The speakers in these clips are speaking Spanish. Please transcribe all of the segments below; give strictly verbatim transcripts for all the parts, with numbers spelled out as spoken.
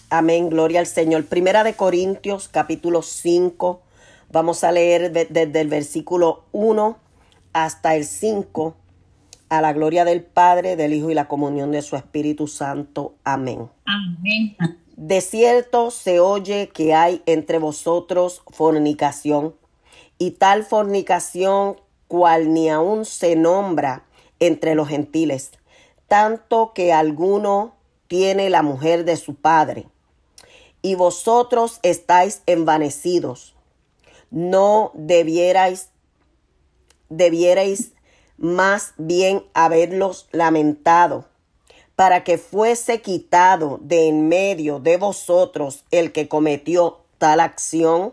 Amén, gloria al Señor. Primera de Corintios, capítulo cinco. Vamos a leer de- desde el versículo uno hasta el cinco. A la gloria del Padre, del Hijo y la comunión de su Espíritu Santo. Amén. Amén. De cierto se oye que hay entre vosotros fornicación, y tal fornicación cual ni aun se nombra entre los gentiles, tanto que alguno tiene la mujer de su padre. Y vosotros estáis envanecidos. No debierais, debierais más bien haberlos lamentado, para que fuese quitado de en medio de vosotros el que cometió tal acción.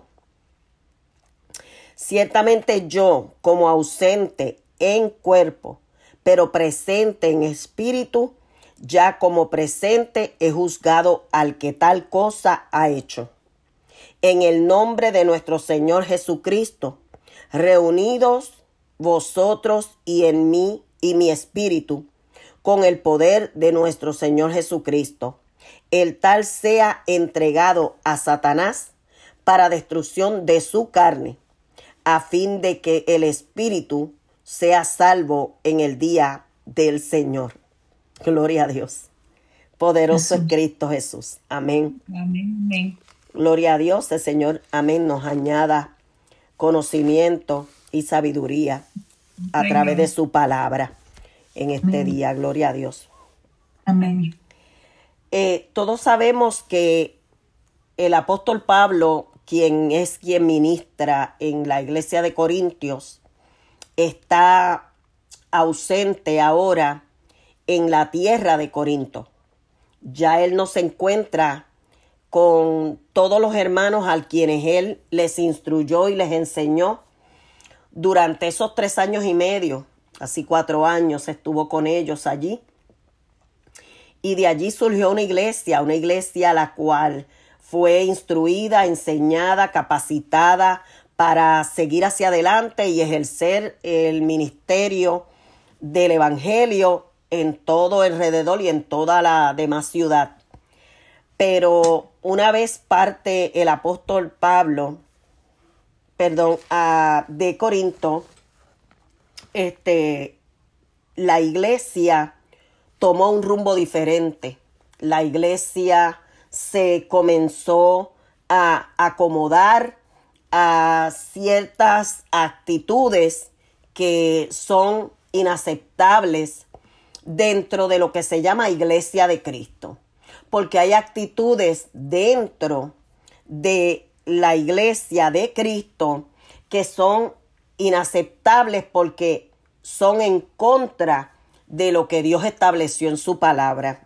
Ciertamente yo, como ausente en cuerpo, pero presente en espíritu, ya como presente he juzgado al que tal cosa ha hecho. En el nombre de nuestro Señor Jesucristo, reunidos vosotros y en mí y mi espíritu, con el poder de nuestro Señor Jesucristo, el tal sea entregado a Satanás para destrucción de su carne, a fin de que el espíritu sea salvo en el día del Señor. Gloria a Dios. Poderoso es Jesús. Cristo Jesús. Amén. Amén. Amén. Gloria a Dios, el Señor, amén, nos añada conocimiento y sabiduría a Señor. través de su palabra en este Amén. día. Gloria a Dios. Amén. Eh, todos sabemos que el apóstol Pablo, quien es quien ministra en la iglesia de Corintios, está ausente ahora en la tierra de Corinto. Ya él no se encuentra con todos los hermanos a quienes él les instruyó y les enseñó durante esos tres años y medio, así cuatro años estuvo con ellos allí. Y de allí surgió una iglesia, una iglesia la cual fue instruida, enseñada, capacitada para seguir hacia adelante y ejercer el ministerio del evangelio en todo alrededor y en toda la demás ciudad. Pero una vez parte el apóstol Pablo, perdón, a, de Corinto, este, la iglesia tomó un rumbo diferente. La iglesia se comenzó a acomodar a ciertas actitudes que son inaceptables dentro de lo que se llama Iglesia de Cristo. Porque hay actitudes dentro de la iglesia de Cristo que son inaceptables porque son en contra de lo que Dios estableció en su palabra.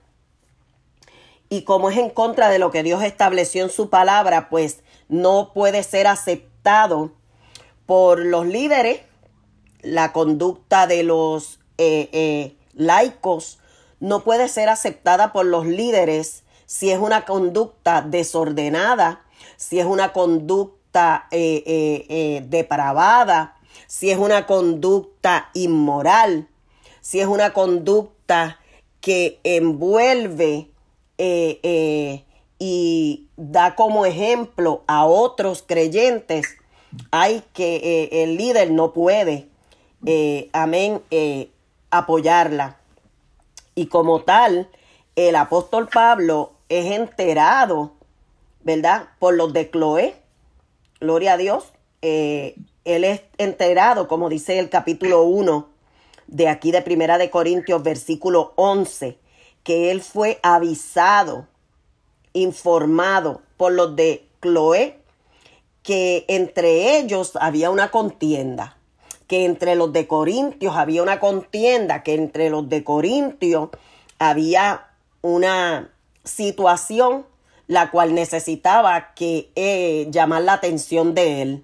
Y como es en contra de lo que Dios estableció en su palabra, pues no puede ser aceptado por los líderes. La conducta de los eh, eh, laicos no puede ser aceptada por los líderes si es una conducta desordenada, si es una conducta eh, eh, eh, depravada, si es una conducta inmoral, si es una conducta que envuelve eh, eh, y da como ejemplo a otros creyentes. Hay que eh, el líder no puede, eh, amén, eh, apoyarla. Y como tal, el apóstol Pablo es enterado, ¿verdad?, por los de Cloé. Gloria a Dios. Eh, él es enterado, como dice el capítulo uno de aquí de Primera de Corintios, versículo once, que él fue avisado, informado por los de Cloé, que entre ellos había una contienda, que entre los de Corintios había una contienda, que entre los de Corintios había una situación la cual necesitaba que eh, llamar la atención de él.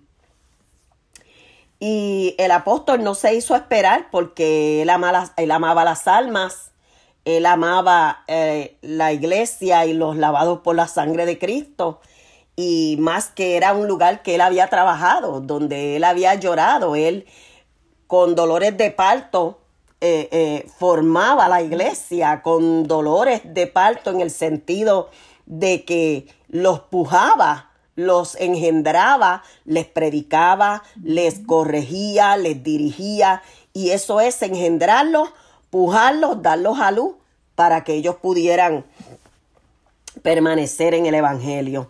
Y el apóstol no se hizo esperar porque él amaba, él amaba las almas, él amaba eh, la iglesia y los lavados por la sangre de Cristo. Y más que era un lugar que él había trabajado, donde él había llorado, él con dolores de parto eh, eh, formaba la iglesia, con dolores de parto en el sentido de que los pujaba, los engendraba, les predicaba, les corregía, les dirigía, y eso es engendrarlos, pujarlos, darlos a luz para que ellos pudieran permanecer en el evangelio.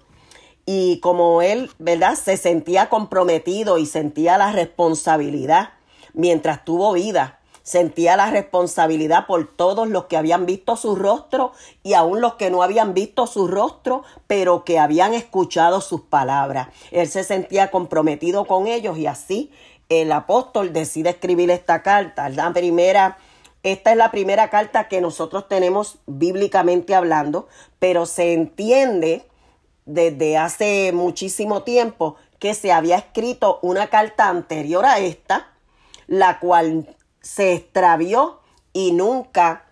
Y como él, ¿verdad?, se sentía comprometido y sentía la responsabilidad mientras tuvo vida, sentía la responsabilidad por todos los que habían visto su rostro y aún los que no habían visto su rostro, pero que habían escuchado sus palabras. Él se sentía comprometido con ellos y así el apóstol decide escribir esta carta. La primera, esta es la primera carta que nosotros tenemos bíblicamente hablando, pero se entiende desde hace muchísimo tiempo que se había escrito una carta anterior a esta, la cual se extravió y nunca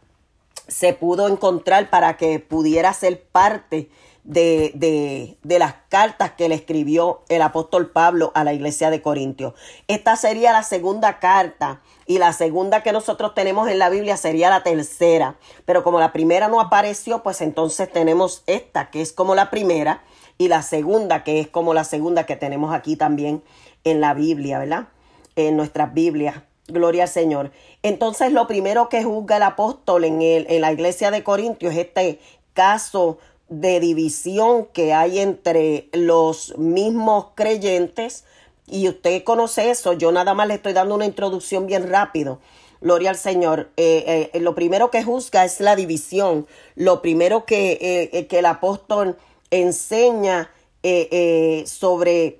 se pudo encontrar para que pudiera ser parte de, de, de las cartas que le escribió el apóstol Pablo a la iglesia de Corintios. Esta sería la segunda carta y la segunda que nosotros tenemos en la Biblia sería la tercera, pero como la primera no apareció, pues entonces tenemos esta que es como la primera y la segunda que es como la segunda que tenemos aquí también en la Biblia, ¿verdad? En nuestras Biblias. Gloria al Señor. Entonces lo primero que juzga el apóstol en, el, en la iglesia de Corintios es este caso de división que hay entre los mismos creyentes. Y usted conoce eso, yo nada más le estoy dando una introducción bien rápido. Gloria al Señor. Eh, eh, lo primero que juzga es la división. Lo primero que, eh, que el apóstol enseña eh, eh, sobre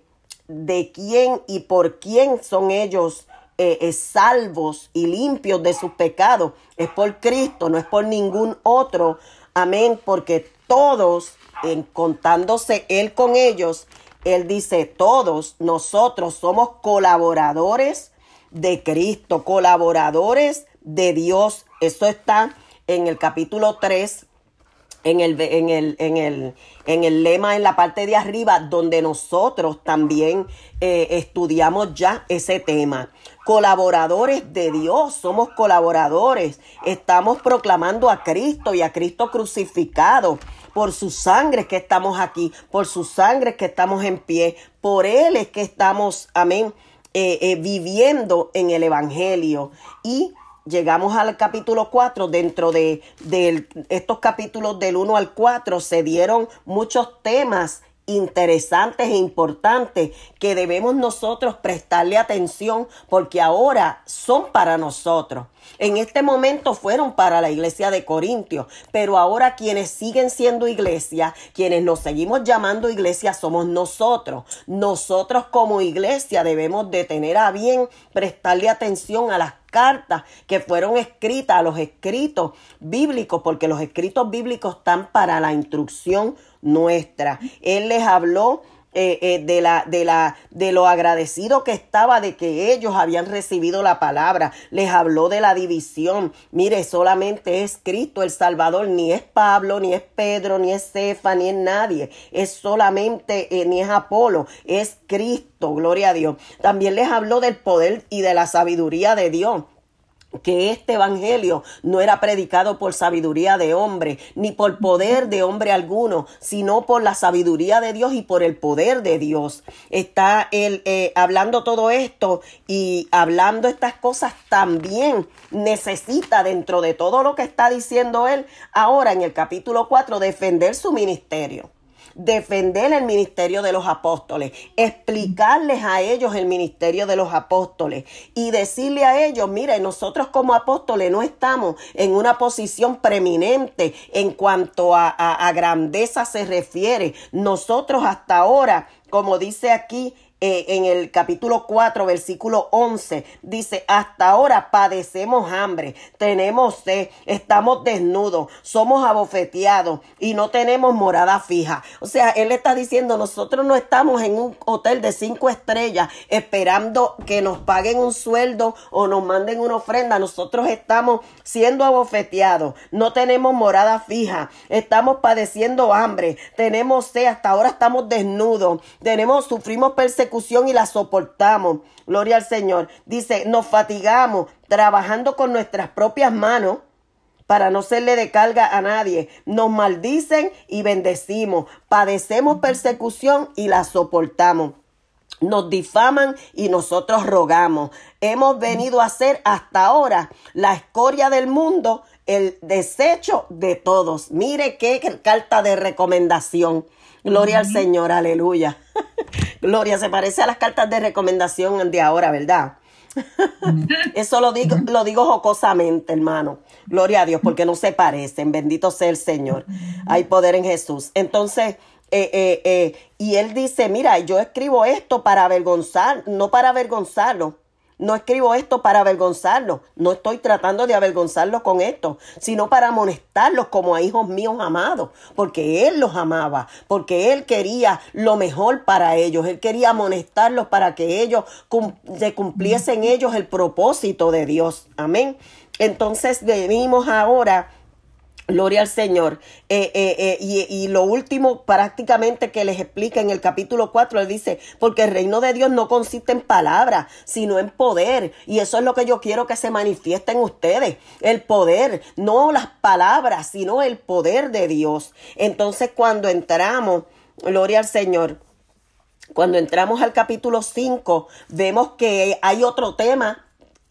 de quién y por quién son ellos eh, eh, salvos y limpios de sus pecados. Es por Cristo, no es por ningún otro. Amén, porque todos, en, contándose Él con ellos, Él dice, todos nosotros somos colaboradores de Cristo, colaboradores de Dios. Eso está en el capítulo tres, en el, en el, en el, en el lema en la parte de arriba, donde nosotros también eh, estudiamos ya ese tema. Colaboradores de Dios, somos colaboradores. Estamos proclamando a Cristo y a Cristo crucificado. Por su sangre que estamos aquí, por su sangre que estamos en pie, por Él es que estamos, amén, eh, eh, viviendo en el evangelio. Y llegamos al capítulo cuatro, dentro de, de estos capítulos del uno al cuatro se dieron muchos temas interesantes e importantes que debemos nosotros prestarle atención porque ahora son para nosotros. En este momento fueron para la iglesia de Corintios, pero ahora quienes siguen siendo iglesia, quienes nos seguimos llamando iglesia, somos nosotros. Nosotros como iglesia debemos de tener a bien prestarle atención a las cartas que fueron escritas, a los escritos bíblicos, porque los escritos bíblicos están para la instrucción nuestra. Él les habló eh, eh, de la, de la, de lo agradecido que estaba de que ellos habían recibido la palabra. Les habló de la división. Mire, solamente es Cristo el Salvador, ni es Pablo, ni es Pedro, ni es Cefa, ni es nadie. Es solamente, eh, ni es Apolo, es Cristo, gloria a Dios. También les habló del poder y de la sabiduría de Dios, que este evangelio no era predicado por sabiduría de hombre, ni por poder de hombre alguno, sino por la sabiduría de Dios y por el poder de Dios. Está él eh, hablando todo esto y hablando estas cosas también necesita, dentro de todo lo que está diciendo él, ahora en el capítulo cuatro, defender su ministerio. Defender el ministerio de los apóstoles, explicarles a ellos el ministerio de los apóstoles y decirle a ellos, mire, nosotros como apóstoles no estamos en una posición preeminente en cuanto a, a, a grandeza se refiere. Nosotros hasta ahora, como dice aquí, Eh, en el capítulo cuatro, versículo once, dice, hasta ahora padecemos hambre, tenemos sed, estamos desnudos, somos abofeteados y no tenemos morada fija. O sea, él está diciendo, nosotros no estamos en un hotel de cinco estrellas esperando que nos paguen un sueldo o nos manden una ofrenda. Nosotros estamos siendo abofeteados, no tenemos morada fija, estamos padeciendo hambre, tenemos sed, hasta ahora estamos desnudos, tenemos, sufrimos persecución y la soportamos. Gloria al Señor. Dice, nos fatigamos trabajando con nuestras propias manos para no serle de carga a nadie. Nos maldicen y bendecimos. Padecemos persecución y la soportamos. Nos difaman y nosotros rogamos. Hemos venido a ser hasta ahora la escoria del mundo, el desecho de todos. Mire qué carta de recomendación. Gloria al Señor, aleluya. Gloria, se parece a las cartas de recomendación de ahora, ¿verdad? Eso lo digo, lo digo jocosamente, hermano. Gloria a Dios, porque no se parecen. Bendito sea el Señor. Hay poder en Jesús. Entonces, eh, eh, eh, y él dice, mira, yo escribo esto para avergonzar, no para avergonzarlo. No escribo esto para avergonzarlos. No estoy tratando de avergonzarlos con esto, sino para amonestarlos como a hijos míos amados, porque Él los amaba, porque Él quería lo mejor para ellos. Él quería amonestarlos para que ellos cum- se cumpliesen ellos el propósito de Dios. Amén. Entonces venimos ahora. Gloria al Señor. Eh, eh, eh, y, y lo último prácticamente que les explica en el capítulo cuatro, él dice, porque el reino de Dios no consiste en palabras, sino en poder. Y eso es lo que yo quiero que se manifieste en ustedes. El poder, no las palabras, sino el poder de Dios. Entonces cuando entramos, gloria al Señor, cuando entramos al capítulo cinco, vemos que hay otro tema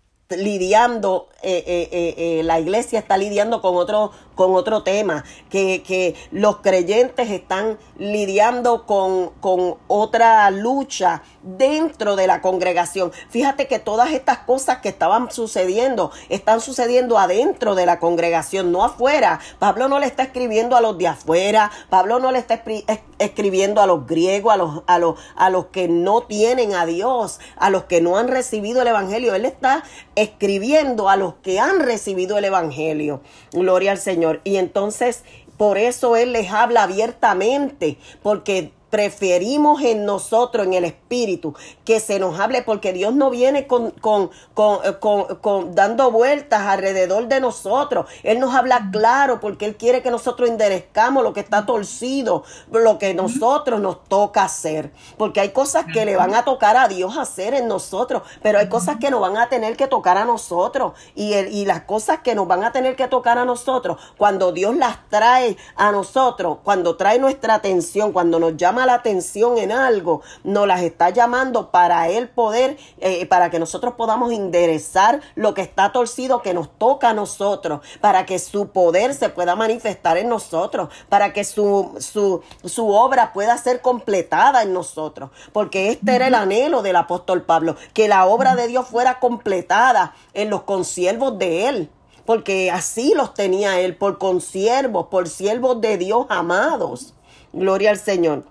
lidiando, eh, eh, eh, eh, la iglesia está lidiando con otro, con otro tema, que, que los creyentes están lidiando con, con otra lucha dentro de la congregación. Fíjate que todas estas cosas que estaban sucediendo, están sucediendo adentro de la congregación, no afuera. Pablo no le está escribiendo a los de afuera, Pablo no le está escri- es- escribiendo a los griegos, a los, a los, a los que no tienen a Dios, a los que no han recibido el evangelio. Él está escribiendo a los que han recibido el evangelio. Gloria al Señor. Y entonces, por eso Él les habla abiertamente, porque preferimos en nosotros, en el espíritu, que se nos hable, porque Dios no viene con, con, con, con, con dando vueltas alrededor de nosotros. Él nos habla claro, porque Él quiere que nosotros enderezcamos lo que está torcido, lo que nosotros nos toca hacer. Porque hay cosas que le van a tocar a Dios hacer en nosotros, pero hay cosas que nos van a tener que tocar a nosotros. Y, el, y las cosas que nos van a tener que tocar a nosotros, cuando Dios las trae a nosotros, cuando trae nuestra atención, cuando nos llama la atención en algo, nos las está llamando para Él poder, eh, para que nosotros podamos enderezar lo que está torcido, que nos toca a nosotros, para que su poder se pueda manifestar en nosotros, para que su, su, su obra pueda ser completada en nosotros, porque este era el anhelo del apóstol Pablo, que la obra de Dios fuera completada en los consiervos de Él, porque así los tenía Él, por consiervos, por siervos de Dios amados. Gloria al Señor.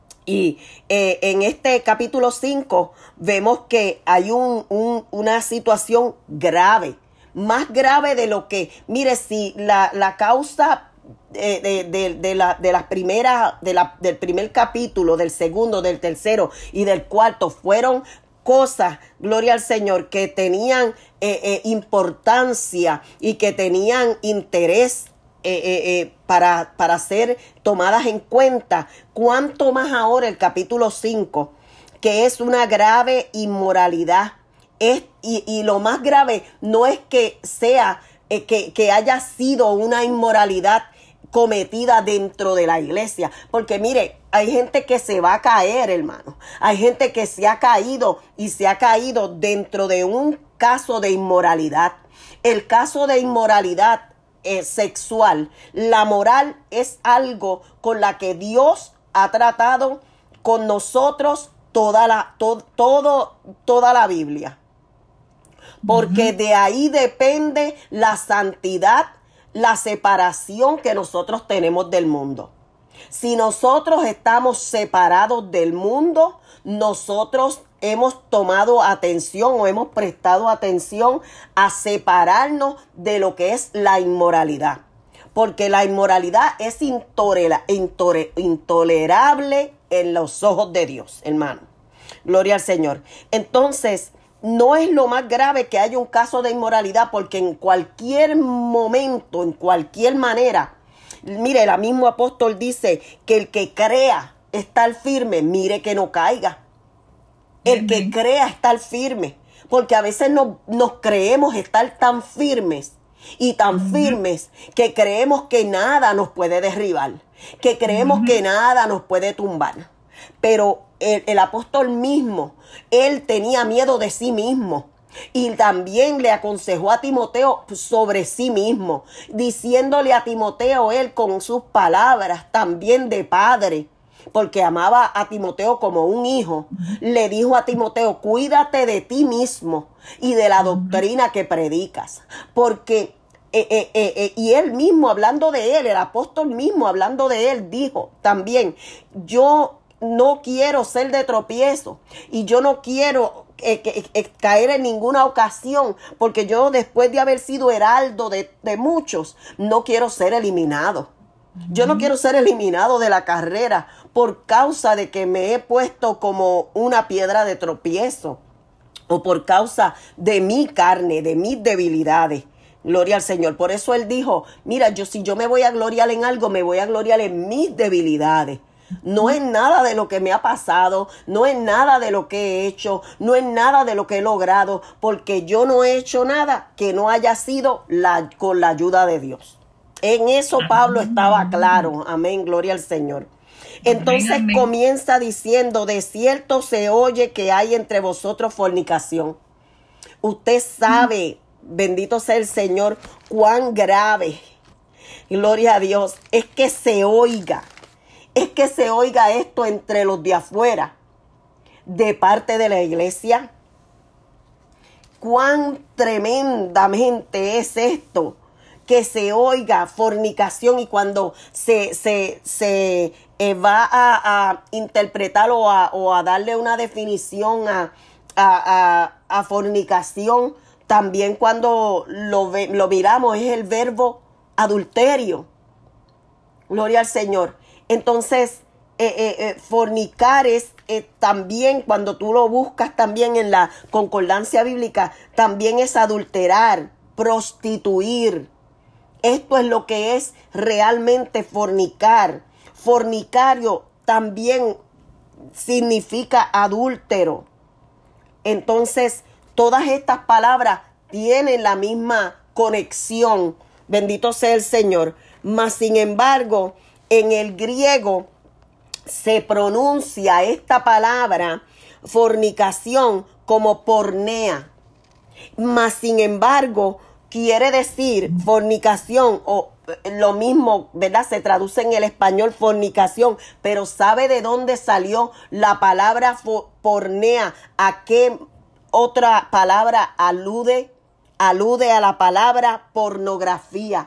Y eh, en este capítulo cinco vemos que hay un, un, una situación grave, más grave de lo que, mire, si la, la causa de, de, de, de, la, de las primeras, de la, del primer capítulo, del segundo, del tercero y del cuarto fueron cosas, gloria al Señor, que tenían eh, eh, importancia y que tenían interés Eh, eh, eh, para, para ser tomadas en cuenta, cuánto más ahora el capítulo cinco, que es una grave inmoralidad. Es, y, y lo más grave no es que sea, eh, que, que haya sido una inmoralidad cometida dentro de la iglesia, porque mire, hay gente que se va a caer, hermano, hay gente que se ha caído y se ha caído dentro de un caso de inmoralidad. El caso de inmoralidad Eh, sexual, la moral es algo con la que Dios ha tratado con nosotros toda la, to, todo, toda la Biblia, porque uh-huh. de ahí depende la santidad, la separación que nosotros tenemos del mundo. Si nosotros estamos separados del mundo, nosotros hemos tomado atención o hemos prestado atención a separarnos de lo que es la inmoralidad. Porque la inmoralidad es intolera, intore, intolerable en los ojos de Dios, hermano. Gloria al Señor. Entonces, no es lo más grave que haya un caso de inmoralidad, porque en cualquier momento, en cualquier manera, mire, el mismo apóstol dice que el que crea estar firme, mire que no caiga. El que crea estar firme, porque a veces no, nos creemos estar tan firmes y tan firmes que creemos que nada nos puede derribar, que creemos que nada nos puede tumbar. Pero el, el apóstol mismo, él tenía miedo de sí mismo. Y también le aconsejó a Timoteo sobre sí mismo, diciéndole a Timoteo él con sus palabras también de padre, porque amaba a Timoteo como un hijo. Le dijo a Timoteo: cuídate de ti mismo y de la doctrina que predicas, porque eh, eh, eh, eh, y él mismo hablando de él, el apóstol mismo hablando de él, dijo también: yo no quiero ser de tropiezo y yo no quiero eh, eh, eh, caer en ninguna ocasión, porque yo, después de haber sido heraldo de, de muchos, no quiero ser eliminado. Yo no quiero ser eliminado de la carrera por causa de que me he puesto como una piedra de tropiezo o por causa de mi carne, de mis debilidades. Gloria al Señor. Por eso él dijo: mira, yo si yo me voy a gloriar en algo, me voy a gloriar en mis debilidades. No es nada de lo que me ha pasado, no es nada de lo que he hecho, no es nada de lo que he logrado, porque yo no he hecho nada que no haya sido la, con la ayuda de Dios. En eso Pablo estaba claro. Amén, gloria al Señor. Entonces amén, amén. Comienza diciendo: de cierto se oye que hay entre vosotros fornicación. Usted sabe, mm. bendito sea el Señor, cuán grave, gloria a Dios, es que se oiga. Es que se oiga esto entre los de afuera, de parte de la iglesia. Cuán tremendamente es esto, que se oiga fornicación, y cuando se, se, se eh, va a, a interpretar o a, o a darle una definición a, a, a, a fornicación, también cuando lo, ve, lo miramos es el verbo adulterio. Gloria al Señor. Entonces, eh, eh, eh, fornicar es eh, también, cuando tú lo buscas también en la concordancia bíblica, también es adulterar, prostituir. Esto es lo que es realmente fornicar. Fornicario también significa adúltero. Entonces, todas estas palabras tienen la misma conexión. Bendito sea el Señor. Mas, sin embargo, en el griego se pronuncia esta palabra fornicación como pornea. Mas, sin embargo, quiere decir fornicación, o lo mismo, ¿verdad? Se traduce en el español fornicación, pero ¿sabe de dónde salió la palabra pornea? ¿A qué otra palabra alude? Alude a la palabra pornografía.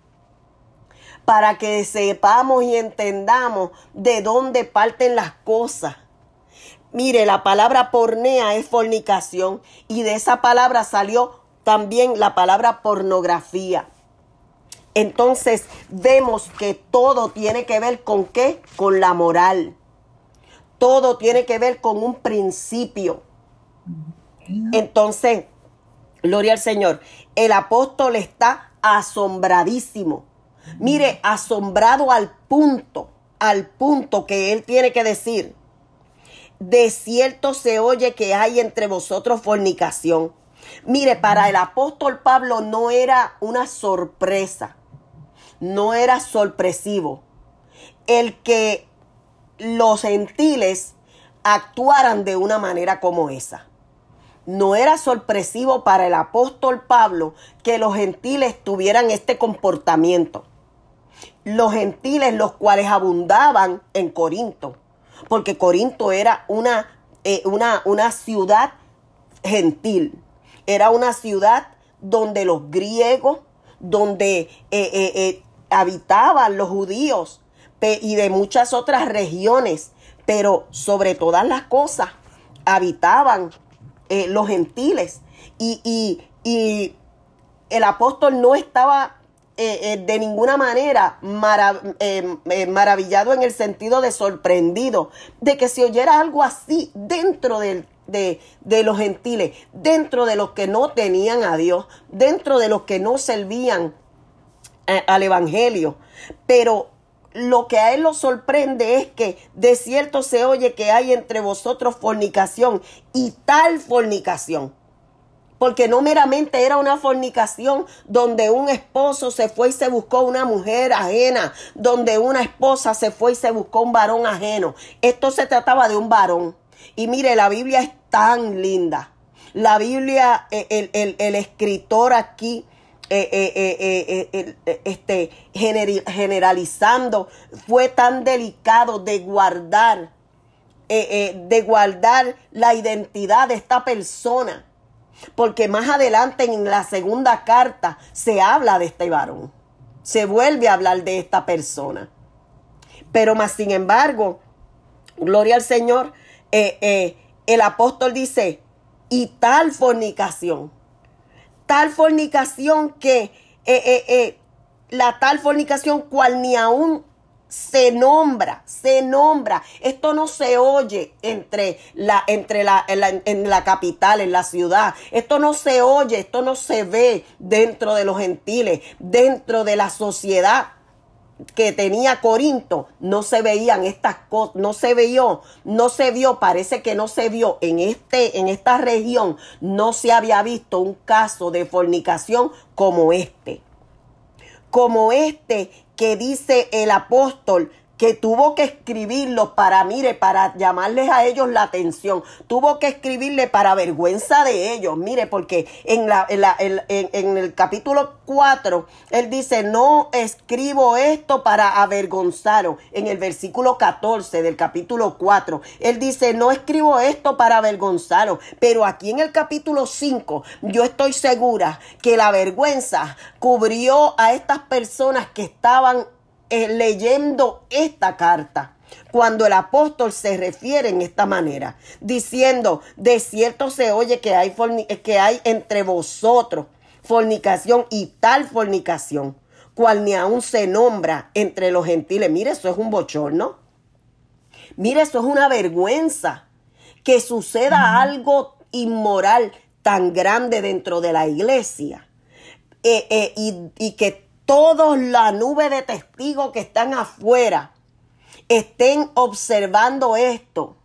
Para que sepamos y entendamos de dónde parten las cosas. Mire, la palabra pornea es fornicación, y de esa palabra salió también la palabra pornografía. Entonces vemos que todo tiene que ver con ¿qué? Con la moral. Todo tiene que ver con un principio. Entonces, gloria al Señor, el apóstol está asombradísimo. Mire, asombrado al punto, al punto que él tiene que decir: de cierto se oye que hay entre vosotros fornicación. Mire, para el apóstol Pablo no era una sorpresa, no era sorpresivo el que los gentiles actuaran de una manera como esa. No era sorpresivo para el apóstol Pablo que los gentiles tuvieran este comportamiento. Los gentiles, los cuales abundaban en Corinto, porque Corinto era una, eh, una, una ciudad gentil, era una ciudad donde los griegos, donde eh, eh, eh, habitaban los judíos pe- y de muchas otras regiones, pero sobre todas las cosas habitaban eh, los gentiles, y, y, y el apóstol no estaba Eh, eh, de ninguna manera marav- eh, eh, maravillado en el sentido de sorprendido de que se oyera algo así dentro del, de, de los gentiles, dentro de los que no tenían a Dios, dentro de los que no servían eh, al evangelio. Pero lo que a él lo sorprende es que de cierto se oye que hay entre vosotros fornicación, y tal fornicación. Porque no meramente era una fornicación donde un esposo se fue y se buscó una mujer ajena, donde una esposa se fue y se buscó un varón ajeno. Esto se trataba de un varón. Y mire, la Biblia es tan linda. La Biblia, el, el, el escritor aquí, eh, eh, eh, eh, eh, este, generalizando, fue tan delicado de guardar, eh, eh, de guardar la identidad de esta persona. Porque más adelante en la segunda carta se habla de este varón. Se vuelve a hablar de esta persona. Pero más sin embargo, gloria al Señor, eh, eh, el apóstol dice, y tal fornicación, tal fornicación que, eh, eh, eh, la tal fornicación cual ni aún se nombra, se nombra. Esto no se oye entre la, entre la, en la, en la capital, en la ciudad. Esto no se oye, esto no se ve dentro de los gentiles, dentro de la sociedad que tenía Corinto. No se veían estas cosas, no se vio, no se vio, parece que no se vio en este, en esta región, no se había visto un caso de fornicación como este. Como este que dice el apóstol que tuvo que escribirlo para, mire, para llamarles a ellos la atención. Tuvo que escribirle para vergüenza de ellos. Mire, porque en, la, en, la, en, en el capítulo cuatro, él dice, no escribo esto para avergonzaros. En el versículo catorce del capítulo cuatro, él dice, no escribo esto para avergonzaros. Pero aquí en el capítulo cinco, yo estoy segura que la vergüenza cubrió a estas personas que estaban Eh, leyendo esta carta, cuando el apóstol se refiere en esta manera, diciendo, de cierto se oye que hay, que hay entre vosotros fornicación, y tal fornicación, cual ni aún se nombra entre los gentiles. Mire, eso es un bochorno. Mire, eso es una vergüenza, que suceda algo inmoral tan grande dentro de la iglesia, eh, eh, y, y que toda la nube de testigos que están afuera estén observando esto.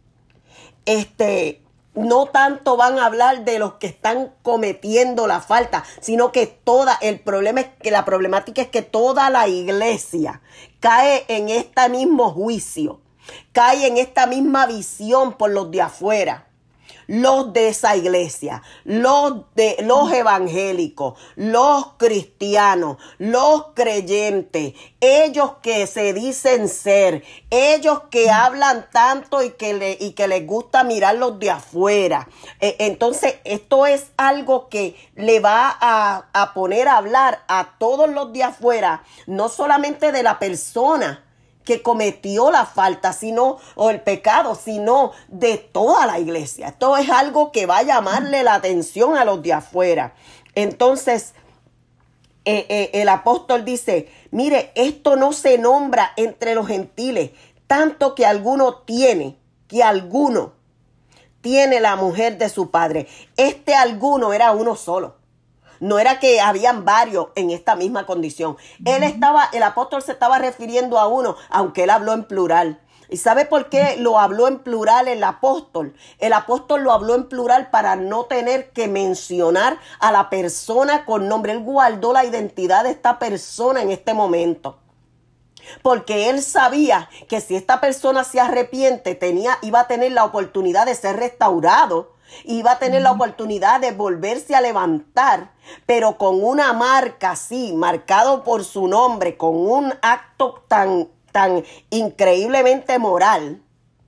Este, no tanto van a hablar de los que están cometiendo la falta, sino que toda, el problema es que la problemática es que toda la iglesia cae en este mismo juicio, cae en esta misma visión por los de afuera. Los de esa iglesia, los de los evangélicos, los cristianos, los creyentes, ellos que se dicen ser, ellos que hablan tanto y que, le, y que les gusta mirar los de afuera. Eh, entonces, esto es algo que le va a, a poner a hablar a todos los de afuera, no solamente de la persona que cometió la falta, sino, o el pecado, sino de toda la iglesia. Esto es algo que va a llamarle la atención a los de afuera. Entonces, eh, eh, el apóstol dice, mire, esto no se nombra entre los gentiles, tanto que alguno tiene, que alguno tiene la mujer de su padre. Este alguno era uno solo. No era que habían varios en esta misma condición. Él estaba, el apóstol se estaba refiriendo a uno, aunque él habló en plural. ¿Y sabe por qué lo habló en plural el apóstol? El apóstol lo habló en plural para no tener que mencionar a la persona con nombre. Él guardó la identidad de esta persona en este momento. Porque él sabía que si esta persona se arrepiente, tenía, iba a tener la oportunidad de ser restaurado. Iba a tener la oportunidad de volverse a levantar, pero con una marca así, marcado por su nombre, con un acto tan, tan increíblemente moral.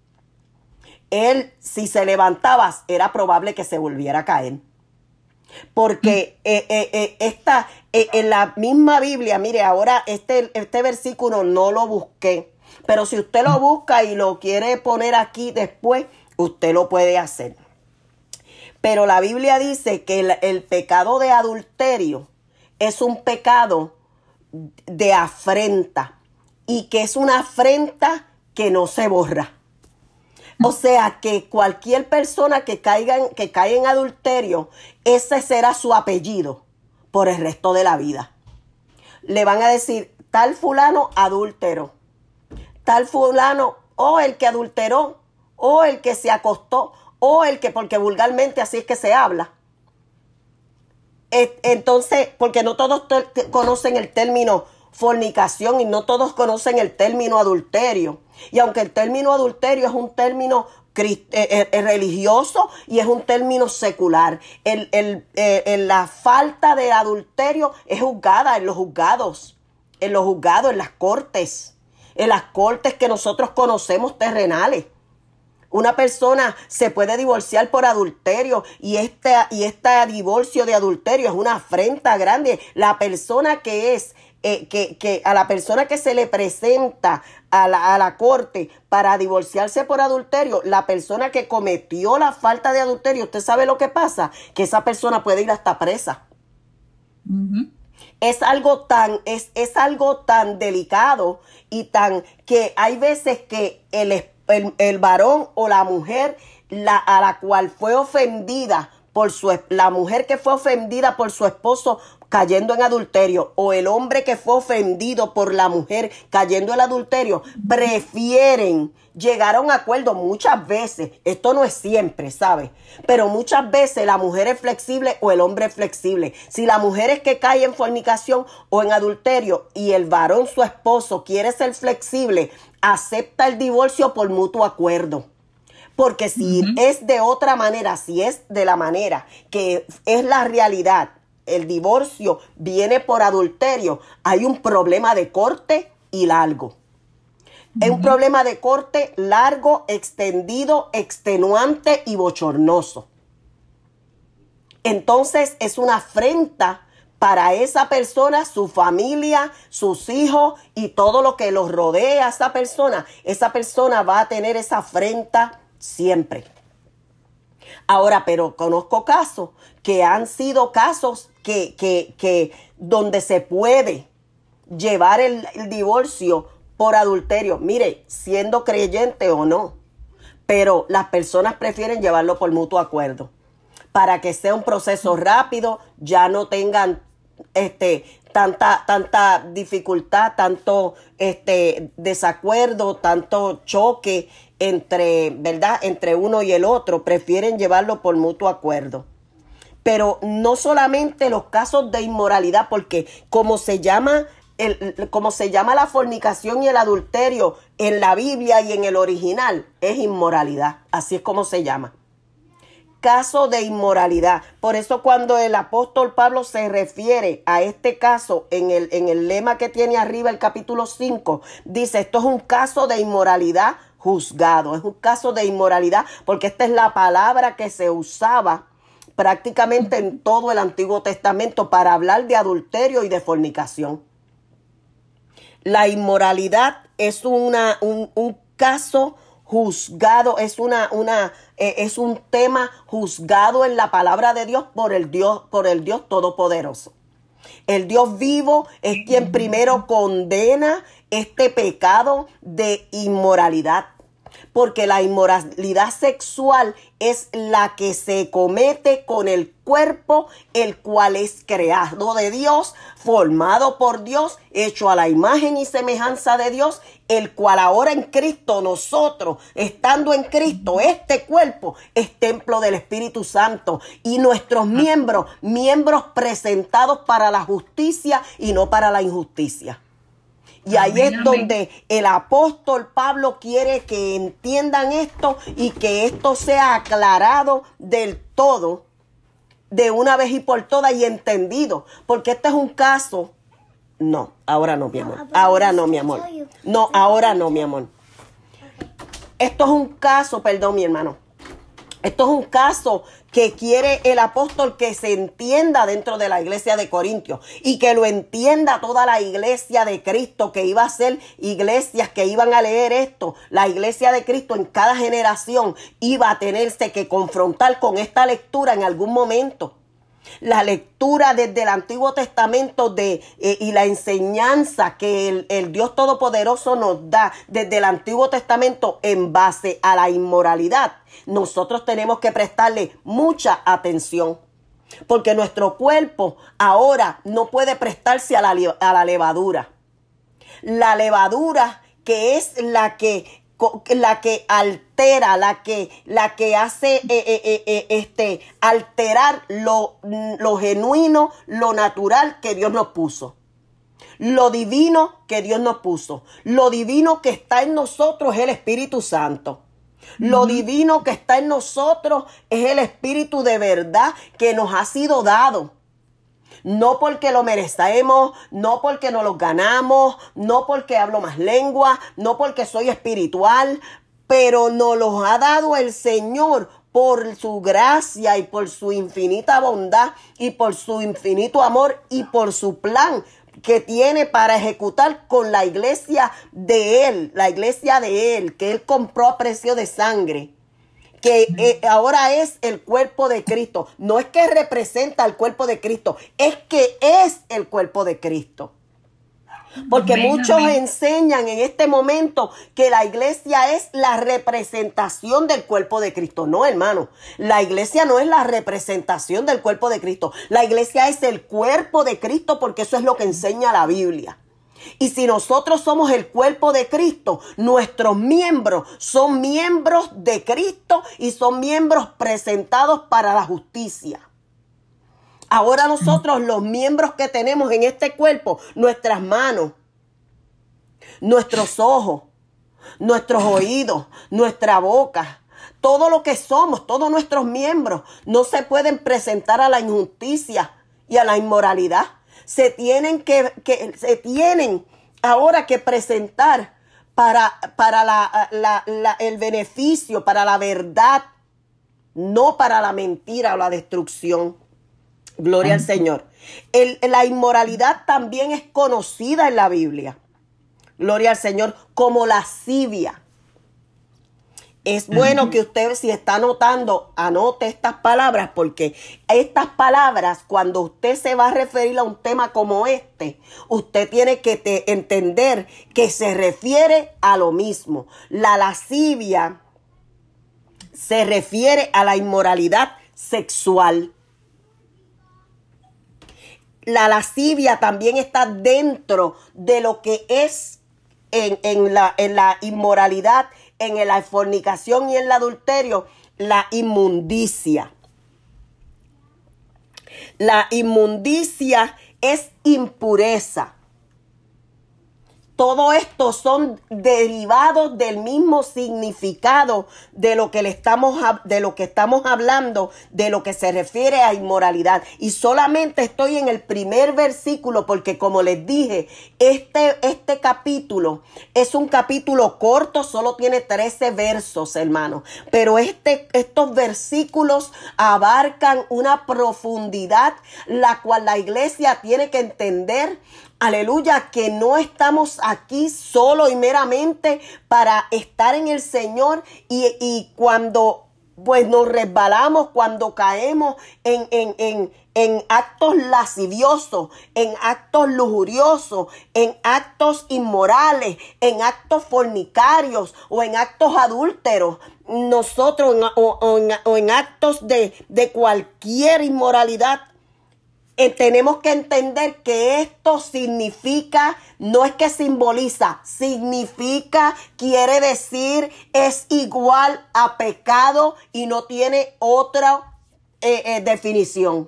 Él, si se levantaba, era probable que se volviera a caer. Porque eh, eh, eh, esta, eh, en la misma Biblia, mire, ahora este, este versículo no lo busqué, pero si usted lo busca y lo quiere poner aquí después, usted lo puede hacer. Pero la Biblia dice que el, el pecado de adulterio es un pecado de afrenta, y que es una afrenta que no se borra. O sea que cualquier persona que caiga en, que cae en adulterio, ese será su apellido por el resto de la vida. Le van a decir tal fulano adúltero, tal fulano o el que adulteró, o el que se acostó, o el que, porque vulgarmente así es que se habla. eh, entonces, porque no todos to- te- conocen el término fornicación y no todos conocen el término adulterio. Y aunque el término adulterio es un término crist- eh, eh, religioso y es un término secular, el, el, eh, el- la falta de adulterio es juzgada en los juzgados, en los juzgados, en las cortes, en las cortes que nosotros conocemos terrenales. Una persona se puede divorciar por adulterio y este, y este divorcio de adulterio es una afrenta grande. La persona que es, eh, que, que a la persona que se le presenta a la, a la corte para divorciarse por adulterio, la persona que cometió la falta de adulterio, ¿usted sabe lo que pasa? Que esa persona puede ir hasta presa. Ujú. Es algo tan, es, es algo tan delicado y tan que hay veces que el, es- el, el varón o la mujer la, a la cual fue ofendida por su es- la mujer que fue ofendida por su esposo cayendo en adulterio o el hombre que fue ofendido por la mujer cayendo en adulterio, prefieren llegar a un acuerdo muchas veces. Esto no es siempre, ¿sabe? Pero muchas veces la mujer es flexible o el hombre es flexible. Si la mujer es que cae en fornicación o en adulterio y el varón, su esposo, quiere ser flexible, acepta el divorcio por mutuo acuerdo. Porque si Ujú. es de otra manera, si es de la manera que es la realidad, el divorcio viene por adulterio, hay un problema de corte y largo. Es un problema de corte largo, extendido, extenuante y bochornoso. Entonces es una afrenta para esa persona, su familia, sus hijos y todo lo que los rodea a esa persona. Esa persona va a tener esa afrenta siempre. Ahora, pero conozco casos que han sido casos que, que, que donde se puede llevar el, el divorcio por adulterio. Mire, siendo creyente o no, pero las personas prefieren llevarlo por mutuo acuerdo para que sea un proceso rápido, ya no tengan este tanta tanta dificultad, tanto este desacuerdo, tanto choque entre, ¿verdad? Entre uno y el otro, prefieren llevarlo por mutuo acuerdo. Pero no solamente los casos de inmoralidad, porque como se llama el, como se llama la fornicación y el adulterio en la Biblia y en el original, es inmoralidad, así es como se llama. Caso de inmoralidad. Por eso cuando el apóstol Pablo se refiere a este caso en el, en el lema que tiene arriba el capítulo cinco, dice esto es un caso de inmoralidad juzgado, es un caso de inmoralidad porque esta es la palabra que se usaba prácticamente en todo el Antiguo Testamento para hablar de adulterio y de fornicación. La inmoralidad es una, un, un caso juzgado, es una, una, eh, es un tema juzgado en la palabra de Dios por el Dios, por el Dios Todopoderoso. El Dios vivo es quien primero condena este pecado de inmoralidad. Porque la inmoralidad sexual es la que se comete con el cuerpo, el cual es creado de Dios, formado por Dios, hecho a la imagen y semejanza de Dios, el cual ahora en Cristo, nosotros, estando en Cristo, este cuerpo es templo del Espíritu Santo y nuestros miembros, miembros presentados para la justicia y no para la injusticia. Y ahí Amén, es amén. donde el apóstol Pablo quiere que entiendan esto y que esto sea aclarado del todo, de una vez y por todas y entendido. Porque este es un caso. No, ahora no, mi amor. Ahora no, mi amor. No, ahora no, mi amor. Esto es un caso, perdón, mi hermano. Esto es un caso que quiere el apóstol que se entienda dentro de la iglesia de Corintios y que lo entienda toda la iglesia de Cristo, que iba a ser iglesias que iban a leer esto. La iglesia de Cristo en cada generación iba a tenerse que confrontar con esta lectura en algún momento. La lectura desde el Antiguo Testamento de, eh, y la enseñanza que el, el Dios Todopoderoso nos da desde el Antiguo Testamento en base a la inmoralidad, nosotros tenemos que prestarle mucha atención. Porque nuestro cuerpo ahora no puede prestarse a la, a la levadura. La levadura que es la que la que altera, la que, la que hace eh, eh, eh, este, alterar lo, lo genuino, lo natural que Dios nos puso. Lo divino que Dios nos puso. Lo divino que está en nosotros es el Espíritu Santo. Lo divino que está en nosotros es el Espíritu de verdad que nos ha sido dado. No porque lo merecemos, no porque nos lo ganamos, no porque hablo más lengua, no porque soy espiritual, pero nos los ha dado el Señor por su gracia y por su infinita bondad y por su infinito amor y por su plan que tiene para ejecutar con la iglesia de Él, la iglesia de Él, que Él compró a precio de sangre. Que eh, ahora es el cuerpo de Cristo. No es que representa al cuerpo de Cristo, es que es el cuerpo de Cristo. Porque amén, muchos amén. enseñan en este momento que la iglesia es la representación del cuerpo de Cristo. No, hermano, la iglesia no es la representación del cuerpo de Cristo. La iglesia es el cuerpo de Cristo porque eso es lo que enseña la Biblia. Y si nosotros somos el cuerpo de Cristo, nuestros miembros son miembros de Cristo y son miembros presentados para la justicia. Ahora nosotros, los miembros que tenemos en este cuerpo, nuestras manos, nuestros ojos, nuestros oídos, nuestra boca, todo lo que somos, todos nuestros miembros, no se pueden presentar a la injusticia y a la inmoralidad. Se tienen que, que se tienen ahora que presentar para, para la, la, la, el beneficio, para la verdad, no para la mentira o la destrucción. Gloria al Señor. El, la inmoralidad también es conocida en la Biblia. Gloria al Señor, como lascivia. Es bueno que usted, si está anotando, anote estas palabras, porque estas palabras, cuando usted se va a referir a un tema como este, usted tiene que te, entender que se refiere a lo mismo. La lascivia se refiere a la inmoralidad sexual. La lascivia también está dentro de lo que es en, en, la, en la inmoralidad, en la fornicación y en el adulterio, la inmundicia. La inmundicia es impureza. Todo esto son derivados del mismo significado de lo que le estamos, de lo que estamos hablando, de lo que se refiere a inmoralidad. Y solamente estoy en el primer versículo porque, como les dije, este, este capítulo es un capítulo corto, solo tiene trece versos, hermanos. Pero este, estos versículos abarcan una profundidad la cual la iglesia tiene que entender. Aleluya, que no estamos aquí solo y meramente para estar en el Señor y, y cuando pues nos resbalamos, cuando caemos en, en, en, en actos lasciviosos, en actos lujuriosos, en actos inmorales, en actos fornicarios o en actos adúlteros, nosotros o, o, en, o en actos de, de cualquier inmoralidad. Eh, tenemos que entender que esto significa, no es que simboliza, significa, quiere decir, es igual a pecado y no tiene otra eh, eh, definición.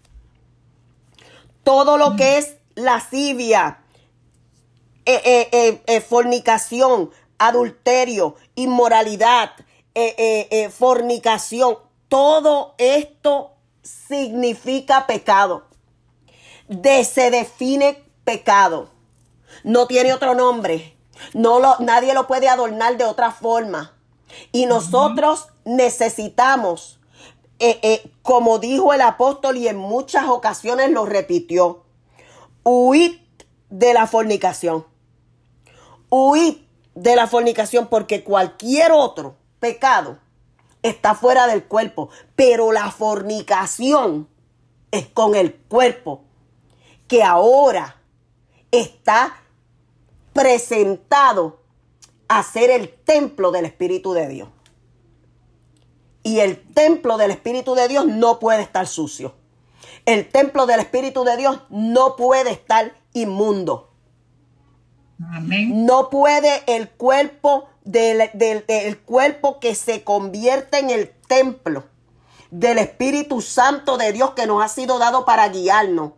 Todo lo que es lascivia, eh, eh, eh, eh, fornicación, adulterio, inmoralidad, eh, eh, eh, fornicación, todo esto significa pecado. De, se define pecado. No tiene otro nombre. No lo, nadie lo puede adornar de otra forma. Y nosotros necesitamos, eh, eh, como dijo el apóstol y en muchas ocasiones lo repitió, huid de la fornicación. Huid de la fornicación porque cualquier otro pecado está fuera del cuerpo. Pero la fornicación es con el cuerpo, que ahora está presentado a ser el templo del Espíritu de Dios. Y el templo del Espíritu de Dios no puede estar sucio. El templo del Espíritu de Dios no puede estar inmundo. Amén. No puede el cuerpo del, del, del cuerpo que se convierte en el templo del Espíritu Santo de Dios que nos ha sido dado para guiarnos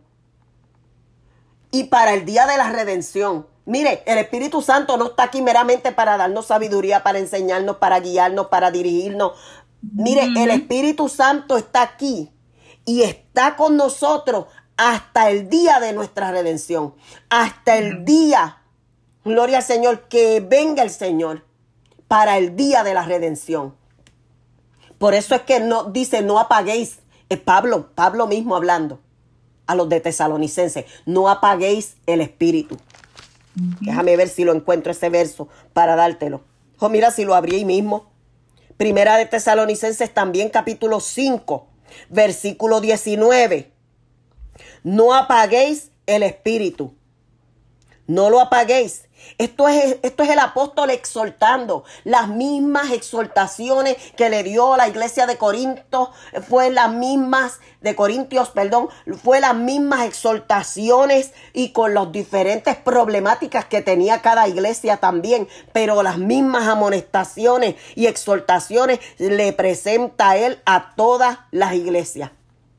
y para el día de la redención. Mire, el Espíritu Santo no está aquí meramente para darnos sabiduría, para enseñarnos, para guiarnos, para dirigirnos. Mire, mm-hmm. el Espíritu Santo está aquí y está con nosotros hasta el día de nuestra redención, hasta el día, gloria al Señor, que venga el Señor para el día de la redención. Por eso es que no dice, no apaguéis, es Pablo, Pablo mismo hablando a los de Tesalonicenses, no apaguéis el espíritu. Uh-huh. Déjame ver si lo encuentro ese verso para dártelo. Oh, mira, si lo abrí ahí mismo. Primera de Tesalonicenses también, capítulo cinco, versículo diecinueve. No apaguéis el espíritu. No lo apaguéis. Esto es, esto es el apóstol exhortando. Las mismas exhortaciones que le dio a la iglesia de Corinto, fue las mismas, de Corintios, perdón, fue las mismas exhortaciones y con las diferentes problemáticas que tenía cada iglesia también, pero las mismas amonestaciones y exhortaciones le presenta a él a todas las iglesias.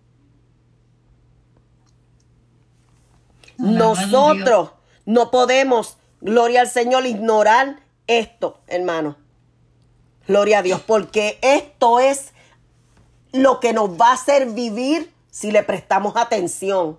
Nosotros no podemos, gloria al Señor, ignorar esto, hermano. Gloria a Dios, porque esto es lo que nos va a hacer vivir si le prestamos atención.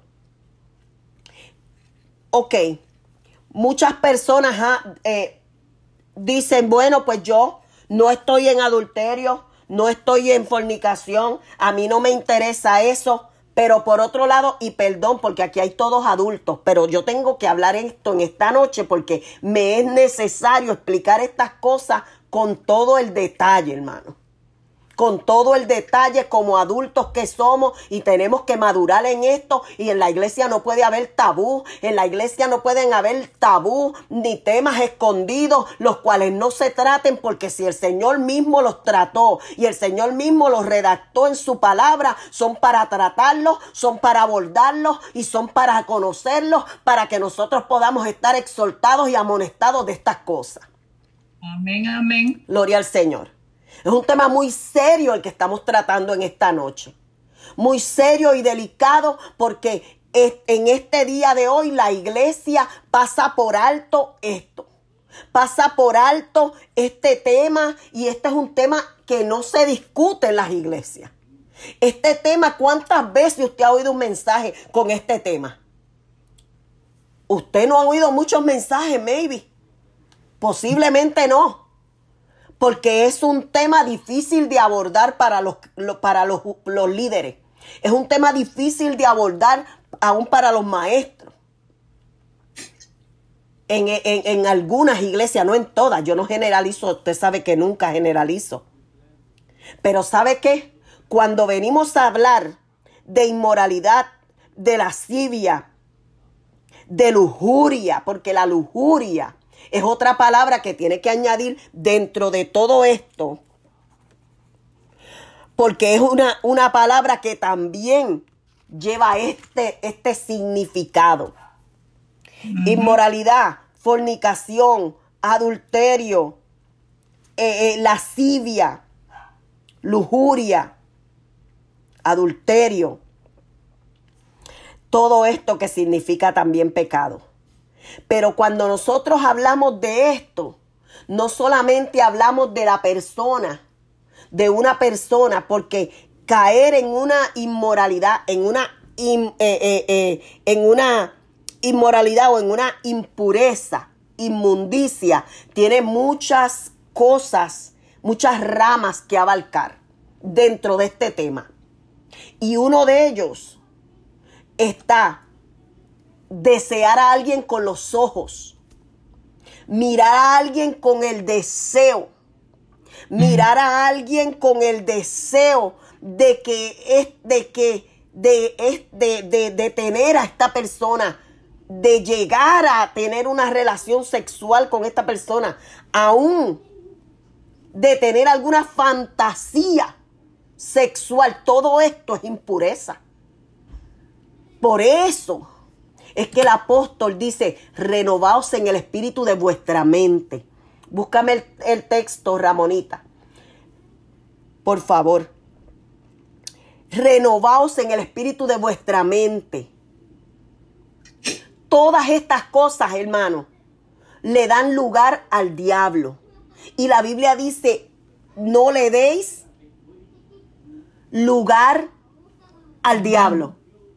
Ok, muchas personas ah, eh, dicen, bueno, pues yo no estoy en adulterio, no estoy en fornicación, a mí no me interesa eso. Pero por otro lado, y perdón, porque aquí hay todos adultos, pero yo tengo que hablar esto en esta noche porque me es necesario explicar estas cosas con todo el detalle, hermano. Con todo el detalle como adultos que somos y tenemos que madurar en esto. Y en la iglesia no puede haber tabú, en la iglesia no pueden haber tabú ni temas escondidos, los cuales no se traten, porque si el Señor mismo los trató y el Señor mismo los redactó en su palabra, son para tratarlos, son para abordarlos y son para conocerlos, para que nosotros podamos estar exhortados y amonestados de estas cosas. Amén, amén. Gloria al Señor. Es un tema muy serio el que estamos tratando en esta noche. Muy serio y delicado porque en este día de hoy la iglesia pasa por alto esto. Pasa por alto este tema y este es un tema que no se discute en las iglesias. Este tema, ¿cuántas veces usted ha oído un mensaje con este tema? Usted no ha oído muchos mensajes, maybe. Posiblemente no. Porque es un tema difícil de abordar para los, para los, los líderes. Es un tema difícil de abordar aún para los maestros. En, en, en algunas iglesias, no en todas. Yo no generalizo, usted sabe que nunca generalizo. Pero ¿sabe qué? Cuando venimos a hablar de inmoralidad, de lascivia, de lujuria, porque la lujuria es otra palabra que tiene que añadir dentro de todo esto. Porque es una, una palabra que también lleva este, este significado. Uh-huh. Inmoralidad, fornicación, adulterio, eh, eh, lascivia, lujuria, adulterio. Todo esto que significa también pecado. Pero cuando nosotros hablamos de esto, no solamente hablamos de la persona, de una persona, porque caer en una inmoralidad, en una, in, eh, eh, eh, en una inmoralidad o en una impureza, inmundicia, tiene muchas cosas, muchas ramas que abarcar dentro de este tema. Y uno de ellos está desear a alguien con los ojos, mirar a alguien con el deseo, mirar a alguien con el deseo de que es de que de, es de, de, de tener a esta persona, de llegar a tener una relación sexual con esta persona, aún de tener alguna fantasía sexual. Todo esto es impureza. Por eso es que el apóstol dice, renovaos en el espíritu de vuestra mente. Búscame el, el texto, Ramonita. Por favor. Renovaos en el espíritu de vuestra mente. Todas estas cosas, hermano, le dan lugar al diablo. Y la Biblia dice, no le deis lugar al diablo.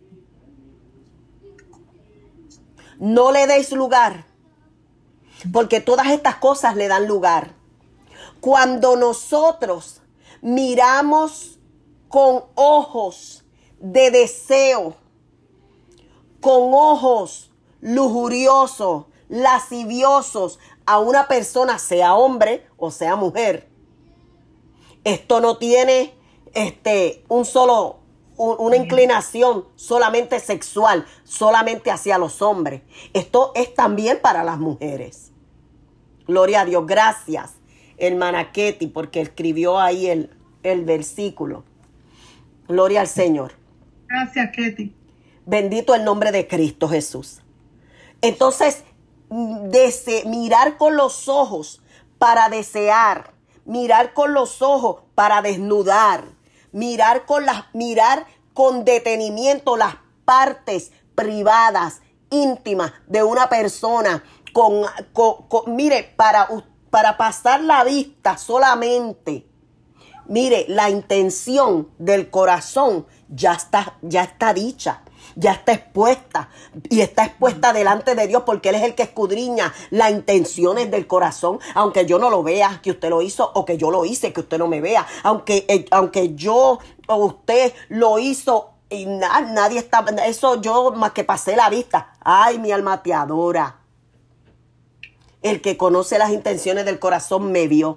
No le deis lugar. Porque todas estas cosas le dan lugar. Cuando nosotros miramos con ojos de deseo, con ojos lujuriosos, lasciviosos a una persona, sea hombre o sea mujer, esto no tiene este, un solo, un, una inclinación solamente sexual, solamente hacia los hombres. Esto es también para las mujeres. Gloria a Dios. Gracias, hermana Ketty, porque escribió ahí el, el versículo. Gloria al Señor. Gracias, Ketty. Bendito el nombre de Cristo Jesús. Entonces, dese, mirar con los ojos para desear, mirar con los ojos para desnudar, mirar con las, mirar con detenimiento las partes privadas, íntimas de una persona, con, con, con mire, para, para pasar la vista solamente. Mire, la intención del corazón ya está, ya está dicha, ya está expuesta y está expuesta delante de Dios, porque Él es el que escudriña las intenciones del corazón. Aunque yo no lo vea que usted lo hizo, o que yo lo hice que usted no me vea, aunque, eh, aunque yo o usted lo hizo y na, nadie está, eso yo más que pasé la vista. Ay, mi alma te adora. El que conoce las intenciones del corazón me vio.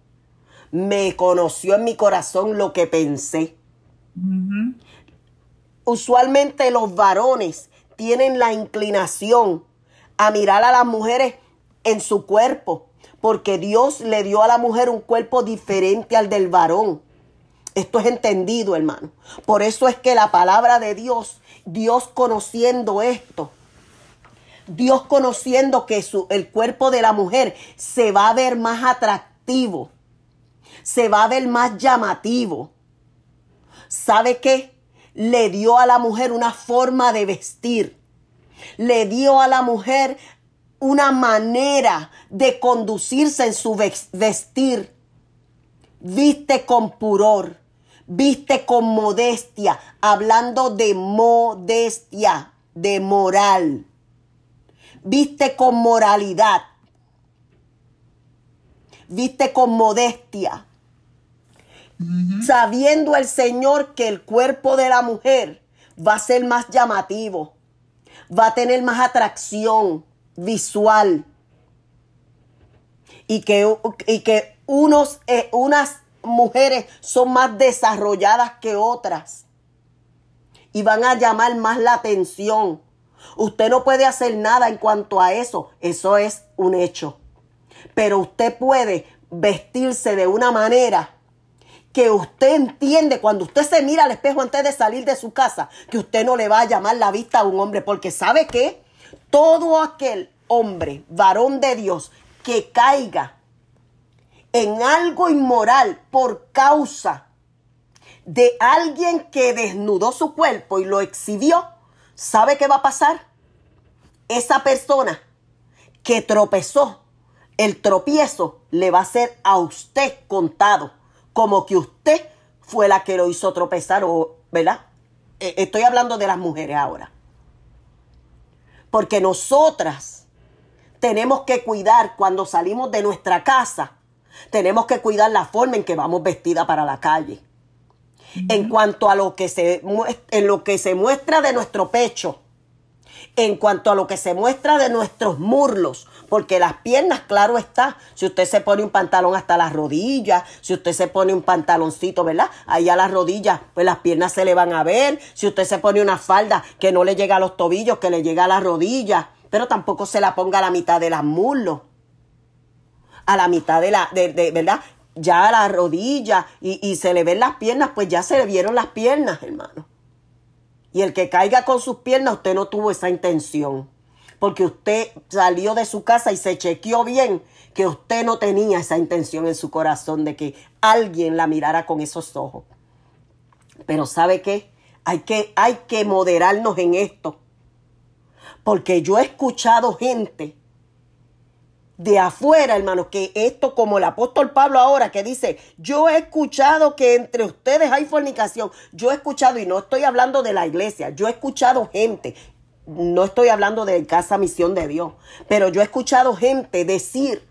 Me conoció en mi corazón lo que pensé. Uh-huh. Usualmente los varones tienen la inclinación a mirar a las mujeres en su cuerpo, porque Dios le dio a la mujer un cuerpo diferente al del varón. Esto es entendido, hermano. Por eso es que la palabra de Dios, Dios conociendo esto, Dios conociendo que su, el cuerpo de la mujer se va a ver más atractivo, se va a ver más llamativo. ¿Sabe qué? Le dio a la mujer una forma de vestir. Le dio a la mujer una manera de conducirse en su vestir. Viste con pudor, viste con modestia, hablando de modestia, de moral. Viste con moralidad. Viste con modestia. Uh-huh. Sabiendo el Señor que el cuerpo de la mujer va a ser más llamativo, va a tener más atracción visual, y que, y que unos, eh, unas mujeres son más desarrolladas que otras y van a llamar más la atención. Usted no puede hacer nada en cuanto a eso, eso es un hecho, pero usted puede vestirse de una manera que usted entiende cuando usted se mira al espejo antes de salir de su casa, que usted no le va a llamar la vista a un hombre, porque ¿sabe qué? Todo aquel hombre, varón de Dios, que caiga en algo inmoral por causa de alguien que desnudó su cuerpo y lo exhibió, ¿sabe qué va a pasar? Esa persona que tropezó, el tropiezo le va a ser a usted contado como que usted fue la que lo hizo tropezar, o, ¿verdad? Eh, estoy hablando de las mujeres ahora. Porque nosotras tenemos que cuidar cuando salimos de nuestra casa, tenemos que cuidar la forma en que vamos vestida para la calle. Uh-huh. En cuanto a lo que se, en lo que se muestra de nuestro pecho, en cuanto a lo que se muestra de nuestros muslos, porque las piernas, claro está, si usted se pone un pantalón hasta las rodillas, si usted se pone un pantaloncito, ¿verdad? Ahí a las rodillas, pues las piernas se le van a ver. Si usted se pone una falda que no le llega a los tobillos, que le llega a las rodillas, pero tampoco se la ponga a la mitad de las muslos, a la mitad de la, de, de, ¿verdad? Ya a la rodilla, y, y se le ven las piernas, pues ya se le vieron las piernas, hermano. Y el que caiga con sus piernas, usted no tuvo esa intención. porque usted salió de su casa y se chequeó bien que usted no tenía esa intención en su corazón de que alguien la mirara con esos ojos. Pero ¿sabe qué? Hay que, hay que moderarnos en esto. Porque yo he escuchado gente de afuera, hermano, que esto, como el apóstol Pablo ahora, que dice, yo he escuchado que entre ustedes hay fornicación. Yo he escuchado, y no estoy hablando de la iglesia, yo he escuchado gente, no estoy hablando de Casa Misión de Dios, pero yo he escuchado gente decir,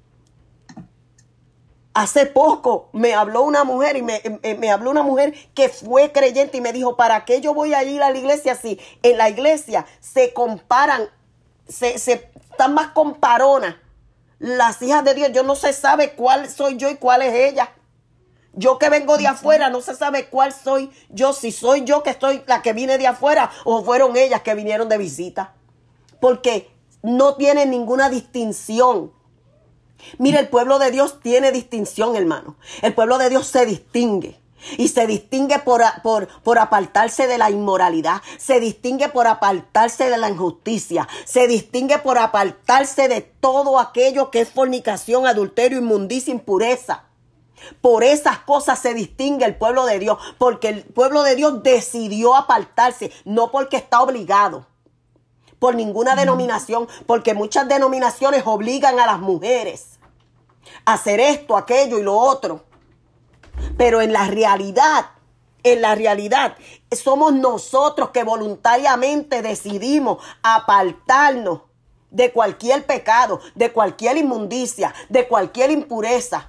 hace poco me habló una mujer y me, me, me habló una mujer que fue creyente y me dijo, ¿para qué yo voy a ir a la iglesia si en la iglesia se comparan, se, se están más comparonas las hijas de Dios? Yo no se sabe cuál soy yo y cuál es ella. Yo que vengo de afuera, no se sabe cuál soy yo, si soy yo que estoy la que vine de afuera o fueron ellas que vinieron de visita. Porque no tienen ninguna distinción. Mire, el pueblo de Dios tiene distinción, hermano. El pueblo de Dios se distingue. Y se distingue por, por, por apartarse de la inmoralidad. Se distingue por apartarse de la injusticia. Se distingue por apartarse de todo aquello que es fornicación, adulterio, inmundicia, impureza. Por esas cosas se distingue el pueblo de Dios. Porque el pueblo de Dios decidió apartarse. No porque está obligado por ninguna denominación, porque muchas denominaciones obligan a las mujeres a hacer esto, aquello y lo otro. Pero en la realidad, en la realidad, somos nosotros que voluntariamente decidimos apartarnos de cualquier pecado, de cualquier inmundicia, de cualquier impureza.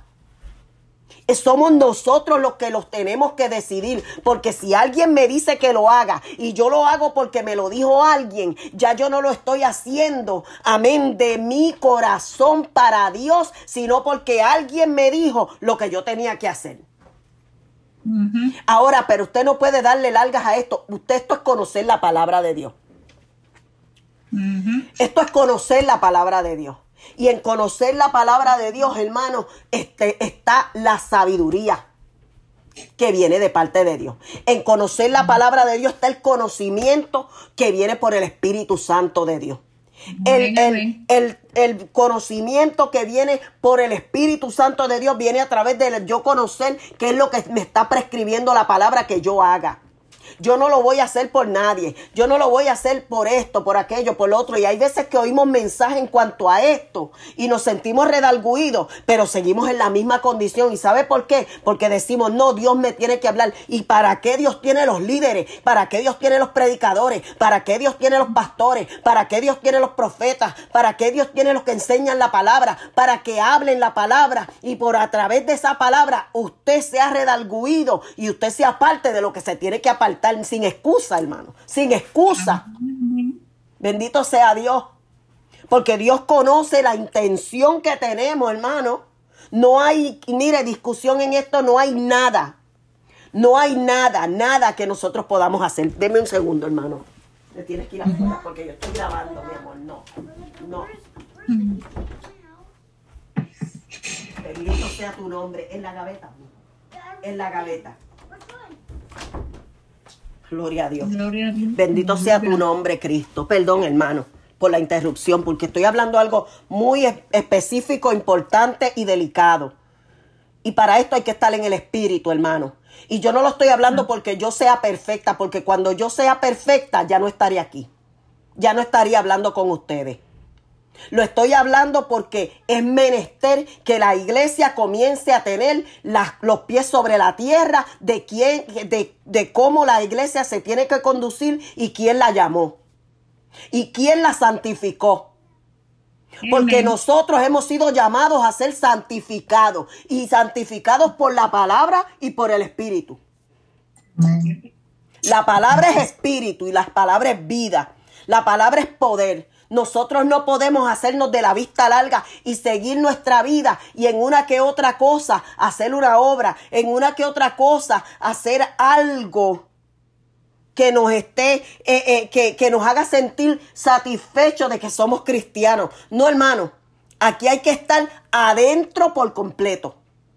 Somos nosotros los que los tenemos que decidir, porque si alguien me dice que lo haga y yo lo hago porque me lo dijo alguien, ya yo no lo estoy haciendo, amén, de mi corazón para Dios, sino porque alguien me dijo lo que yo tenía que hacer. Uh-huh. Ahora, pero usted no puede darle largas a esto. Usted, esto es conocer la palabra de Dios. Uh-huh. Esto es conocer la palabra de Dios. Y en conocer la palabra de Dios, hermano, este, está la sabiduría que viene de parte de Dios. En conocer la palabra de Dios está el conocimiento que viene por el Espíritu Santo de Dios. El, el, el, el conocimiento que viene por el Espíritu Santo de Dios viene a través de yo conocer qué es lo que me está prescribiendo la palabra que yo haga. Yo no lo voy a hacer por nadie. Yo no lo voy a hacer por esto, por aquello, por lo otro. Y hay veces que oímos mensajes en cuanto a esto y nos sentimos redarguidos, pero seguimos en la misma condición. ¿Y sabe por qué? Porque decimos, no, Dios me tiene que hablar. ¿Y para qué Dios tiene los líderes? ¿Para qué Dios tiene los predicadores? ¿Para qué Dios tiene los pastores? ¿Para qué Dios tiene los profetas? ¿Para qué Dios tiene los que enseñan la palabra? Para que hablen la palabra y por a través de esa palabra usted sea redarguido y usted sea parte de lo que se tiene que apartar. Sin excusa, hermano, sin excusa. Bendito sea Dios, porque Dios conoce la intención que tenemos, hermano. No hay, mire, discusión en esto, no hay nada. No hay nada, nada que nosotros podamos hacer. Deme un segundo, hermano. Me tienes que ir afuera porque yo estoy grabando, mi amor. No, no. Bendito sea tu nombre. En la gaveta. En la gaveta. Gloria a Dios. Gloria a Dios. Bendito sea tu nombre, Cristo. Perdón, hermano, por la interrupción, porque estoy hablando algo muy específico, importante y delicado. Y para esto hay que estar en el espíritu, hermano. Y yo no lo estoy hablando porque yo sea perfecta, porque cuando yo sea perfecta ya no estaría aquí. Ya no estaría hablando con ustedes. Lo estoy hablando porque es menester que la iglesia comience a tener las, los pies sobre la tierra de quién, de, de cómo la iglesia se tiene que conducir y quién la llamó y quién la santificó. Porque Amen. Nosotros hemos sido llamados a ser santificados y santificados por la palabra y por el Espíritu. Amen. La palabra es espíritu y la palabra es vida. La palabra es poder. Nosotros no podemos hacernos de la vista larga y seguir nuestra vida y en una que otra cosa hacer una obra, en una que otra cosa hacer algo que nos esté, eh, eh, que, que nos haga sentir satisfechos de que somos cristianos. No, hermano, aquí hay que estar adentro por completo.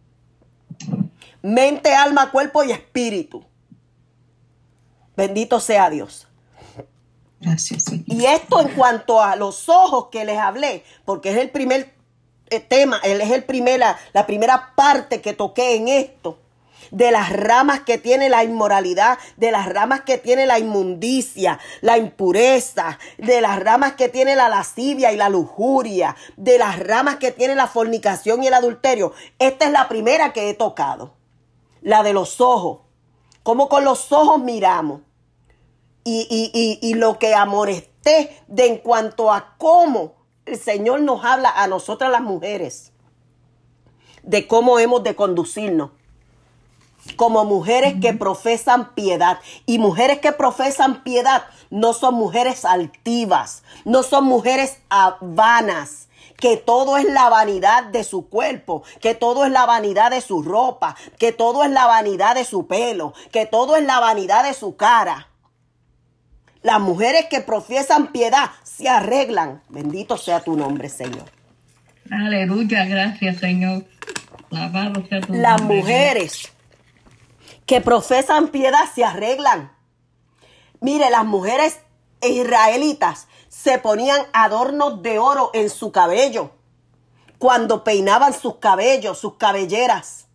Mente, alma, cuerpo y espíritu. Bendito sea Dios. Gracias, Señor. Y esto en cuanto a los ojos que les hablé, porque es el primer eh, tema, él es el primera, la primera parte que toqué en esto, de las ramas que tiene la inmoralidad, de las ramas que tiene la inmundicia, la impureza, de las ramas que tiene la lascivia y la lujuria, de las ramas que tiene la fornicación y el adulterio. Esta es la primera que he tocado, la de los ojos, cómo con los ojos miramos. Y, y, y, y lo que amonesté de en cuanto a cómo el Señor nos habla a nosotras las mujeres, de cómo hemos de conducirnos como mujeres que profesan piedad. Y mujeres que profesan piedad no son mujeres altivas, no son mujeres vanas, que todo es la vanidad de su cuerpo, que todo es la vanidad de su ropa, que todo es la vanidad de su pelo, que todo es la vanidad de su cara. Las mujeres que profesan piedad se arreglan. Bendito sea tu nombre, Señor. Aleluya, gracias, Señor. Alabado sea tu Las nombre. mujeres que profesan piedad se arreglan. Mire, las mujeres israelitas se ponían adornos de oro en su cabello cuando peinaban sus cabellos, sus cabelleras.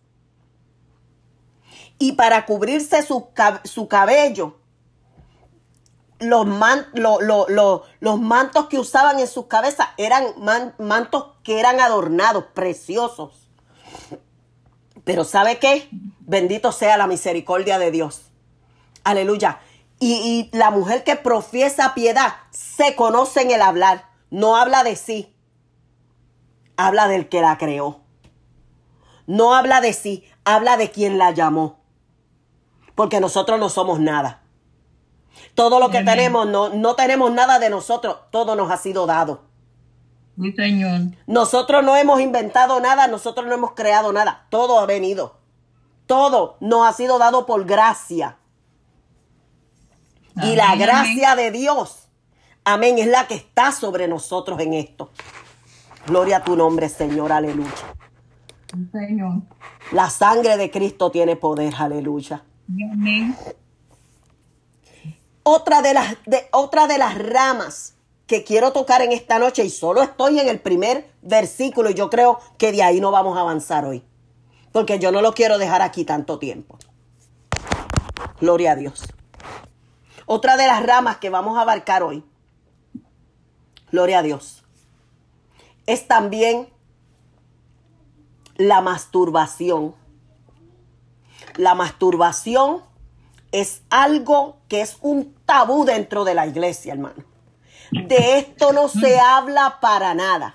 Y para cubrirse su, su cabello, los, man, lo, lo, lo, los mantos que usaban en sus cabezas eran man, mantos que eran adornados, preciosos. Pero ¿sabe qué? Bendito sea la misericordia de Dios. Aleluya. Y, y la mujer que profiesa piedad se conoce en el hablar. No habla de sí. Habla del que la creó. No habla de sí. Habla de quien la llamó. Porque nosotros no somos nada. Todo lo que Amén. tenemos, no, no tenemos nada de nosotros. Todo nos ha sido dado. Sí, Señor. Nosotros no hemos inventado nada, nosotros no hemos creado nada. Todo ha venido. Todo nos ha sido dado por gracia. Amén, y la gracia amén. de Dios, amén, es la que está sobre nosotros en esto. Gloria a tu nombre, Señor, aleluya. Sí, Señor. La sangre de Cristo tiene poder, aleluya. Amén. Otra de las, de, otra de las ramas que quiero tocar en esta noche, y solo estoy en el primer versículo, y yo creo que de ahí no vamos a avanzar hoy, porque yo no lo quiero dejar aquí tanto tiempo. Gloria a Dios. Otra de las ramas que vamos a abarcar hoy, gloria a Dios, es también la masturbación. La masturbación es algo que es un tabú dentro de la iglesia, hermano. De esto no se habla para nada.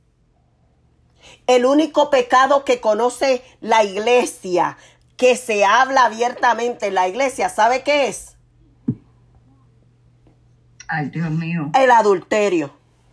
El único pecado que conoce la iglesia, que se habla abiertamente en la iglesia, ¿sabe qué es? Ay, Dios mío. El adulterio.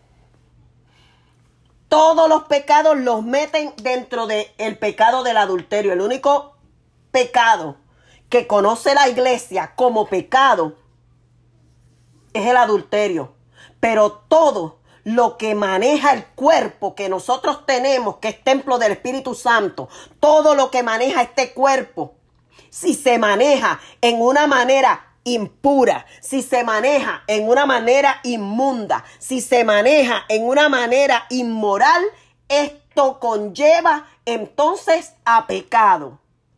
Todos los pecados los meten dentro del pecado del adulterio. El único pecado que conoce la iglesia como pecado es el adulterio. Pero todo lo que maneja el cuerpo que nosotros tenemos, que es templo del Espíritu Santo, todo lo que maneja este cuerpo, si se maneja en una manera impura, si se maneja en una manera inmunda, si se maneja en una manera inmoral, esto conlleva entonces a pecado.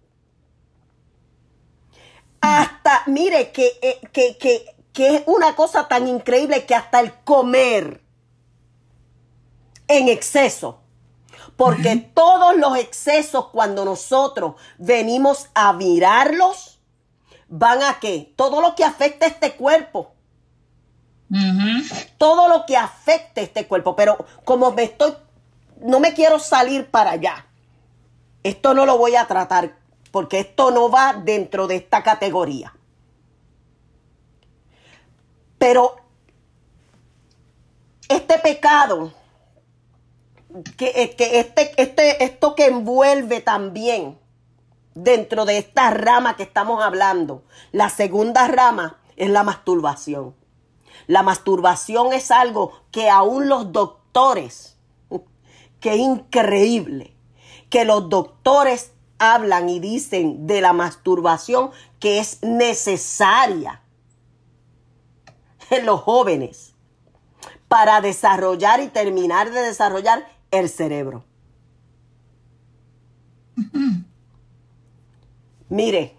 Hasta, mire, que, que, que, que es una cosa tan increíble que hasta el comer en exceso. Porque uh-huh. todos los excesos, cuando nosotros venimos a mirarlos, van a qué? Todo lo que afecta a este cuerpo. Uh-huh. Todo lo que afecta a este cuerpo. Pero como me estoy, no me quiero salir para allá. Esto no lo voy a tratar, porque esto no va dentro de esta categoría. Pero este pecado, que, que este, este, esto que envuelve también dentro de esta rama que estamos hablando, la segunda rama es la masturbación. La masturbación es algo que aún los doctores, que es increíble, que los doctores hablan y dicen de la masturbación que es necesaria. en los jóvenes para desarrollar y terminar de desarrollar el cerebro. Mire,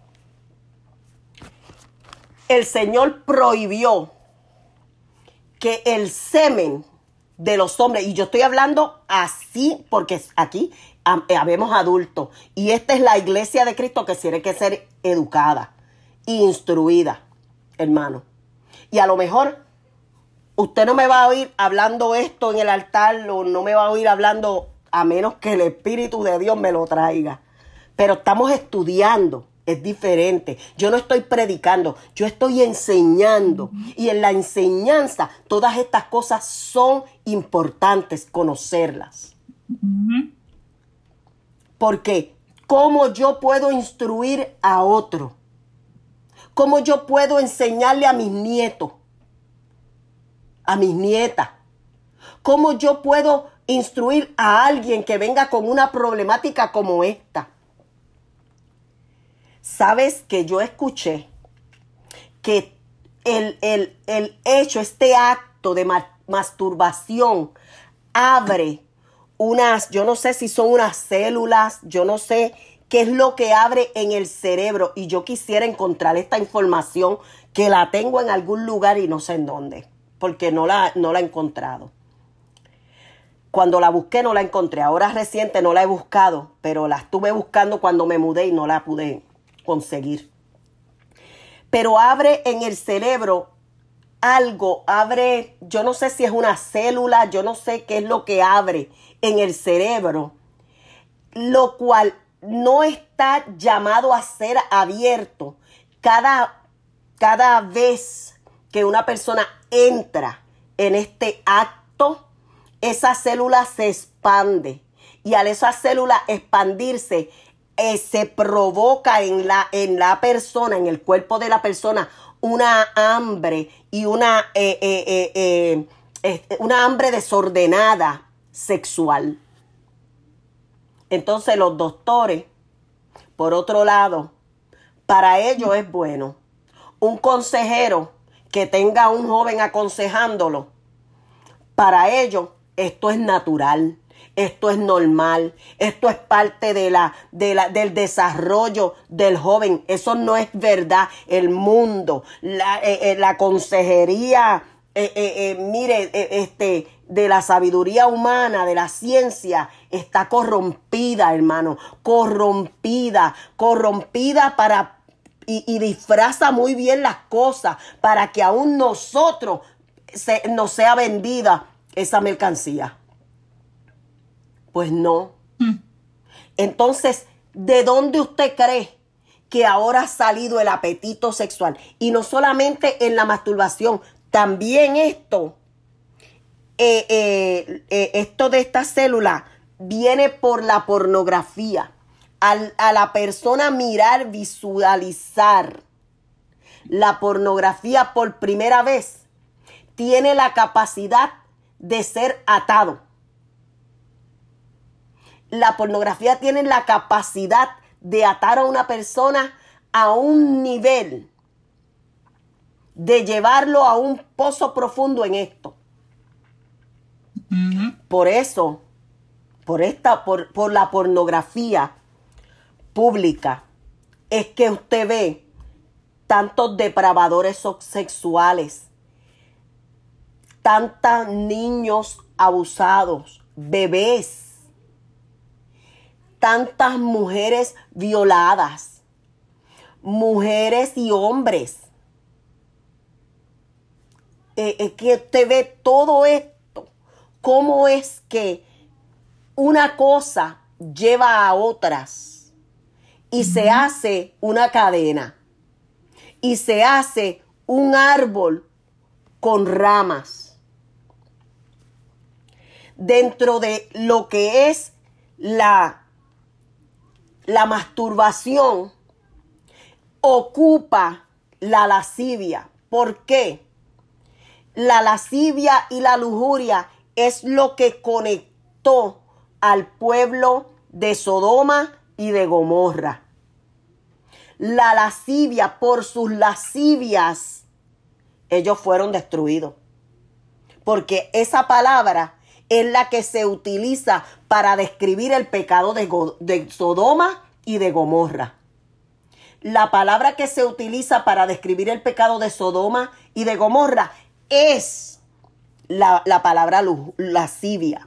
el Señor prohibió que el semen de los hombres, y yo estoy hablando así porque aquí habemos adultos, y esta es la iglesia de Cristo que tiene que ser educada, instruida, hermano. Y a lo mejor usted no me va a oír hablando esto en el altar, o no me va a oír hablando a menos que el Espíritu de Dios me lo traiga. Pero estamos estudiando, es diferente. Yo no estoy predicando, yo estoy enseñando. Y en la enseñanza, todas estas cosas son importantes conocerlas. Ujú. Porque, ¿cómo yo puedo instruir a otro? ¿Cómo yo puedo enseñarle a mis nietos? A mis nietas. ¿Cómo yo puedo instruir a alguien que venga con una problemática como esta? Sabes que yo escuché que el, el, el hecho, este acto de ma masturbación abre unas, yo no sé si son unas células, yo no sé qué es lo que abre en el cerebro, y yo quisiera encontrar esta información, que la tengo en algún lugar y no sé en dónde, porque no la, no la he encontrado. Cuando la busqué no la encontré, ahora reciente no la he buscado, pero la estuve buscando cuando me mudé y no la pude conseguir. Pero abre en el cerebro algo, abre, yo no sé si es una célula, yo no sé qué es lo que abre en el cerebro, lo cual no está llamado a ser abierto cada, cada vez que una persona entra en este acto. Esa célula se expande, y al esa célula expandirse, eh, se provoca en la, en la persona, en el cuerpo de la persona, una hambre y una, eh, eh, eh, eh, una hambre desordenada sexual. Entonces los doctores, por otro lado, para ellos es bueno un consejero que tenga a un joven aconsejándolo. Para ellos esto es natural, esto es normal, esto es parte de la, de la, del desarrollo del joven. Eso no es verdad. El mundo, la, eh, eh, la consejería, eh, eh, eh, mire, eh, este, de la sabiduría humana, de la ciencia, está corrompida, hermano, corrompida, corrompida para, y, y disfraza muy bien las cosas para que aún nosotros se, nos sea vendida esa mercancía. Pues no. Mm. Entonces, ¿de dónde usted cree que ahora ha salido el apetito sexual? Y no solamente en la masturbación, también esto, eh, eh, eh, esto de esta célula viene por la pornografía. Al, a la persona mirar, visualizar la pornografía por primera vez, tiene la capacidad de ser atado. La pornografía tiene la capacidad de atar a una persona a un nivel, de llevarlo a un pozo profundo en esto. Ujú. Por eso, por esta, por, por la pornografía pública, es que usted ve tantos depravadores sexuales, tantos niños abusados, bebés, tantas mujeres violadas, mujeres y hombres. Eh, es que usted ve todo esto, cómo es que una cosa lleva a otras y uh-huh. se hace una cadena y se hace un árbol con ramas. Dentro de lo que es la, la masturbación, ocupa la lascivia. ¿Por qué? La lascivia y la lujuria es lo que conectó al pueblo de Sodoma y de Gomorra. La lascivia, por sus lascivias, ellos fueron destruidos. Porque esa palabra es la que se utiliza para describir el pecado de, Go- de Sodoma y de Gomorra. La palabra que se utiliza para describir el pecado de Sodoma y de Gomorra es la, la palabra lu- lascivia.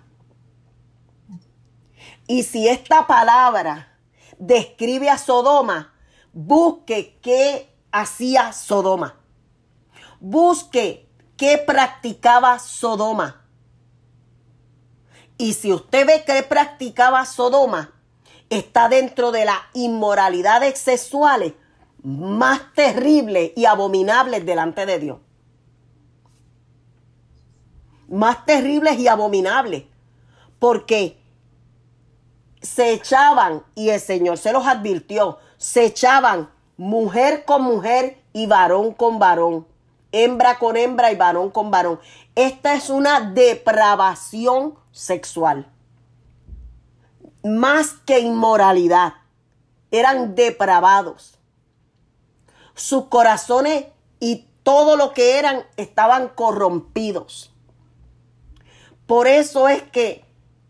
Y si esta palabra describe a Sodoma, busque qué hacía Sodoma. Busque qué practicaba Sodoma. Y si usted ve que practicaba Sodoma, está dentro de las inmoralidades sexuales más terribles y abominables delante de Dios. Más terribles y abominables. Porque se echaban, y el Señor se los advirtió, se echaban mujer con mujer y varón con varón. Hembra con hembra y varón con varón. Esta es una depravación sexual. Más que inmoralidad. Eran depravados. Sus corazones y todo lo que eran estaban corrompidos. Por eso es que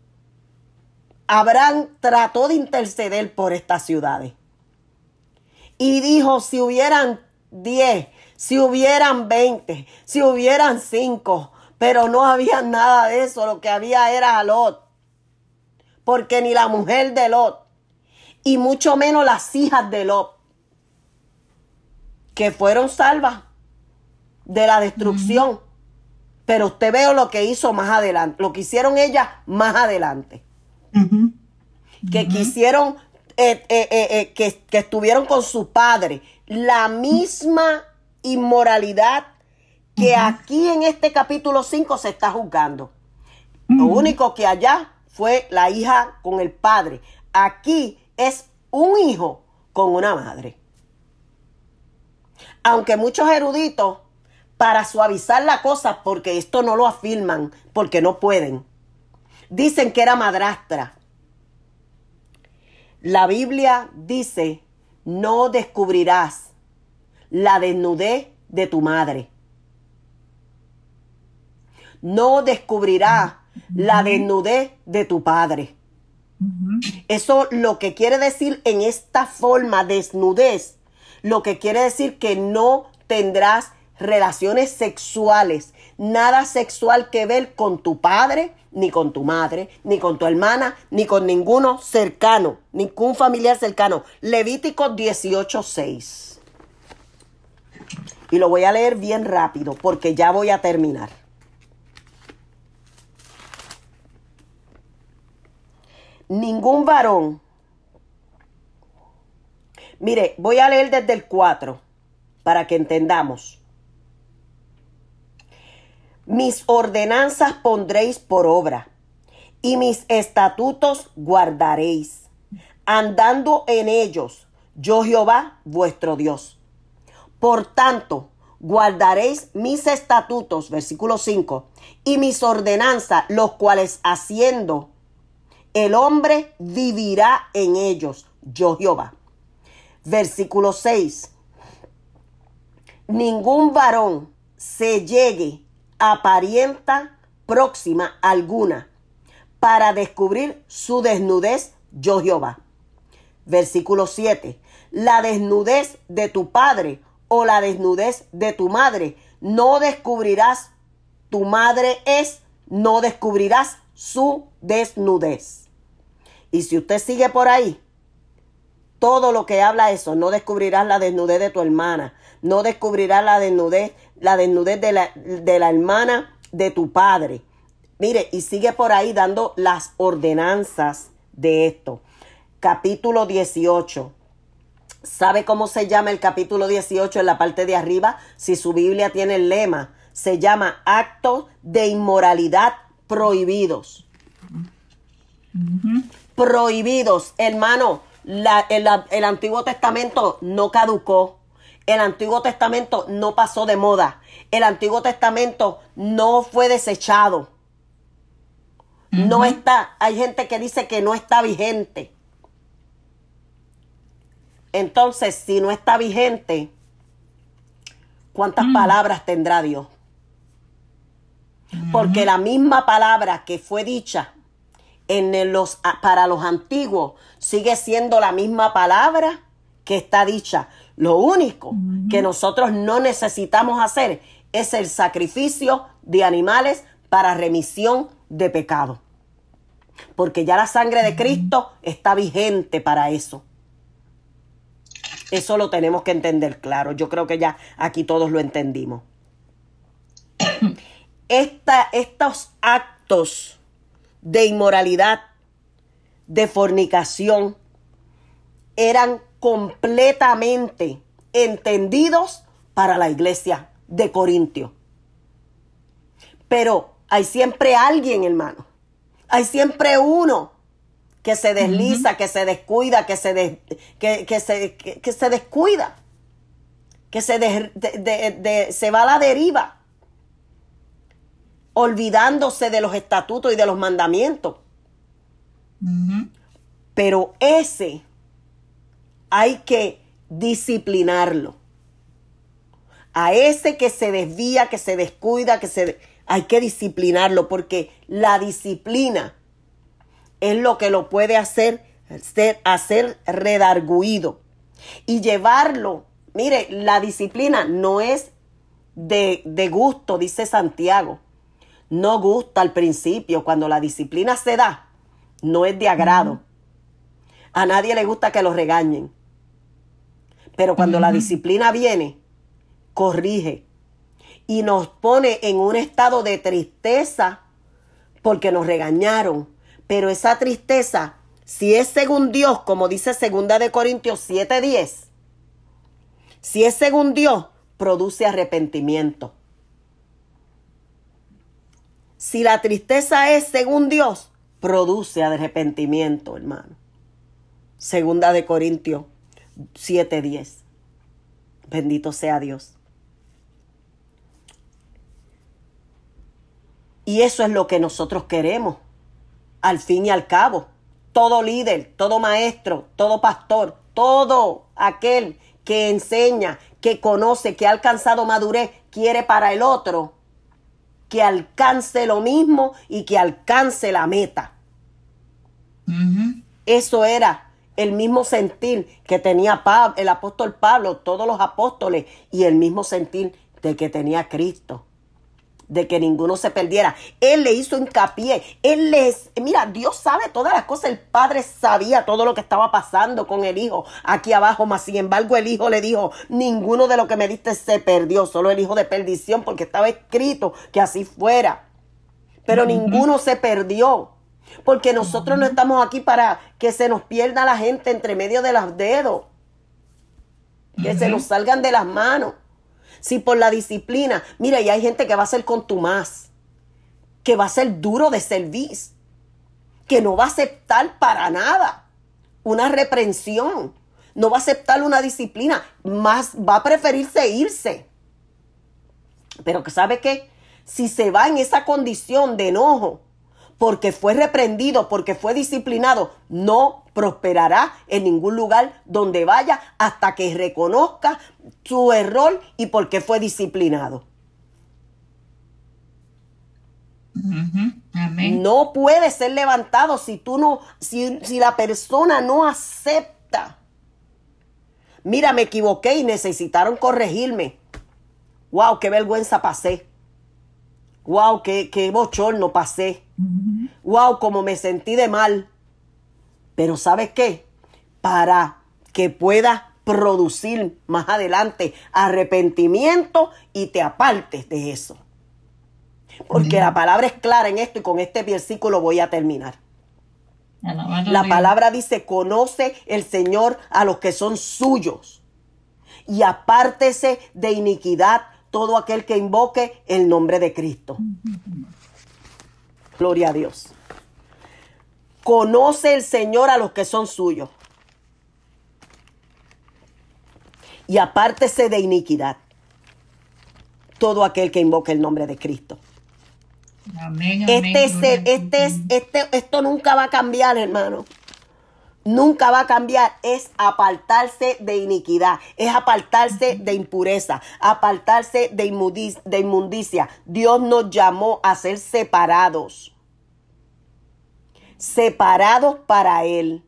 Abraham trató de interceder por estas ciudades. Y dijo, si hubieran diez, si hubieran veinte, si hubieran cinco, pero no había nada de eso. Lo que había era a Lot. Porque ni la mujer de Lot, y mucho menos las hijas de Lot, que fueron salvas de la destrucción. Uh-huh. Pero usted ve lo que hizo más adelante, lo que hicieron ellas más adelante. Uh-huh. Que uh-huh. quisieron, eh, eh, eh, eh, que, que estuvieron con su padre. La misma inmoralidad que uh-huh. aquí en este capítulo cinco se está juzgando. Uh-huh. Lo único que allá fue la hija con el padre. Aquí es un hijo con una madre. Aunque muchos eruditos, para suavizar la cosa, porque esto no lo afirman, porque no pueden, dicen que era madrastra. La Biblia dice, no descubrirás la desnudez de tu madre. No descubrirás la desnudez de tu padre. Uh-huh. Eso lo que quiere decir en esta forma, desnudez, lo que quiere decir que no tendrás relaciones sexuales, nada sexual que ver con tu padre, ni con tu madre, ni con tu hermana, ni con ninguno cercano, ningún familiar cercano. Levítico dieciocho seis. Y lo voy a leer bien rápido porque ya voy a terminar. Ningún varón. Mire, voy a leer desde el cuatro para que entendamos. Mis ordenanzas pondréis por obra, y mis estatutos guardaréis, andando en ellos, yo Jehová vuestro Dios. Por tanto, guardaréis mis estatutos, versículo cinco, y mis ordenanzas, los cuales haciendo el hombre vivirá en ellos, yo Jehová. Versículo seis. Ningún varón se llegue a parienta próxima alguna para descubrir su desnudez, yo Jehová. Versículo siete. La desnudez de tu padre o la desnudez de tu madre no descubrirás. Tu madre es, no descubrirás su desnudez. Y si usted sigue por ahí, todo lo que habla eso, no descubrirás la desnudez de tu hermana, no descubrirás la desnudez, la desnudez de la, de la hermana de tu padre. Mire, y sigue por ahí dando las ordenanzas de esto. Capítulo dieciocho. ¿Sabe cómo se llama el capítulo dieciocho en la parte de arriba? Si su Biblia tiene el lema, se llama actos de inmoralidad prohibidos. Uh-huh. Prohibidos, hermano. La, el, el Antiguo Testamento no caducó. El Antiguo Testamento no pasó de moda. El Antiguo Testamento no fue desechado. Uh-huh. No está. Hay gente que dice que no está vigente. Entonces, si no está vigente, ¿cuántas Mm. palabras tendrá Dios? Porque la misma palabra que fue dicha en los, para los antiguos sigue siendo la misma palabra que está dicha. Lo único Ujú. que nosotros no necesitamos hacer es el sacrificio de animales para remisión de pecado. Porque ya la sangre de Cristo está vigente para eso. Eso lo tenemos que entender claro. Yo creo que ya aquí todos lo entendimos. Esta, estos actos de inmoralidad, de fornicación, eran completamente entendidos para la iglesia de Corintio. Pero hay siempre alguien, hermano. Hay siempre uno que se desliza, uh-huh. que se descuida, que se, des, que, que se, que, que se descuida, que se, de, de, de, de, se va a la deriva, olvidándose de los estatutos y de los mandamientos. Uh-huh. Pero ese hay que disciplinarlo. A ese que se desvía, que se descuida, que se... hay que disciplinarlo, porque la disciplina es lo que lo puede hacer, hacer, hacer redarguido y llevarlo. Mire, la disciplina no es de, de gusto, dice Santiago. No gusta al principio. Cuando la disciplina se da, no es de agrado. Uh-huh. A nadie le gusta que lo regañen. Pero cuando uh-huh. la disciplina viene, corrige y nos pone en un estado de tristeza porque nos regañaron. Pero esa tristeza, si es según Dios, como dice segunda de Corintios siete diez, si es según Dios, produce arrepentimiento. Si la tristeza es según Dios, produce arrepentimiento, hermano. Segunda de Corintios siete diez. Bendito sea Dios. Y eso es lo que nosotros queremos. Al fin y al cabo, todo líder, todo maestro, todo pastor, todo aquel que enseña, que conoce, que ha alcanzado madurez, quiere para el otro que alcance lo mismo y que alcance la meta. Uh-huh. Eso era el mismo sentir que tenía Pablo, el apóstol Pablo, todos los apóstoles, y el mismo sentir de que tenía Cristo, de que ninguno se perdiera. Él le hizo hincapié. Él les, mira, Dios sabe todas las cosas. El Padre sabía todo lo que estaba pasando con el Hijo aquí abajo, mas sin embargo el Hijo le dijo: ninguno de lo que me diste se perdió, solo el hijo de perdición, porque estaba escrito que así fuera. Pero uh-huh. ninguno se perdió, porque nosotros uh-huh. no estamos aquí para que se nos pierda la gente entre medio de los dedos, que uh-huh. se nos salgan de las manos. Si por la disciplina, mira, y hay gente que va a ser contumaz, que va a ser duro de servir, que no va a aceptar para nada una reprensión, no va a aceptar una disciplina, más va a preferirse irse. Pero que ¿sabe qué? Si se va en esa condición de enojo, porque fue reprendido, porque fue disciplinado, no prosperará en ningún lugar donde vaya hasta que reconozca su error y por qué fue disciplinado. Uh-huh. Amén. No puede ser levantado si tú no, si, si la persona no acepta. Mira, me equivoqué y necesitaron corregirme. Wow, qué vergüenza pasé. Wow, qué, qué bochorno pasé. Uh-huh. Wow, cómo me sentí de mal. Pero ¿sabes qué? Para que puedas producir más adelante arrepentimiento y te apartes de eso. Porque uh-huh. la palabra es clara en esto y con este versículo voy a terminar. Alabado La Dios. palabra dice: conoce el Señor a los que son suyos y apártese de iniquidad todo aquel que invoque el nombre de Cristo. Uh-huh. Gloria a Dios. Conoce el Señor a los que son suyos y apártese de iniquidad todo aquel que invoque el nombre de Cristo. Amén, amén. Este es, el, este es, este, esto nunca va a cambiar, hermano. nunca va a cambiar, es apartarse de iniquidad, es apartarse de impureza, apartarse de inmundicia, de inmundicia. Dios nos llamó a ser separados, separados para Él,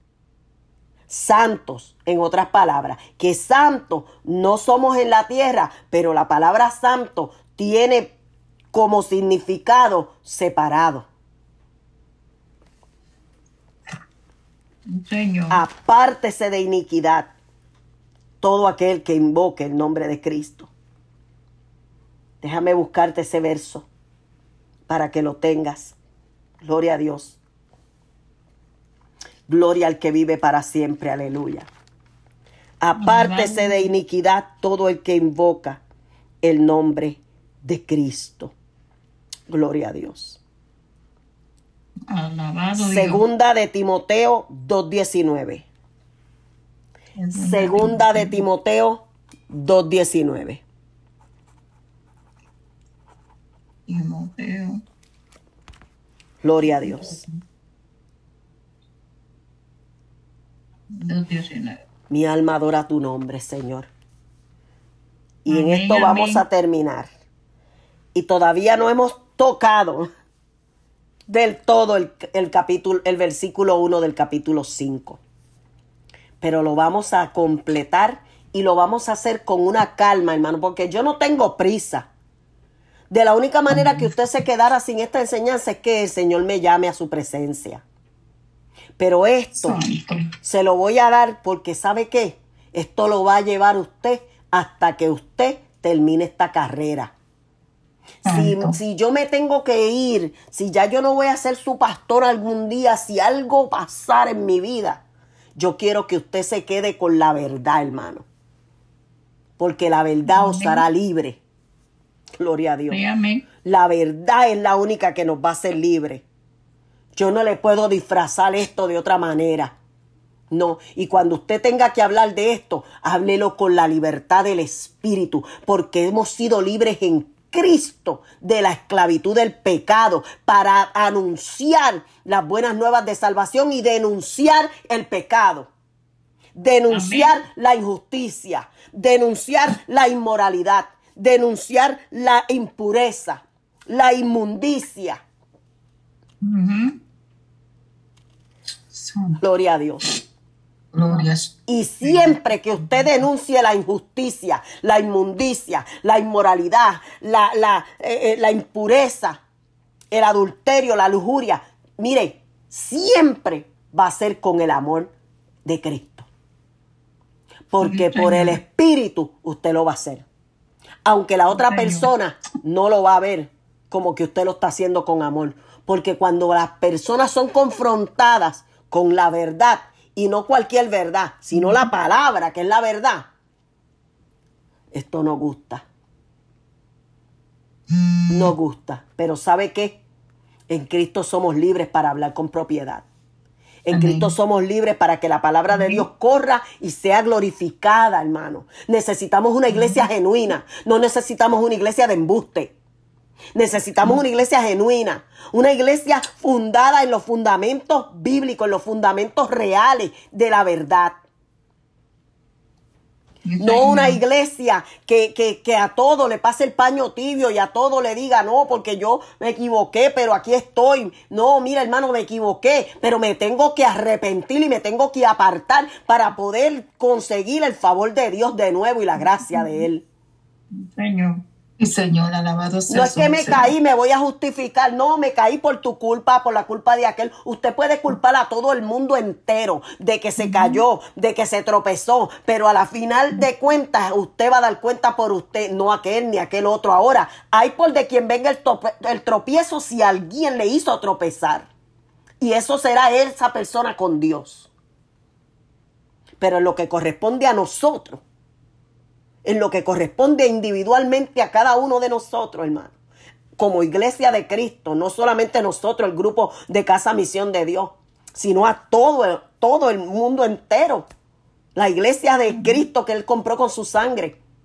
santos, en otras palabras, que santos no somos en la tierra, pero la palabra santo tiene como significado separado. Señor. Apártese de iniquidad todo aquel que invoque el nombre de Cristo. Déjame buscarte ese verso para que lo tengas. Gloria a Dios. Gloria al que vive para siempre. Aleluya. Apártese de iniquidad todo el que invoca el nombre de Cristo. Gloria a Dios. Alabado Segunda de Timoteo dos diecinueve. Segunda de Timoteo dos diecinueve. Timoteo. Gloria a Dios. dos diecinueve. Mi alma adora tu nombre, Señor. Y en Amén, esto vamos amén. a terminar. Y todavía no hemos tocado del todo el, el capítulo, el versículo uno del capítulo cinco. Pero lo vamos a completar y lo vamos a hacer con una calma, hermano, porque yo no tengo prisa. De la única manera que usted se quedara sin esta enseñanza es que el Señor me llame a su presencia. Pero esto Santo. se lo voy a dar porque ¿sabe qué? Esto lo va a llevar usted hasta que usted termine esta carrera. Si, Santo. si yo me tengo que ir, si ya yo no voy a ser su pastor algún día, si algo pasara en mi vida, yo quiero que usted se quede con la verdad, hermano. Porque la verdad os Amén. hará libre. Gloria a Dios. Sí, amén. La verdad es la única que nos va a hacer libres. Yo no le puedo disfrazar esto de otra manera. No, y cuando usted tenga que hablar de esto, háblelo con la libertad del Espíritu, porque hemos sido libres en Cristo de la esclavitud del pecado para anunciar las buenas nuevas de salvación y denunciar el pecado. Denunciar Amén. la injusticia, denunciar la inmoralidad, denunciar la impureza, la inmundicia. Ujú. Santo. Gloria a Dios. Glorias. Y siempre que usted denuncie la injusticia, la inmundicia, la inmoralidad, la, la, eh, eh, la impureza, el adulterio, la lujuria, mire, siempre va a ser con el amor de Cristo. Porque Sí, por el Señor. Espíritu usted lo va a hacer. Aunque la otra Señor. persona no lo va a ver como que usted lo está haciendo con amor. Porque cuando las personas son confrontadas con la verdad, y no cualquier verdad, sino la palabra, que es la verdad, esto no gusta. No gusta. Pero ¿sabe qué? En Cristo somos libres para hablar con propiedad. En Amén. Cristo somos libres para que la palabra de Dios corra y sea glorificada, hermano. Necesitamos una iglesia genuina. No necesitamos una iglesia de embuste. Necesitamos una iglesia genuina, una iglesia fundada en los fundamentos bíblicos, en los fundamentos reales de la verdad. Sí, No Señor. una iglesia que, que, que a todo le pase el paño tibio y a todo le diga, no, porque yo me equivoqué, pero aquí estoy. No, mira, hermano, me equivoqué, pero me tengo que arrepentir y me tengo que apartar para poder conseguir el favor de Dios de nuevo y la gracia de Él. Señor. Y Señor, alabado sea No es su que me Señor. caí, me voy a justificar. No, me caí por tu culpa, por la culpa de aquel. Usted puede culpar a todo el mundo entero de que se cayó, de que se tropezó, pero a la final de cuentas usted va a dar cuenta por usted, no aquel ni aquel otro. Ahora, hay por de quien venga el, tope- el tropiezo si alguien le hizo tropezar. Y eso será esa persona con Dios. Pero en lo que corresponde a nosotros, en lo que corresponde individualmente a cada uno de nosotros, hermano, como iglesia de Cristo, no solamente nosotros, el grupo de Casa Misión de Dios, sino a todo el, todo el mundo entero, la iglesia de Cristo que Él compró con su sangre.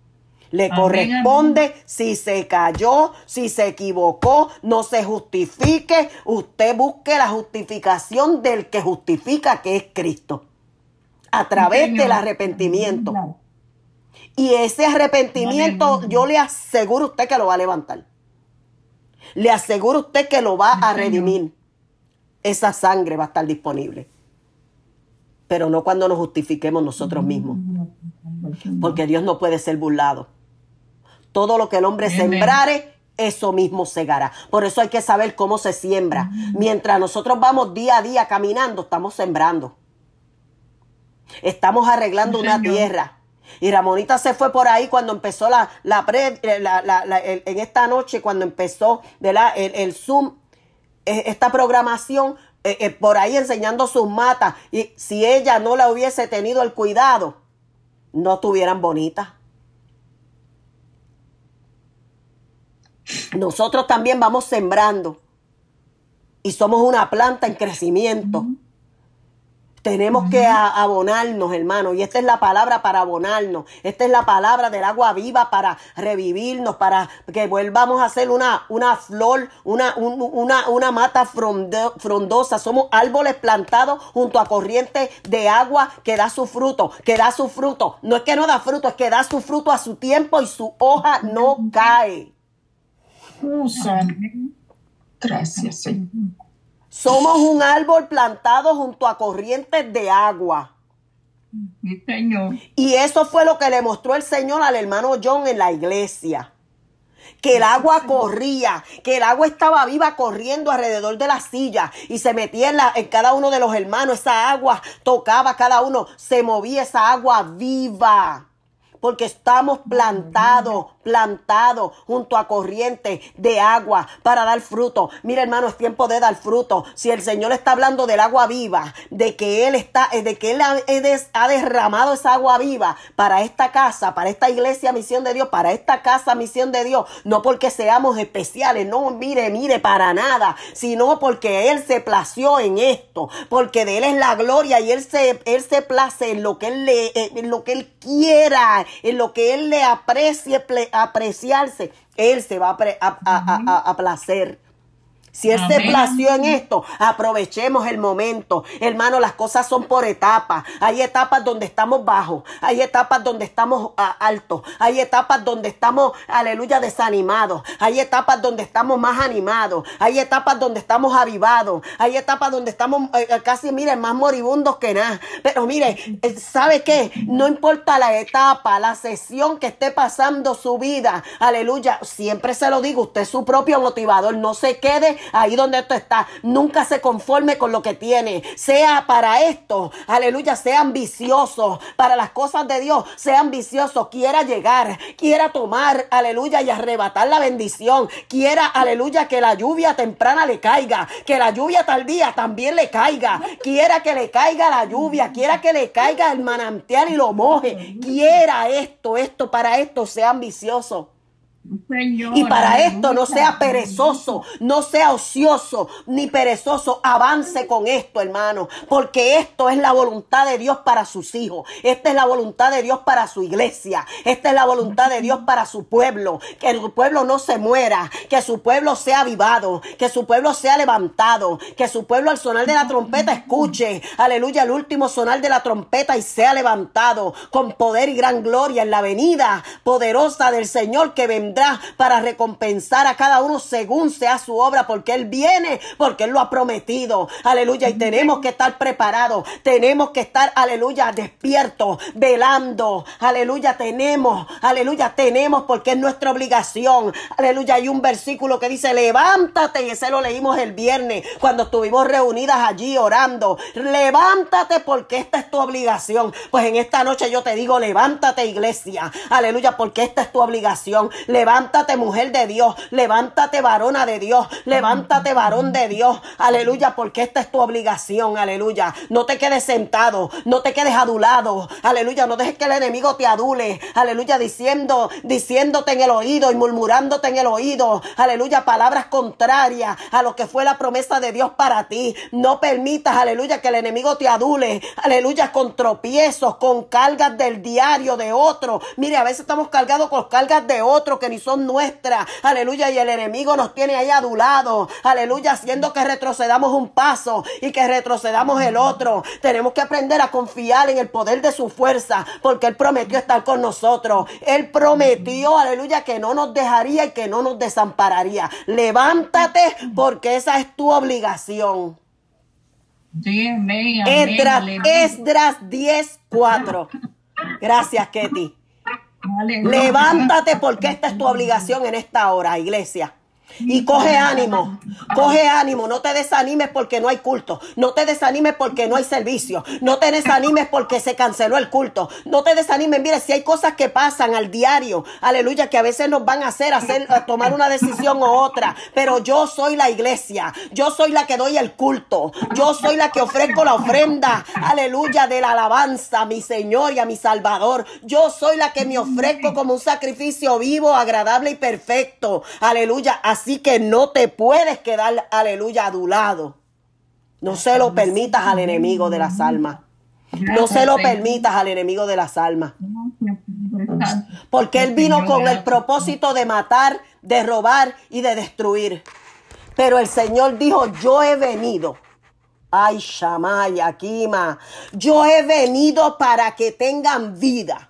Le Amén, corresponde, amén. si se cayó, si se equivocó, no se justifique. Usted busque la justificación del que justifica, que es Cristo, a través del arrepentimiento. Y ese arrepentimiento, Aleluya. yo le aseguro a usted que lo va a levantar. Le aseguro a usted que lo va a redimir. Esa sangre va a estar disponible. Pero no cuando nos justifiquemos nosotros mismos. Porque Dios no puede ser burlado. Todo lo que el hombre Amén. sembrare, eso mismo segará. Por eso hay que saber cómo se siembra. Mientras nosotros vamos día a día caminando, estamos sembrando. Estamos arreglando Sí, una señor. tierra. Y Ramonita se fue por ahí cuando empezó la, la, pre, la, la, la el, en esta noche, cuando empezó de la, el, el Zoom, eh, esta programación, eh, eh, por ahí enseñando sus matas. Y si ella no la hubiese tenido el cuidado, no estuvieran bonitas. Nosotros también vamos sembrando y somos una planta en crecimiento. Tenemos que a- abonarnos, hermano, y esta es la palabra para abonarnos. Esta es la palabra del agua viva para revivirnos, para que volvamos a ser una, una flor, una, un- una, una mata frondo- frondosa. Somos árboles plantados junto a corrientes de agua que da su fruto, que da su fruto. No es que no da fruto, es que da su fruto a su tiempo y su hoja no cae. Usa. Gracias, Señor. Somos un árbol plantado junto a corrientes de agua. Sí, Señor. Y eso fue lo que le mostró el Señor al hermano John en la iglesia. Que el agua corría, que el agua estaba viva corriendo alrededor de la silla y se metía en, la, en cada uno de los hermanos. Esa agua tocaba a cada uno, se movía esa agua viva. Porque estamos plantados, plantados junto a corrientes de agua para dar fruto. Mira, hermano, es tiempo de dar fruto. Si el Señor está hablando del agua viva, de que Él está, de que Él ha, ha derramado esa agua viva para esta casa, para esta iglesia Misión de Dios, para esta casa Misión de Dios, no porque seamos especiales, no, mire, mire, para nada, sino porque Él se plació en esto, porque de Él es la gloria y Él se, Él se place en lo que Él le, en lo que Él quiera, en lo que Él le aprecie, ple, apreciarse, Él se va a, pre, a, a, a, a placer. Si Él se Amén. plació en esto, aprovechemos el momento. Hermano, las cosas son por etapas. Hay etapas donde estamos bajos. Hay etapas donde estamos uh, altos. Hay etapas donde estamos, aleluya, desanimados. Hay etapas donde estamos más animados. Hay etapas donde estamos avivados. Hay etapas donde estamos eh, casi, miren, más moribundos que nada. Pero mire, eh, ¿sabe qué? No importa la etapa, la sesión que esté pasando su vida. Aleluya, siempre se lo digo, usted es su propio motivador. No se quede ahí donde esto está. Nunca se conforme con lo que tiene. Sea para esto, aleluya, sea ambicioso para las cosas de Dios. Sea ambicioso, quiera llegar, quiera tomar, aleluya, y arrebatar la bendición. Quiera, aleluya, que la lluvia temprana le caiga, que la lluvia tardía también le caiga. Quiera que le caiga la lluvia, quiera que le caiga el manantial y lo moje. Quiera esto, esto, para esto, sea ambicioso. Señor. Y para esto no Aleluya. sea perezoso, no sea ocioso ni perezoso. Avance con esto, hermano, porque esto es la voluntad de Dios para sus hijos. Esta es la voluntad de Dios para su iglesia. Esta es la voluntad de Dios para su pueblo. Que su pueblo no se muera, que su pueblo sea avivado, que su pueblo sea levantado, que su pueblo al sonar de la trompeta escuche, aleluya, el último sonar de la trompeta y sea levantado con poder y gran gloria en la venida poderosa del Señor, que vendrá para recompensar a cada uno según sea su obra, porque Él viene, porque Él lo ha prometido, aleluya, y tenemos que estar preparados, tenemos que estar, aleluya, despiertos, velando, aleluya, tenemos, aleluya, tenemos, porque es nuestra obligación, aleluya. Hay un versículo que dice, levántate, y ese lo leímos el viernes, cuando estuvimos reunidas allí orando, levántate, porque esta es tu obligación. Pues en esta noche yo te digo, levántate, iglesia, aleluya, porque esta es tu obligación. Levántate, mujer de Dios. Levántate, varona de Dios. Levántate, varón de Dios. Aleluya, porque esta es tu obligación. Aleluya. No te quedes sentado. No te quedes adulado. Aleluya. No dejes que el enemigo te adule. Aleluya, diciendo, diciéndote en el oído y murmurándote en el oído. Aleluya, palabras contrarias a lo que fue la promesa de Dios para ti. No permitas, aleluya, que el enemigo te adule. Aleluya, con tropiezos, con cargas del diario de otro. Mire, a veces estamos cargados con cargas de otro que ni son nuestras. Aleluya, y el enemigo nos tiene ahí adulados. Aleluya, haciendo que retrocedamos un paso y que retrocedamos el otro. Tenemos que aprender a confiar en el poder de su fuerza, porque Él prometió estar con nosotros. Él prometió, aleluya, que no nos dejaría y que no nos desampararía. Levántate, porque esa es tu obligación. Sí, amén, amén, Esdras, aleluya. Esdras diez cuatro. Gracias, Ketty. Aleluya. Levántate, porque esta es tu obligación en esta hora, iglesia. Y coge ánimo, coge ánimo, no te desanimes porque no hay culto, no te desanimes porque no hay servicio, no te desanimes porque se canceló el culto, no te desanimes. Mire, si hay cosas que pasan al diario, aleluya, que a veces nos van a hacer, hacer a tomar una decisión u otra, pero yo soy la iglesia, yo soy la que doy el culto, yo soy la que ofrezco la ofrenda, aleluya, de la alabanza a mi Señor y a mi Salvador. Yo soy la que me ofrezco como un sacrificio vivo, agradable y perfecto, aleluya. Así que no te puedes quedar, aleluya, adulado. No se lo permitas al enemigo de las almas. No se lo permitas al enemigo de las almas. Porque él vino con el propósito de matar, de robar y de destruir. Pero el Señor dijo, yo he venido. Ay, Shamaya, Kima. Yo he venido para que tengan vida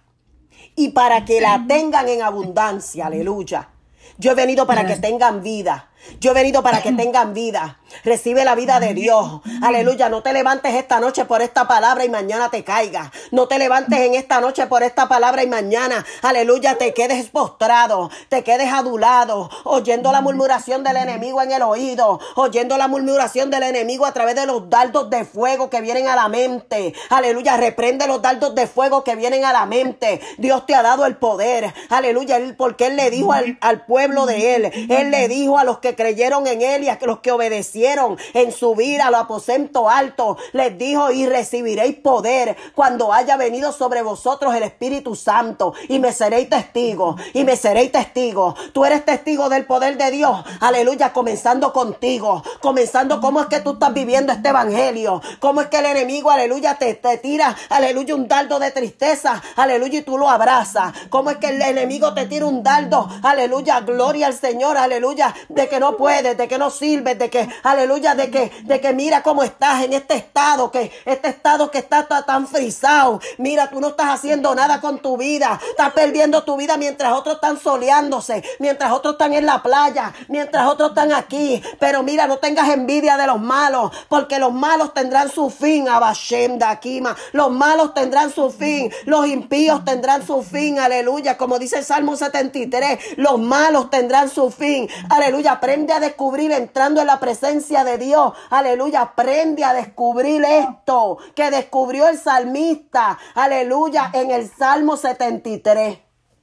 y para que la tengan en abundancia. Aleluya. Yo he venido para que tengan vida. Yo he venido para que tengan vida. Recibe la vida de Dios. Aleluya. No te levantes esta noche por esta palabra y mañana te caigas. No te levantes en esta noche por esta palabra y mañana, aleluya, te quedes postrado, te quedes adulado, oyendo la murmuración del enemigo en el oído, oyendo la murmuración del enemigo a través de los dardos de fuego que vienen a la mente. Aleluya. Reprende los dardos de fuego que vienen a la mente. Dios te ha dado el poder. Aleluya. Él, porque Él le dijo al, al pueblo de Él. Él le dijo a los que creyeron en Él y a los que obedecieron en subir a los aposentos altos, les dijo, y recibiréis poder cuando haya venido sobre vosotros el Espíritu Santo, y me seréis testigos, y me seréis testigos. Tú eres testigo del poder de Dios, aleluya, comenzando contigo, comenzando cómo es que tú estás viviendo este evangelio, cómo es que el enemigo, aleluya, te, te tira, aleluya, un dardo de tristeza, aleluya, y tú lo abrazas, cómo es que el enemigo te tira un dardo, aleluya, gloria al Señor, aleluya, de que no puedes, de que no sirves, de que, aleluya, de que, de que mira cómo estás en este estado, que este estado que está tan frisado, mira, tú no estás haciendo nada con tu vida, estás perdiendo tu vida mientras otros están soleándose, mientras otros están en la playa, mientras otros están aquí, pero mira, no tengas envidia de los malos, porque los malos tendrán su fin, Abashem Dakima, los malos tendrán su fin, los impíos tendrán su fin, aleluya, como dice el Salmo setenta y tres, los malos tendrán su fin, aleluya. Aprende a descubrir entrando en la presencia de Dios. Aleluya. Aprende a descubrir esto que descubrió el salmista. Aleluya. En el Salmo setenta y tres.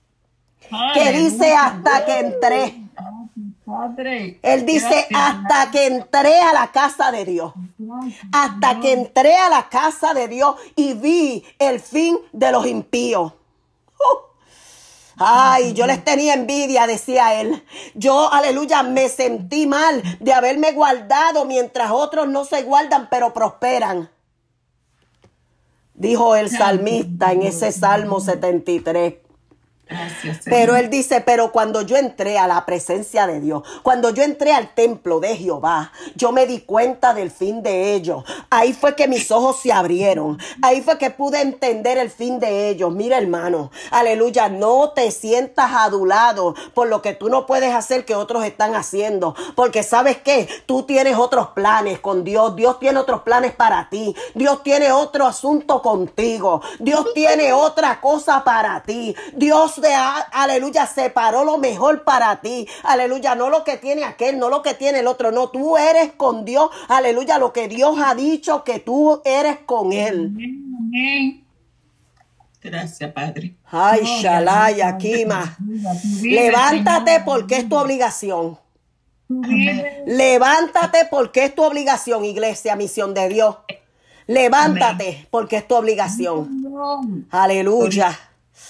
Que dice hasta que entré. Padre, Él dice gracias. hasta que entré a la casa de Dios. Hasta que entré a la casa de Dios y vi el fin de los impíos. Uh. Ay, yo les tenía envidia, decía él. Yo, aleluya, me sentí mal de haberme guardado mientras otros no se guardan, pero prosperan. Dijo el salmista en ese Salmo setenta y tres. Gracias, Señor. Pero él dice, pero cuando yo entré a la presencia de Dios, cuando yo entré al templo de Jehová, yo me di cuenta del fin de ellos. Ahí fue que mis ojos se abrieron. Ahí fue que pude entender el fin de ellos. Mira, hermano, aleluya, no te sientas adulado por lo que tú no puedes hacer que otros están haciendo. Porque ¿sabes qué? Tú tienes otros planes con Dios. Dios tiene otros planes para ti. Dios tiene otro asunto contigo. Dios tiene otra cosa para ti. Dios de, aleluya, separó lo mejor para ti, aleluya, no lo que tiene aquel, no lo que tiene el otro, no, tú eres con Dios, aleluya, lo que Dios ha dicho que tú eres con Él. Amén, amén. Gracias, Padre. Ay, Gloria a Shalaya, Dios. Kima. Aleluya. Tú vives, Levántate Señor. porque es tu obligación. Tú Amén. vives. Levántate porque es tu obligación, iglesia, misión de Dios. Levántate porque es tu obligación. Señor. Aleluya.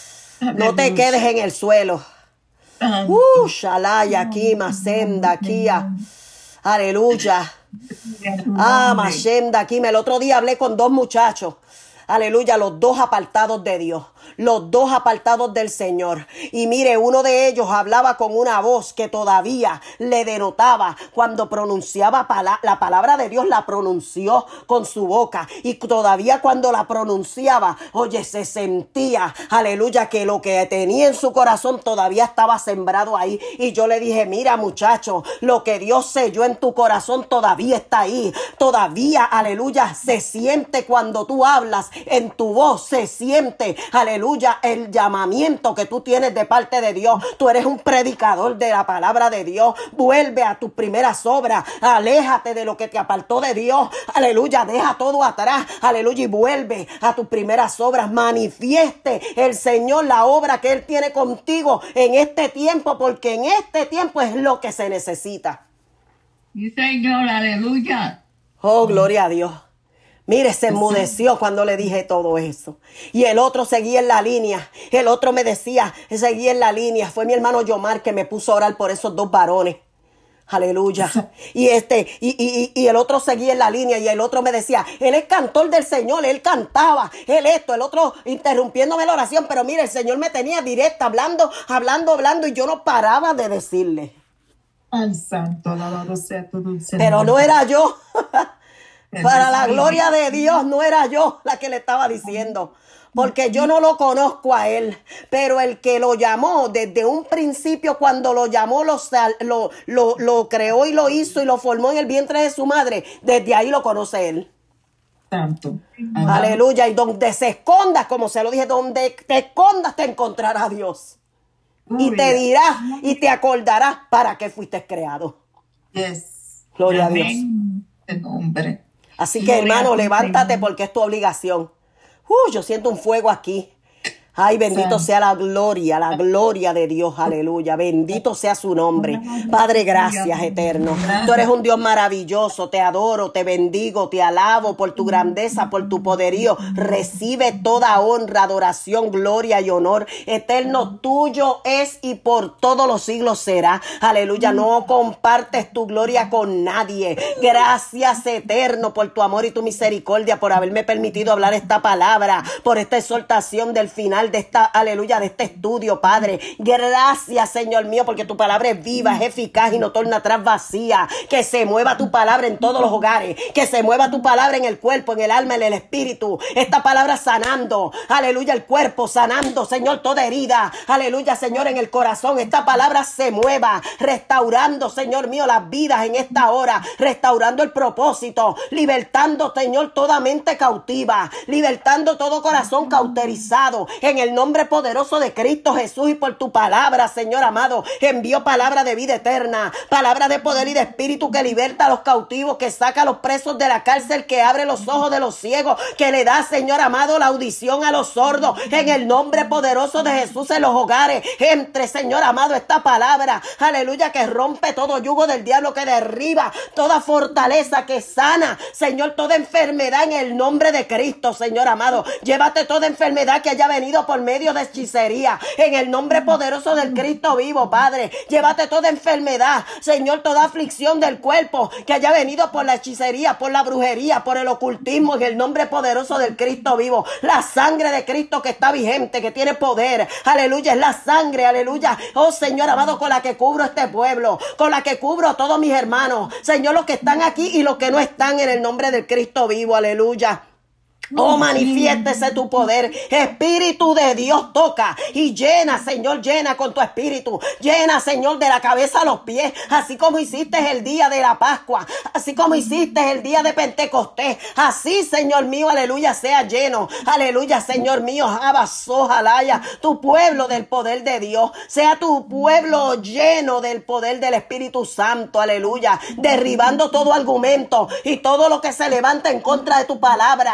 No te Aleluya. quedes en el suelo. Santo. Uh, Shalaya, Kima, Senda, Kia. Aleluya. Gloria a tu Ah, nombre. Mashem Dakim. El otro día hablé con dos muchachos. Aleluya, los dos apartados de Dios, los dos apartados del Señor. Y mire, uno de ellos hablaba con una voz que todavía le denotaba cuando pronunciaba pala- la palabra de Dios, la pronunció con su boca. Y todavía cuando la pronunciaba, oye, se sentía, aleluya, que lo que tenía en su corazón todavía estaba sembrado ahí. Y yo le dije, mira, muchacho, lo que Dios selló en tu corazón todavía está ahí. Todavía, aleluya, se siente cuando tú hablas. En tu voz se siente, aleluya, el llamamiento que tú tienes de parte de Dios. Tú eres un predicador de la palabra de Dios. Vuelve a tus primeras obras. Aléjate de lo que te apartó de Dios. Aleluya, deja todo atrás. Aleluya, y vuelve a tus primeras obras. Manifieste el Señor la obra que Él tiene contigo en este tiempo, porque en este tiempo es lo que se necesita. Sí, Señor, aleluya. Oh, gloria a Dios. Mire, se enmudeció cuando le dije todo eso. Y el otro seguía en la línea. El otro me decía, seguía en la línea. Fue mi hermano Yomar que me puso a orar por esos dos varones. Aleluya. Y este, y, y, y el otro seguía en la línea y el otro me decía, él es cantor del Señor, él cantaba, él esto, el otro interrumpiéndome la oración, pero mire, el Señor me tenía directa, hablando, hablando, hablando, y yo no paraba de decirle. Ay, santo, alabado sea tu dulce Pero nombre. no era yo. Para la Bendito. gloria de Dios, no era yo la que le estaba diciendo. Porque yo no lo conozco a él, pero el que lo llamó desde un principio, cuando lo llamó, lo, sal- lo, lo, lo creó y lo hizo y lo formó en el vientre de su madre, desde ahí lo conoce él. Santo. Alabado. Aleluya. Y donde se escondas, como se lo dije, donde te escondas te encontrará a Dios. Y te dirá y te acordarás para qué fuiste creado. Yes. Gloria a Dios. Amén. En nombre. Así que, Gloria hermano, a ti, levántate Señor. porque es tu obligación. Uh, yo siento un fuego aquí. Ay, bendito Sí. sea la gloria, la gloria de Dios, aleluya. Bendito sea su nombre. Padre, gracias, eterno. Tú eres un Dios maravilloso. Te adoro, te bendigo, te alabo por tu grandeza, por tu poderío. Recibe toda honra, adoración, gloria y honor. Eterno, tuyo es y por todos los siglos será. Aleluya, no compartes tu gloria con nadie. Gracias, eterno, por tu amor y tu misericordia, por haberme permitido hablar esta palabra, por esta exhortación del final de esta, aleluya, de este estudio, Padre. Gracias, Señor mío, porque tu palabra es viva, es eficaz y no torna atrás vacía. Que se mueva tu palabra en todos los hogares, que se mueva tu palabra en el cuerpo, en el alma, en el espíritu. Esta palabra sanando, aleluya, el cuerpo sanando, Señor, toda herida, aleluya, Señor, en el corazón. Esta palabra se mueva, restaurando, Señor mío, las vidas en esta hora, restaurando el propósito, libertando, Señor, toda mente cautiva, libertando todo corazón cauterizado, en el nombre poderoso de Cristo Jesús. Y por tu palabra, Señor amado, envío palabra de vida eterna, palabra de poder y de espíritu que liberta a los cautivos, que saca a los presos de la cárcel, que abre los ojos de los ciegos, que le da, Señor amado, la audición a los sordos, en el nombre poderoso de Jesús. En los hogares entre, Señor amado, esta palabra, aleluya, que rompe todo yugo del diablo, que derriba toda fortaleza, que sana, Señor, toda enfermedad en el nombre de Cristo, Señor amado. Llévate toda enfermedad que haya venido por medio de hechicería, en el nombre poderoso del Cristo vivo, Padre. Llévate toda enfermedad, Señor, toda aflicción del cuerpo que haya venido por la hechicería, por la brujería, por el ocultismo, en el nombre poderoso del Cristo vivo. La sangre de Cristo que está vigente, que tiene poder, aleluya, es la sangre, aleluya, oh Señor amado, con la que cubro este pueblo, con la que cubro a todos mis hermanos, Señor, los que están aquí y los que no están, en el nombre del Cristo vivo, aleluya. Oh, manifiéstese tu poder. Espíritu de Dios, toca y llena, Señor, llena con tu espíritu. Llena, Señor, de la cabeza a los pies, así como hiciste el día de la Pascua, así como hiciste el día de Pentecostés. Así, Señor mío, aleluya, sea lleno. Aleluya, Señor mío, abasojalaya, tu pueblo del poder de Dios. Sea tu pueblo lleno del poder del Espíritu Santo, aleluya, derribando todo argumento y todo lo que se levanta en contra de tu palabra, en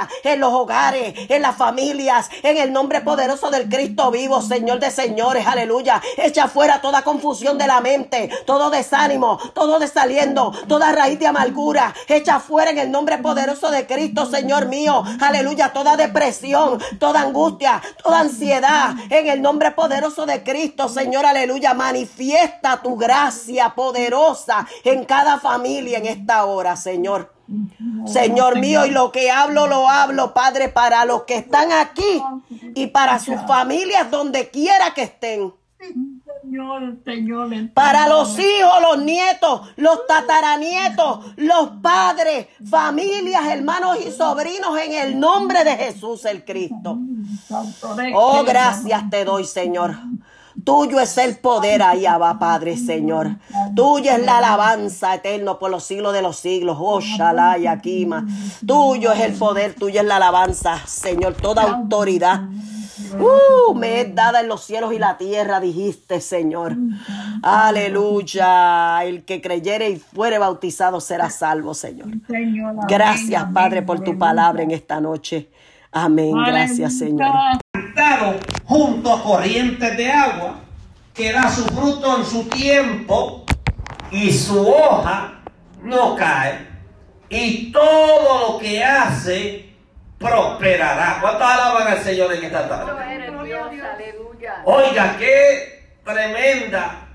los hogares, en las familias, en el nombre poderoso del Cristo vivo, Señor de señores, aleluya. Echa fuera toda confusión de la mente, todo desánimo, todo desaliendo, toda raíz de amargura. Echa fuera en el nombre poderoso de Cristo, Señor mío, aleluya, toda depresión, toda angustia, toda ansiedad, en el nombre poderoso de Cristo, Señor, aleluya. Manifiesta tu gracia poderosa en cada familia en esta hora, Señor. Señor mío, y lo que hablo, lo hablo, Padre, para los que están aquí y para sus familias donde quiera que estén. Señor, Señor. Para los hijos, los nietos, los tataranietos, los padres, familias, hermanos y sobrinos, en el nombre de Jesús el Cristo. Oh, gracias te doy, Señor. Tuyo es el poder, ahí va, Padre, Señor. Tuya es la alabanza eterno por los siglos de los siglos. Oh, Shalai, Akima. Tuyo es el poder, tuya es la alabanza, Señor. Toda autoridad Uh, me es dada en los cielos y la tierra, dijiste, Señor. Aleluya. El que creyere y fuere bautizado será salvo, Señor. Gracias, Padre, por tu palabra en esta noche. Amén. Gracias, Señor. Plantado junto a corrientes de agua, que da su fruto en su tiempo y su hoja no cae, y todo lo que hace prosperará. ¿Cuántos alaban al Señor en esta tarde? Oiga, qué tremenda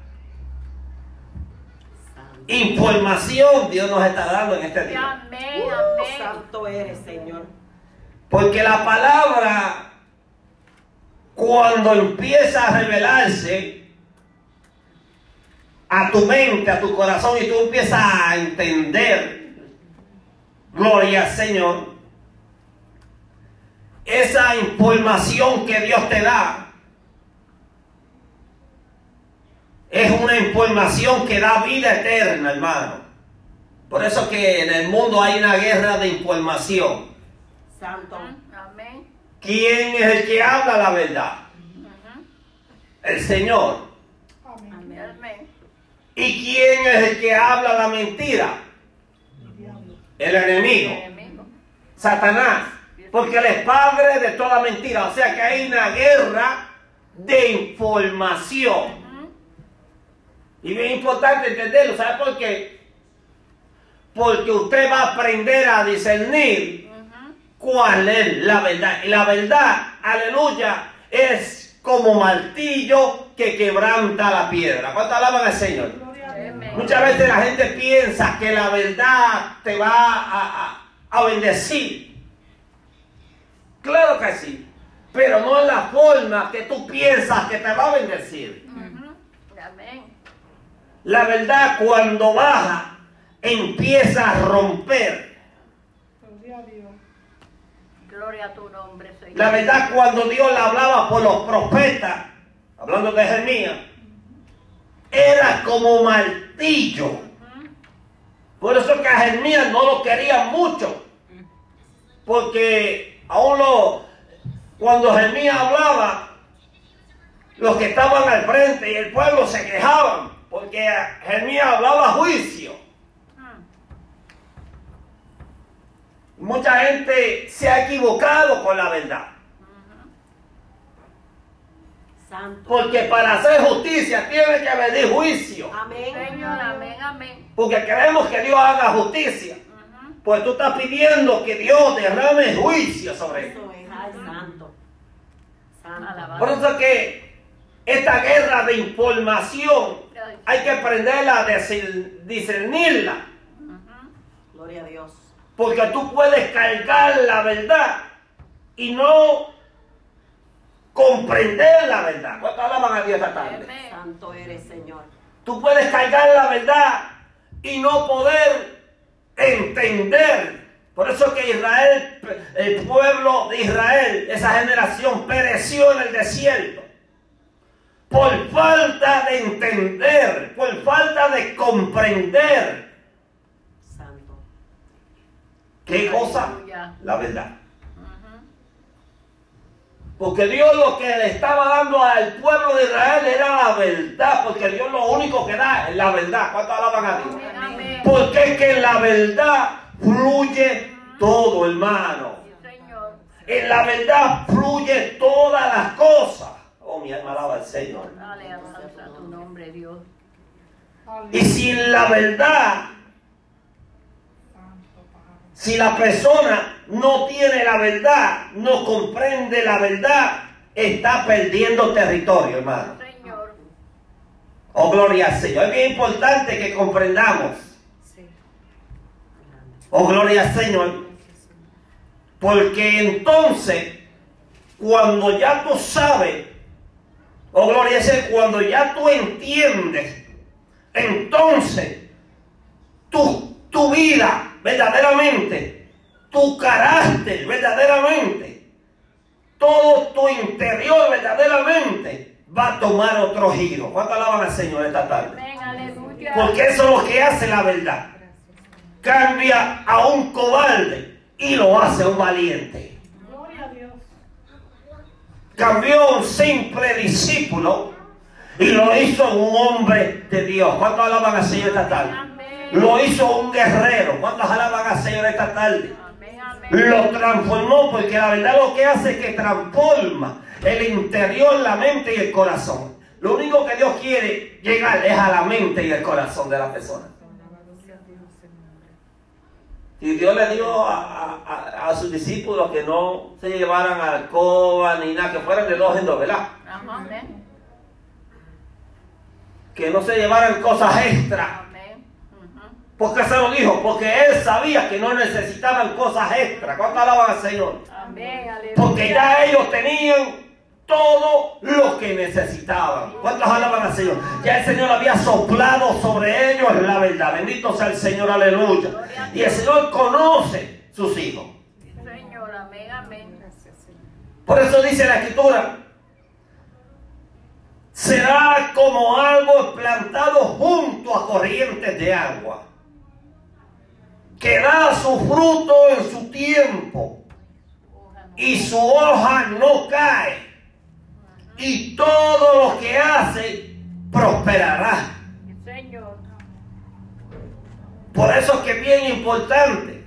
información Dios nos está dando en este día. Amén, amén. Santo eres, Señor. Porque la palabra, cuando empieza a revelarse a tu mente, a tu corazón, y tú empiezas a entender, gloria al Señor, esa información que Dios te da es una información que da vida eterna, hermano. Por eso que en el mundo hay una guerra de información. Santo. Amén. ¿Quién es el que habla la verdad? Uh-huh. El Señor. Amén. Amén. ¿Y quién es el que habla la mentira? El enemigo. El enemigo. Satanás. Porque él es padre de toda mentira. O sea que hay una guerra de información. Uh-huh. Y bien importante entenderlo. ¿Sabe por qué? Porque usted va a aprender a discernir Uh-huh. cuál es la verdad. Y la verdad, aleluya, es como martillo que quebranta la piedra. ¿Cuánto alaban al Señor? Amén. Muchas veces la gente piensa que la verdad te va a, a, a bendecir. Claro que sí, pero no en la forma que tú piensas que te va a bendecir. Uh-huh. Amén. La verdad, cuando baja, empieza a romper. Gloria a tu nombre, Señor. La verdad, cuando Dios le hablaba por los profetas, hablando de Jeremías, era como martillo. Uh-huh. Por eso que a Jeremías no lo querían mucho, porque aún lo, cuando Jeremías hablaba, los que estaban al frente y el pueblo se quejaban, porque Jeremías hablaba juicio. Uh-huh. Mucha gente se ha equivocado con la verdad. Santo. Porque para hacer justicia tiene que venir juicio. Amén. Señor, amén, amén. Porque queremos que Dios haga justicia. Uh-huh. Pues tú estás pidiendo que Dios derrame juicio sobre él. Eso es, ay, santo. Santo. Alabado. Por eso que esta guerra de información hay que aprenderla a discern- discernirla. Uh-huh. Gloria a Dios. Porque tú puedes cargar la verdad y no comprender la verdad. ¿Cuántos alaban a Dios esta tarde? Amén. Santo eres, Señor. Tú puedes cargar la verdad y no poder entender. Por eso que Israel, el pueblo de Israel, esa generación pereció en el desierto. Por falta de entender, por falta de comprender. Santo. ¿Qué cosa? Aleluya. La verdad. Uh-huh. Porque Dios lo que le estaba dando al pueblo de Israel era la verdad. Porque Dios lo único que da es la verdad. ¿Cuántos alaban a Dios? Amén, amén. Porque es que en la verdad fluye todo, hermano. Sí, Señor. En la verdad fluye todas las cosas. Oh, mi alma alaba al Señor. Dale alabanza a tu nombre, Dios. Y si en la verdad, si la persona no tiene la verdad, no comprende la verdad, está perdiendo territorio, hermano. Señor. Oh, gloria al Señor. Es bien importante que comprendamos. Oh, gloria al Señor. Porque entonces, cuando ya tú sabes, oh, gloria al Señor, cuando ya tú entiendes, entonces, tu, tu vida, verdaderamente, tu carácter, verdaderamente, todo tu interior, verdaderamente, va a tomar otro giro. ¿Cuánto alaban al Señor esta tarde? Amén, aleluya. Porque eso es lo que hace la verdad. Cambia a un cobarde y lo hace un valiente. Gloria a Dios. Cambió un simple discípulo y lo hizo un hombre de Dios. ¿Cuántos alaban al Señor esta tarde? Amén. Lo hizo un guerrero. ¿Cuántos alaban al Señor esta tarde? Amén, amén. Lo transformó, porque la verdad lo que hace es que transforma el interior, la mente y el corazón. Lo único que Dios quiere llegar es a la mente y el corazón de la persona. Y Dios le dio a, a, a sus discípulos que no se llevaran alcoba ni nada, que fueran de dos en dos, ¿verdad? Amén. Que no se llevaran cosas extra. Amén. Ujú. ¿Por qué se lo dijo? Porque él sabía que no necesitaban cosas extra. ¿Cuánto alaban al Señor? Amén, aleluya. Porque ya ellos tenían todo lo que necesitaban. ¿Cuántos alaban al Señor? Ya el Señor había soplado sobre ellos la verdad. Bendito sea el Señor, aleluya. Y el Señor conoce sus hijos. Señor, amén, amén. Por eso dice la Escritura: será como árbol plantado junto a corrientes de agua, que da su fruto en su tiempo, y su hoja no cae, y todo lo que hace prosperará. Señor. Por eso es que es bien importante.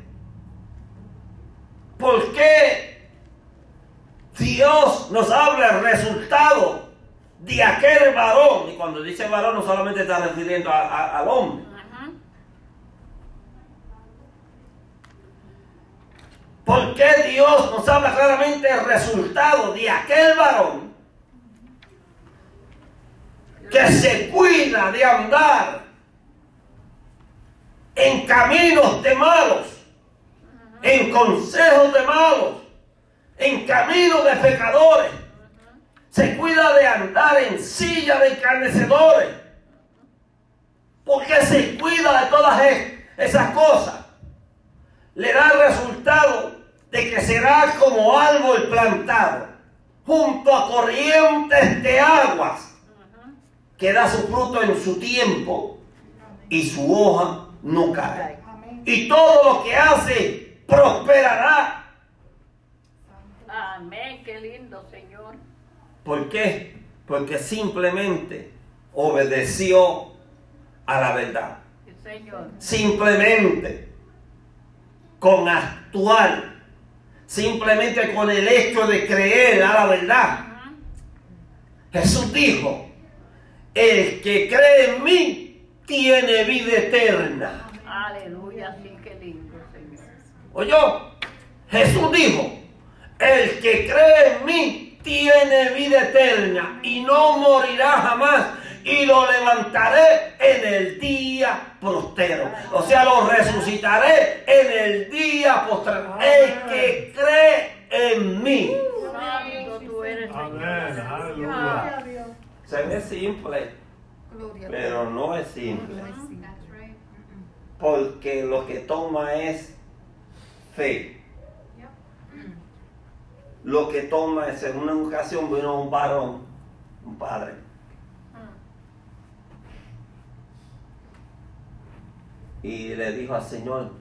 Porque Dios nos habla el resultado de aquel varón. Y cuando dice varón no solamente está refiriendo a, a, al hombre. Ajá. Porque Dios nos habla claramente el resultado de aquel varón que se cuida de andar en caminos de malos, en consejos de malos, en caminos de pecadores. Se cuida de andar en silla de escarnecedores. Porque se cuida de todas esas cosas. Le da el resultado de que será como árbol plantado junto a corrientes de aguas, que da su fruto en su tiempo y su hoja no cae. Y todo lo que hace prosperará. Amén, qué lindo, Señor. ¿Por qué? Porque simplemente obedeció a la verdad. Sí, Señor. Simplemente con actuar, simplemente con el hecho de creer a la verdad. Ajá. Jesús dijo: el que cree en mí tiene vida eterna. Aleluya, sí, qué lindo, Señor. ¿Oyó? Jesús dijo: el que cree en mí tiene vida eterna y no morirá jamás, y lo levantaré en el día postrero. O sea, lo resucitaré en el día postrero. El que cree en mí. Santo tú eres, Señor. Amén, aleluya. Se ve simple, pero no es simple. Porque lo que toma es fe. Lo que toma es, en una ocasión vino un varón, un padre, y le dijo al Señor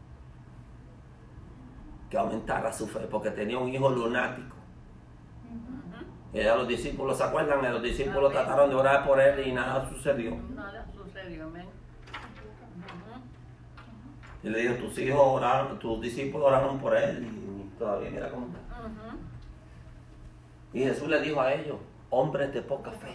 que aumentara su fe, porque tenía un hijo lunático. Y a los discípulos, ¿se acuerdan? Los discípulos Amén. trataron de orar por él y nada sucedió. Nada sucedió, amén. Ajá. Y le dijo: tus hijos oraron, tus discípulos oraron por él y todavía mira cómo está. Ujú. Y Jesús le dijo a ellos, hombres de poca fe.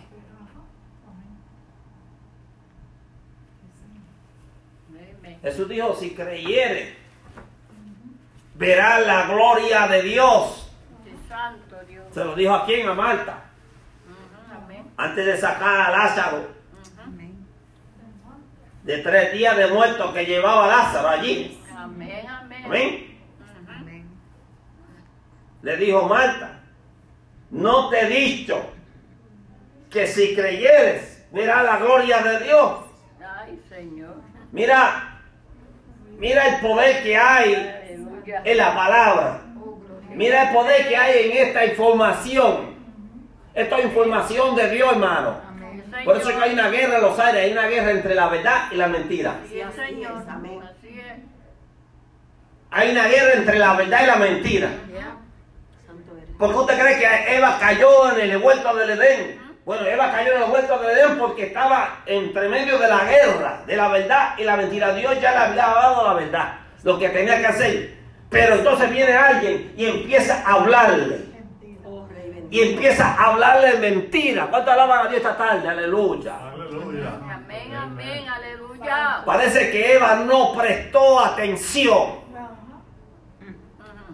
Amén. Jesús dijo, si creyere, verá la gloria de Dios. Sí, santo Dios. Se lo dijo a quién, a Marta, Ujú. Amén. antes de sacar a Lázaro Ujú. de tres días de muerto que llevaba a Lázaro allí. Amén, amén. Amén. Ujú. Le dijo, Marta, no te he dicho que si creyeres, verá la gloria de Dios. Ay, Señor. Mira, mira el poder que hay Aleluya. en la palabra. Oh, gloria. Mira el poder que hay en esta información. Esto es información de Dios, hermano. Amén. Por eso es que hay una guerra en los aires, hay una guerra entre la verdad y la mentira. Sí, Así Señor. es, amén. Así es. Hay una guerra entre la verdad y la mentira. Ya. Santo eres. ¿Por qué usted cree que Eva cayó en el huerto del Edén? Bueno, Eva cayó en el huerto del Edén porque estaba entre medio de la guerra, de la verdad y la mentira. Dios ya le había dado la verdad, lo que tenía que hacer. Pero entonces viene alguien y empieza a hablarle. Oh, Rey bendito. Y empieza a hablarle mentira. ¿Cuánto alaban a Dios esta tarde? Aleluya. Aleluya. Amén, amén. Aleluya. Parece que Eva no prestó atención. Ujú.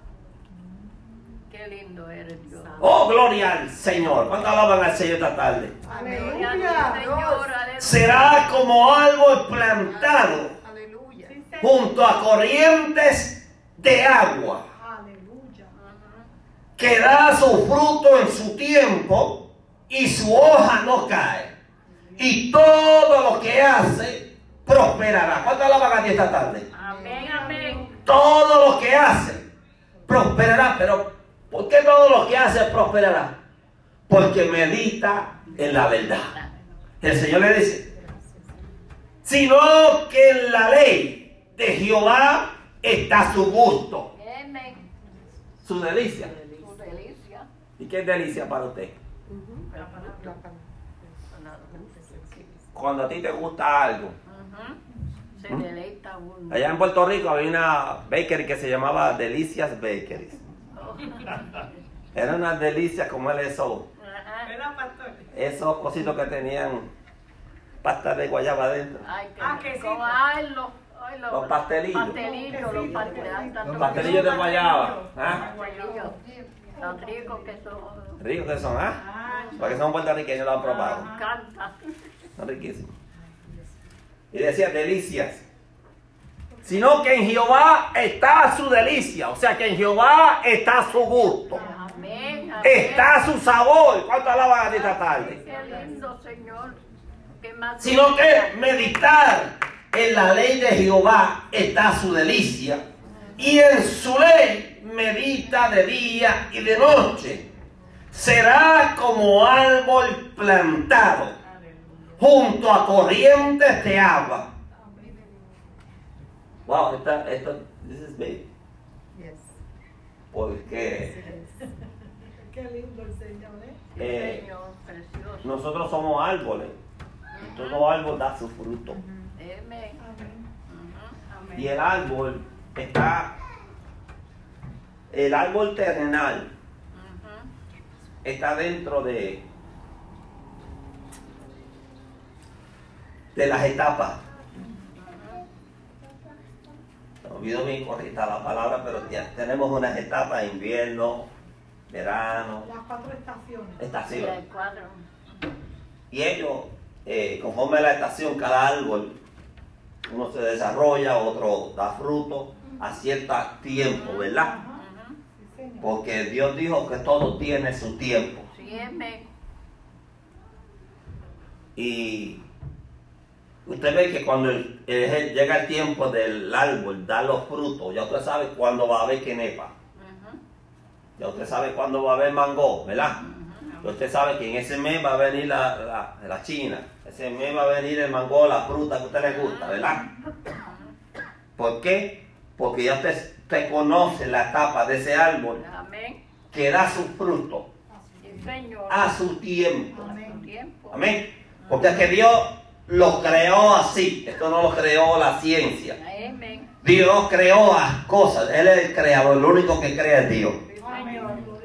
Qué lindo eres, Dios. Oh, gloria al Señor. ¿Cuánto alaban al Señor esta tarde? Gloria a Dios, Señor. Aleluya. Será como árbol plantado Aleluya. junto a corrientes de agua, Aleluya. que da su fruto en su tiempo y su hoja no cae. Y todo lo que hace prosperará. ¿Cuánto alaban a Dios esta tarde? Amén, amén. Todo lo que hace prosperará. Pero ¿por qué todo lo que hace prosperará? Porque medita en la verdad. El Señor le dice, sino que en la ley de Jehová está su gusto, Amén. su delicia. Tu delicia. ¿Y qué es delicia para usted? Cuando a ti te gusta algo. Ujú. Se deleita uno. Allá en Puerto Rico había una bakery que se llamaba Delicias Bakeries. Oh. Era una delicia como él eso. Ajá. ¿Verdad, pastor? Esos cositos que tenían pasta de guayaba adentro. Ay, qué Ah, rico. quesito. Ay, los, ay, los, Los pastelillos. Pastelillos, los Quesito, pastelillos. quesito. Los pastelillos de guayaba. ¿Ah? Pastelillos. Tan ricos que son. Ricos que son, ¿ah? Ah, Porque son puertorriqueños, lo han probado. Me encanta. Son riquísimos. Y decía delicias. Sino que en Jehová está su delicia. O sea que en Jehová está su gusto. Amén. Amén. Está su sabor. ¿Cuánto alaban a ti esta tarde? Qué lindo, Señor. Qué más Sino que meditar en la ley de Jehová está su delicia. Y en su ley medita de día y de noche. Será como árbol plantado junto a corrientes de agua. Wow, esta, esto, this is big. yes. Porque Qué lindo el Señor, ¿eh? eh, Señor, precioso. nosotros somos árboles. Y todo árbol da su fruto. Amén. Amén. Ujú. Amén. Y el árbol está, el árbol terrenal Ujú. está dentro de, de las etapas. Se me olvidó bien correcta la palabra, pero ya tenemos unas etapas: invierno, verano, Las cuatro estaciones. Sí, estación. hay cuatro. Y ellos, eh, conforme a la estación, cada árbol, uno se desarrolla, otro da fruto a cierto tiempo, ¿verdad? Ujú. Sí, Señor. Porque Dios dijo que todo tiene su tiempo. Sí, amén. Y usted ve que cuando el- el- llega el tiempo del árbol dar los frutos, ya usted sabe cuándo va a haber quenepa. Ujú. Ya usted sabe cuándo va a haber mango, ¿verdad? Ya usted sabe que en ese mes va a venir la, la, la china. Ese mes va a venir el mango, la fruta que a usted le gusta, ¿verdad? ¿Por qué? Porque ya usted, usted conoce la etapa de ese árbol Amén. que da su fruto Sí, Señor. a su tiempo. A su tiempo. Amén. Porque es que Dios lo creó así. Esto no lo creó la ciencia. Amén. Dios creó las cosas. Él es el creador. Lo único que crea es Dios. Sí, Amén.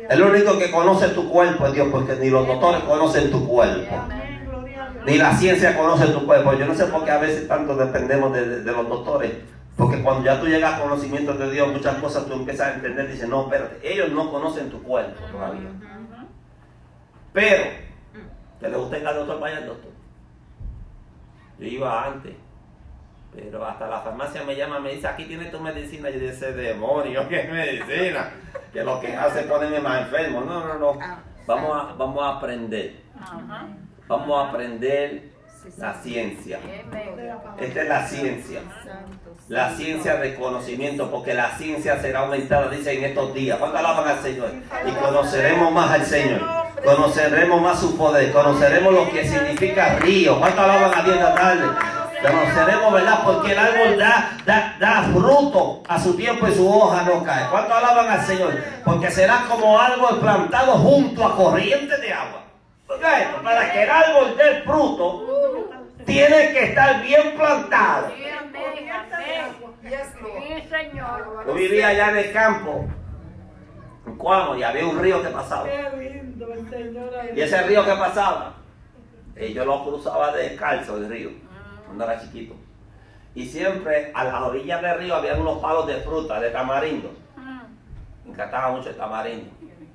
El único que conoce tu cuerpo es Dios, porque ni los doctores conocen tu cuerpo. Amén, gloria a Dios. Ni la ciencia conoce tu cuerpo. Yo no sé por qué a veces tanto dependemos de, de, de los doctores. Porque cuando ya tú llegas a conocimiento de Dios, muchas cosas tú empiezas a entender y dices, no, espérate, ellos no conocen tu cuerpo todavía. Pero, ¿que le gusta ir al doctor? Vaya al doctor. Yo iba antes, pero hasta la farmacia me llama, me dice, aquí tienes tu medicina. Yo dice, demonio, ¿qué medicina? Que lo que hace es ponerme más enfermo. No, no, no. Vamos a, vamos a aprender. Ajá. Vamos a aprender la ciencia. Esta es la ciencia. La ciencia del conocimiento, porque la ciencia será aumentada, dice, en estos días. ¿Cuánto alaban al Señor? Y conoceremos más al Señor. Conoceremos más su poder. Conoceremos lo que significa río. ¿Cuánto alaban a Dios esta tarde? Conoceremos, ¿verdad? Porque el árbol da, da, da fruto a su tiempo y su hoja no cae. ¿Cuánto alaban al Señor? Porque será como árbol plantado junto a corrientes de agua. Oiga esto, para que el árbol dé fruto, tiene que estar bien plantado. Sí, amén, amén. Sí, Señor. Yo vivía allá en el campo, en Cuamo, y había un río que pasaba. Qué lindo el Señor. Y ese río que pasaba, eh, yo lo cruzaba descalzo el río, cuando era chiquito. Y siempre a las orillas del río había unos palos de fruta, de tamarindo. Me encantaba mucho el tamarindo.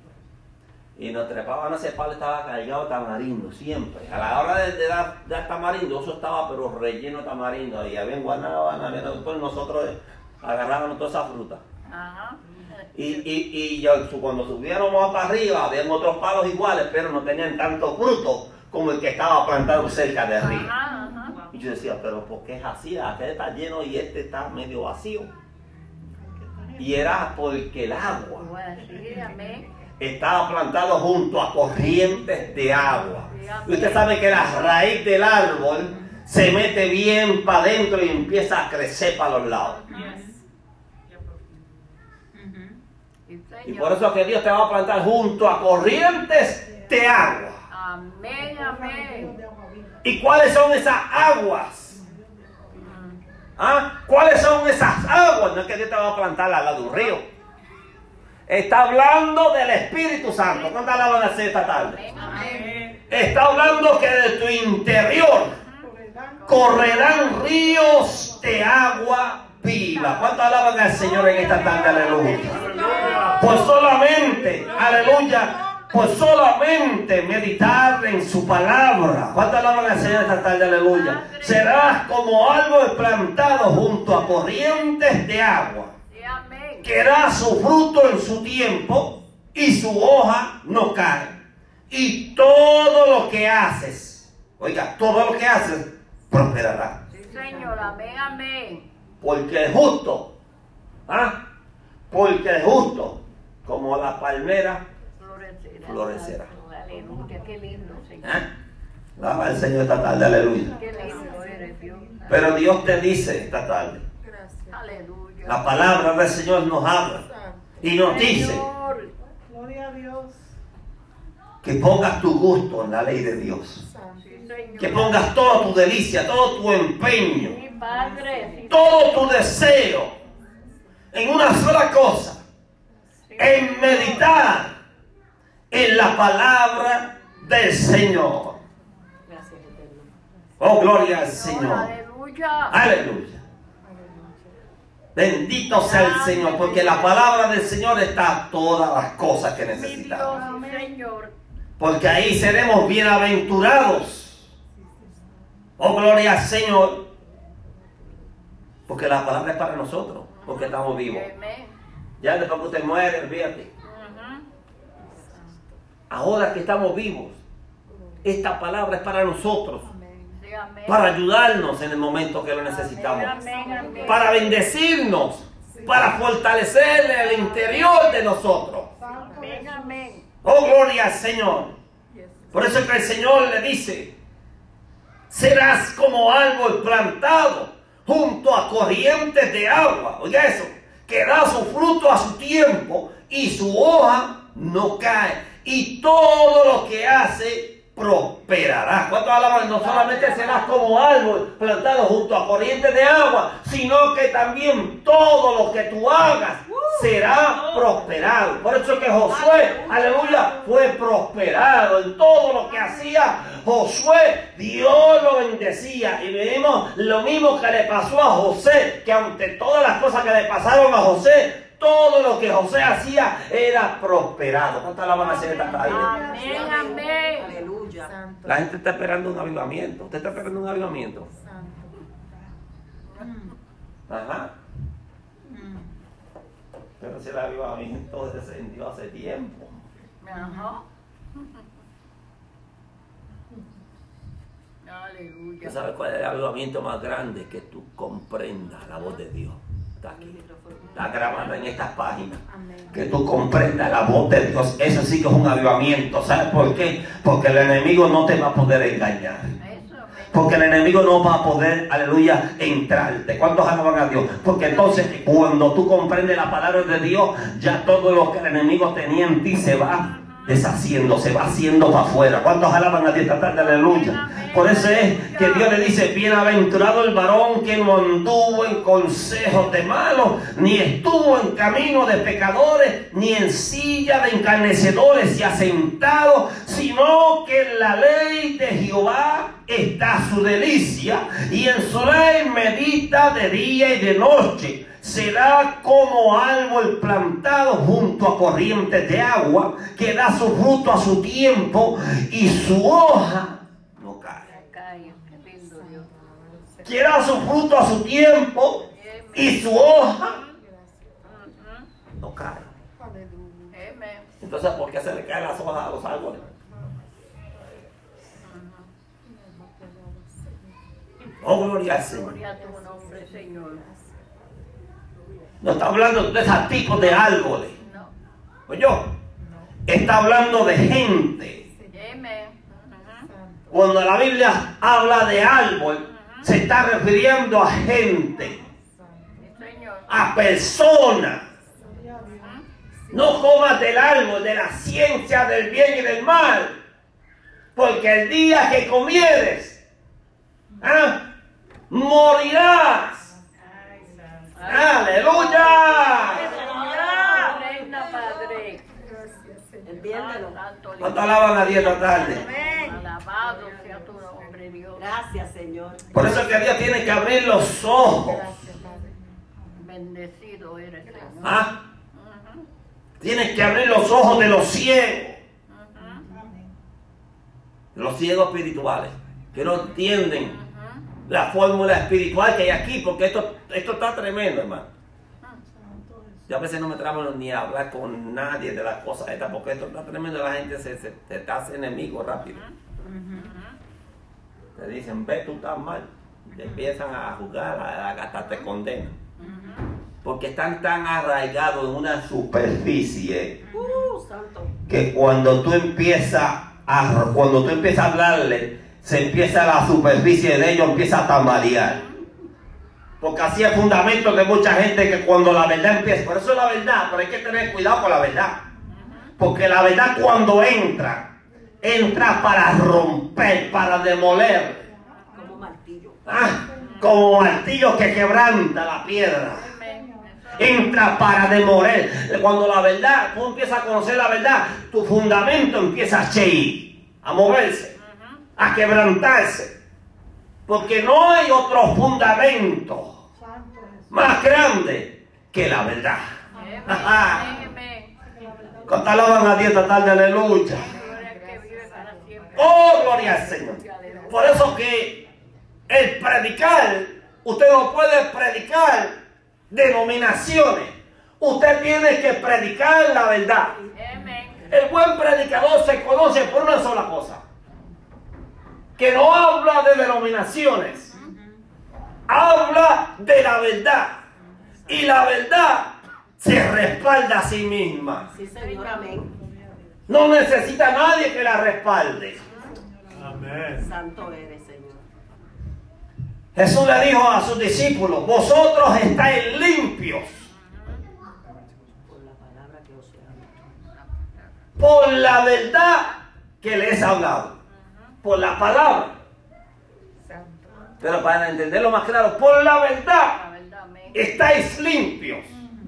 Y nos trepaban a ese palo, estaba cargado de tamarindo, siempre. A la hora de, de dar, dar tamarindo, eso estaba pero relleno de tamarindo. Y había guanábana, había, pues nosotros agarrábamos toda esa fruta. Ajá. Y, y, y yo, cuando subiéramos para arriba, habían otros palos iguales, pero no tenían tanto fruto como el que estaba plantado cerca del río. Ajá, ajá. Y yo decía, pero ¿por qué es así? Aquel está lleno y este está medio vacío. Y era porque el agua Bueno, sí, amén. estaba plantado junto a corrientes de agua. Y usted sabe que la raíz del árbol se mete bien para adentro y empieza a crecer para los lados. Sí, Y Señor. por eso es que Dios te va a plantar junto a corrientes de agua. Amén, amén. ¿Y cuáles son esas aguas? ¿Ah? ¿Cuáles son esas aguas? No es que Dios te va a plantar al lado de un río. Está hablando del Espíritu Santo. ¿Cuántas la van a hacer esta tarde? Amén. Está hablando que de tu interior correrán ríos de agua viva. ¿Cuánto alaban al Señor en esta tarde? Aleluya. Pues solamente, aleluya, pues solamente meditar en su palabra. ¿Cuánto alaban al Señor esta tarde? Aleluya. Serás como árbol plantado junto a corrientes de agua, Sí, amén. que da su fruto en su tiempo y su hoja no cae. Y todo lo que haces, oiga, todo lo que haces prosperará. Sí, Señor. Amén, amén. Porque el justo, ¿ah? Porque el justo, como la palmera, Florecerá. florecerá. Aleluya, qué lindo, Señor. ¿eh? Alaba al Señor esta tarde, aleluya. Qué lindo eres, Dios. Pero Dios te dice esta tarde, Aleluya. la palabra del Señor nos habla y nos dice Señor. Gloria a Dios. que pongas tu gusto en la ley de Dios. Sí, Señor. Que pongas toda tu delicia, todo tu empeño, Sí, Padre. Sí, todo tu deseo en una sola cosa, en meditar en la palabra del Señor. Oh, gloria al Señor. Aleluya. Aleluya. Bendito sea el Señor, porque la palabra del Señor está todas las cosas que Mi Dios, necesitamos. sí, Señor. Porque ahí seremos bienaventurados. Oh, gloria al Señor. Porque la palabra es para nosotros, porque estamos vivos. Amén. Ya después que usted muere, olvídate. Ujú. Ahora que estamos vivos, esta palabra es para nosotros, Sí, amén. para ayudarnos en el momento que lo necesitamos, Amén, amén. para bendecirnos, para fortalecer el interior de nosotros. Amén, amén. Oh, gloria al Señor. Por eso es que el Señor le dice, serás como árbol plantado junto a corrientes de agua. Oiga eso, que da su fruto a su tiempo y su hoja no cae. Y todo lo que hace prosperarás. ¿Cuántos alaban? No solamente serás como árbol plantado junto a corrientes de agua, sino que también todo lo que tú hagas será prosperado. Por eso es que Josué, aleluya, fue prosperado en todo lo que hacía. Josué, Dios lo bendecía. Y vemos lo mismo que le pasó a José, que ante todas las cosas que le pasaron a José, todo lo que José hacía era prosperado. ¿Cuántas alaban a esta tarde? Amén, amén. Aleluya. La gente está esperando un avivamiento. ¿Usted está esperando un avivamiento? Ajá. Pero si el avivamiento descendió hace tiempo. Ajá. Aleluya. ¿Tú sabes cuál es el avivamiento más grande? Que tú comprendas la voz de Dios. Está aquí. Está grabada en estas páginas. Que tú comprendas la voz de Dios. Eso sí que es un avivamiento. ¿Sabes por qué? Porque el enemigo no te va a poder engañar. Porque el enemigo no va a poder, aleluya, entrarte. ¿Cuántos alaban a Dios? Porque entonces cuando tú comprendes la palabra de Dios, ya todo lo que el enemigo tenía en ti se va deshaciendo, se va haciendo para afuera. ¿Cuántos alaban a Dios esta tarde? Aleluya. Por eso es que Dios le dice: bienaventurado el varón que no anduvo en consejos de malos, ni estuvo en camino de pecadores, ni en silla de encarnecedores y asentado, sino que en la ley de Jehová está su delicia, y en su ley medita de día y de noche. Será como árbol plantado junto a corrientes de agua, que da su fruto a su tiempo, y su hoja no cae. Que da su fruto a su tiempo, y su hoja no cae. Entonces, ¿por qué se le caen las hojas a los árboles? Oh, gloria al Señor. Gloria a tu nombre, Señor. No está hablando de esos tipos de árboles. No. Oye, está hablando de gente. Amén. Cuando la Biblia habla de árbol, se está refiriendo a gente, Señor. a personas. No comas del árbol de la ciencia del bien y del mal, porque el día que comieres, ¿ah? morirás. ¡Aleluya! Reina Padre. Entiéndelo. ¿Cuánto alaban a Dios esta tarde? Alabado sea tu nombre, Dios. Gracias, Señor. Por eso es que Dios tiene que abrir los ojos. Bendecido eres, Señor. ¿Ah? Tienes que abrir los ojos de los ciegos. Los ciegos espirituales, que no entienden la fórmula espiritual que hay aquí, porque esto, esto está tremendo, hermano. Yo a veces no me tramo ni a hablar con nadie de las cosas estas, porque esto está tremendo. La gente se, se, se te hace enemigo rápido. Te dicen: ve, tú estás mal. Te empiezan a jugar, a, a hasta te condenan. Porque están tan arraigados en una superficie Uh, santo. que cuando tú empiezas a, cuando tú empiezas a hablarle, se empieza la superficie de ellos, empieza a tambalear. Porque así es el fundamento de mucha gente, que cuando la verdad empieza, por eso es la verdad, pero hay que tener cuidado con la verdad. Porque la verdad, cuando entra, entra para romper, para demoler. Como martillo. ¿Ah? Como martillo que quebranta la piedra. Entra para demoler. Cuando la verdad, tú empiezas a conocer la verdad, tu fundamento empieza a cheir, a moverse, a quebrantarse, porque no hay otro fundamento más grande que la verdad. ¿Cuántas alaban a Dios esta tarde? Aleluya. Oh, gloria al Señor. Por eso que el predicar, usted no puede predicar denominaciones, usted tiene que predicar la verdad. El buen predicador se conoce por una sola cosa: que no habla de denominaciones, habla de la verdad, y la verdad se respalda a sí misma. Sí, Señor, amén. No necesita a nadie que la respalde. Amén. Santo eres, Señor. Jesús le dijo a sus discípulos: vosotros estáis limpios Por la palabra que os he hablado. por la verdad que les he hablado. por la palabra. Pero para entenderlo más claro, por la verdad, La verdad, amén. estáis limpios.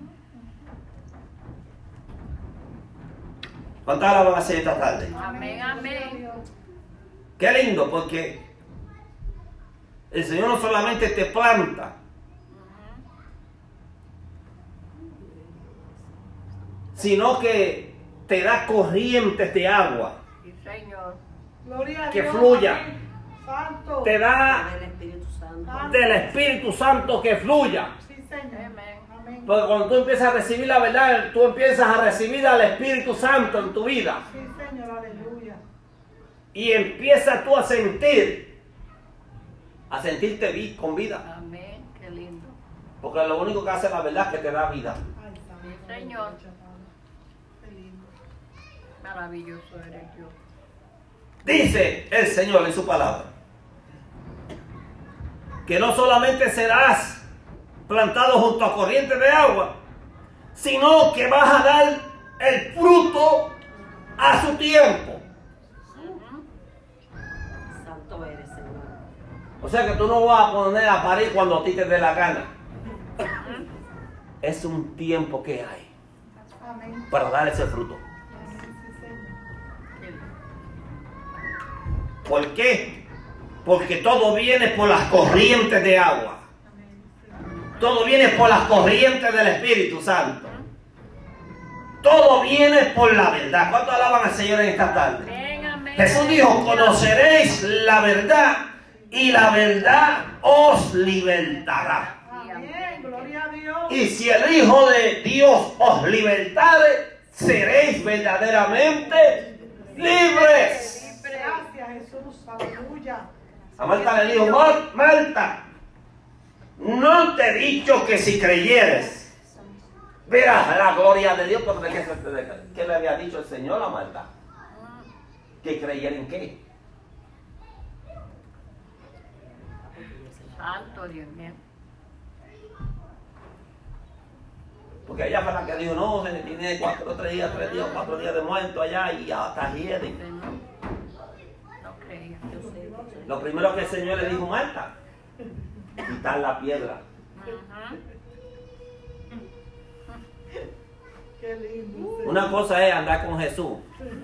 ¿Cuántas horas van a hacer esta tarde? Amén, amén. Qué lindo, porque el Señor no solamente te planta, sino que te da corrientes de agua Sí, Señor. Gloria a que Dios. fluya. Santo. Te da Del Espíritu Santo. Santo. del Espíritu Santo que fluya. Sí, Señor. Amén. Amén. Porque cuando tú empiezas a recibir la verdad, tú empiezas a recibir al Espíritu Santo en tu vida. Sí, Señor. Aleluya. Y empiezas tú a sentir, a sentirte vi- con vida. Amén. Qué lindo. Porque lo único que hace la verdad es que te da vida. Ay, Santo. Sí, Señor. Qué lindo. Maravilloso eres Dios. Dice el Señor en su palabra que no solamente serás plantado junto a corrientes de agua, sino que vas a dar el fruto a su tiempo. Santo eres, Señor. O sea que tú no vas a poner a parir cuando a ti te dé la gana. Es un tiempo que hay Amén. para dar ese fruto. Sí, Señor. Qué lindo. ¿Por qué? Porque todo viene por las corrientes de agua. Amén, Señor. Todo viene por las corrientes del Espíritu Santo. Todo viene por la verdad. ¿Cuánto alaban al Señor en esta tarde? Amén, amén. Jesús dijo, conoceréis la verdad y la verdad os libertará. Amén. Gloria a Dios. Y si el Hijo de Dios os libertare, seréis verdaderamente libres. Gracias, Jesús. Aleluya. A Marta le dijo, "Mar- Marta, no te he dicho que si creyeres, verás la gloria de Dios". Pero ¿de qué, se- de qué- qué le había dicho el Señor a Marta? ¿Que creyera en qué? Santo Dios mío. Porque ella fue la que dijo, no, se tiene cuatro, tres días, tres días, cuatro días de muerto allá y ya está hiede. Señor. No creía. Yo sé. Lo primero que el Señor le dijo a Marta, quitar la piedra. Ujú. Qué lindo. Una cosa es andar con Jesús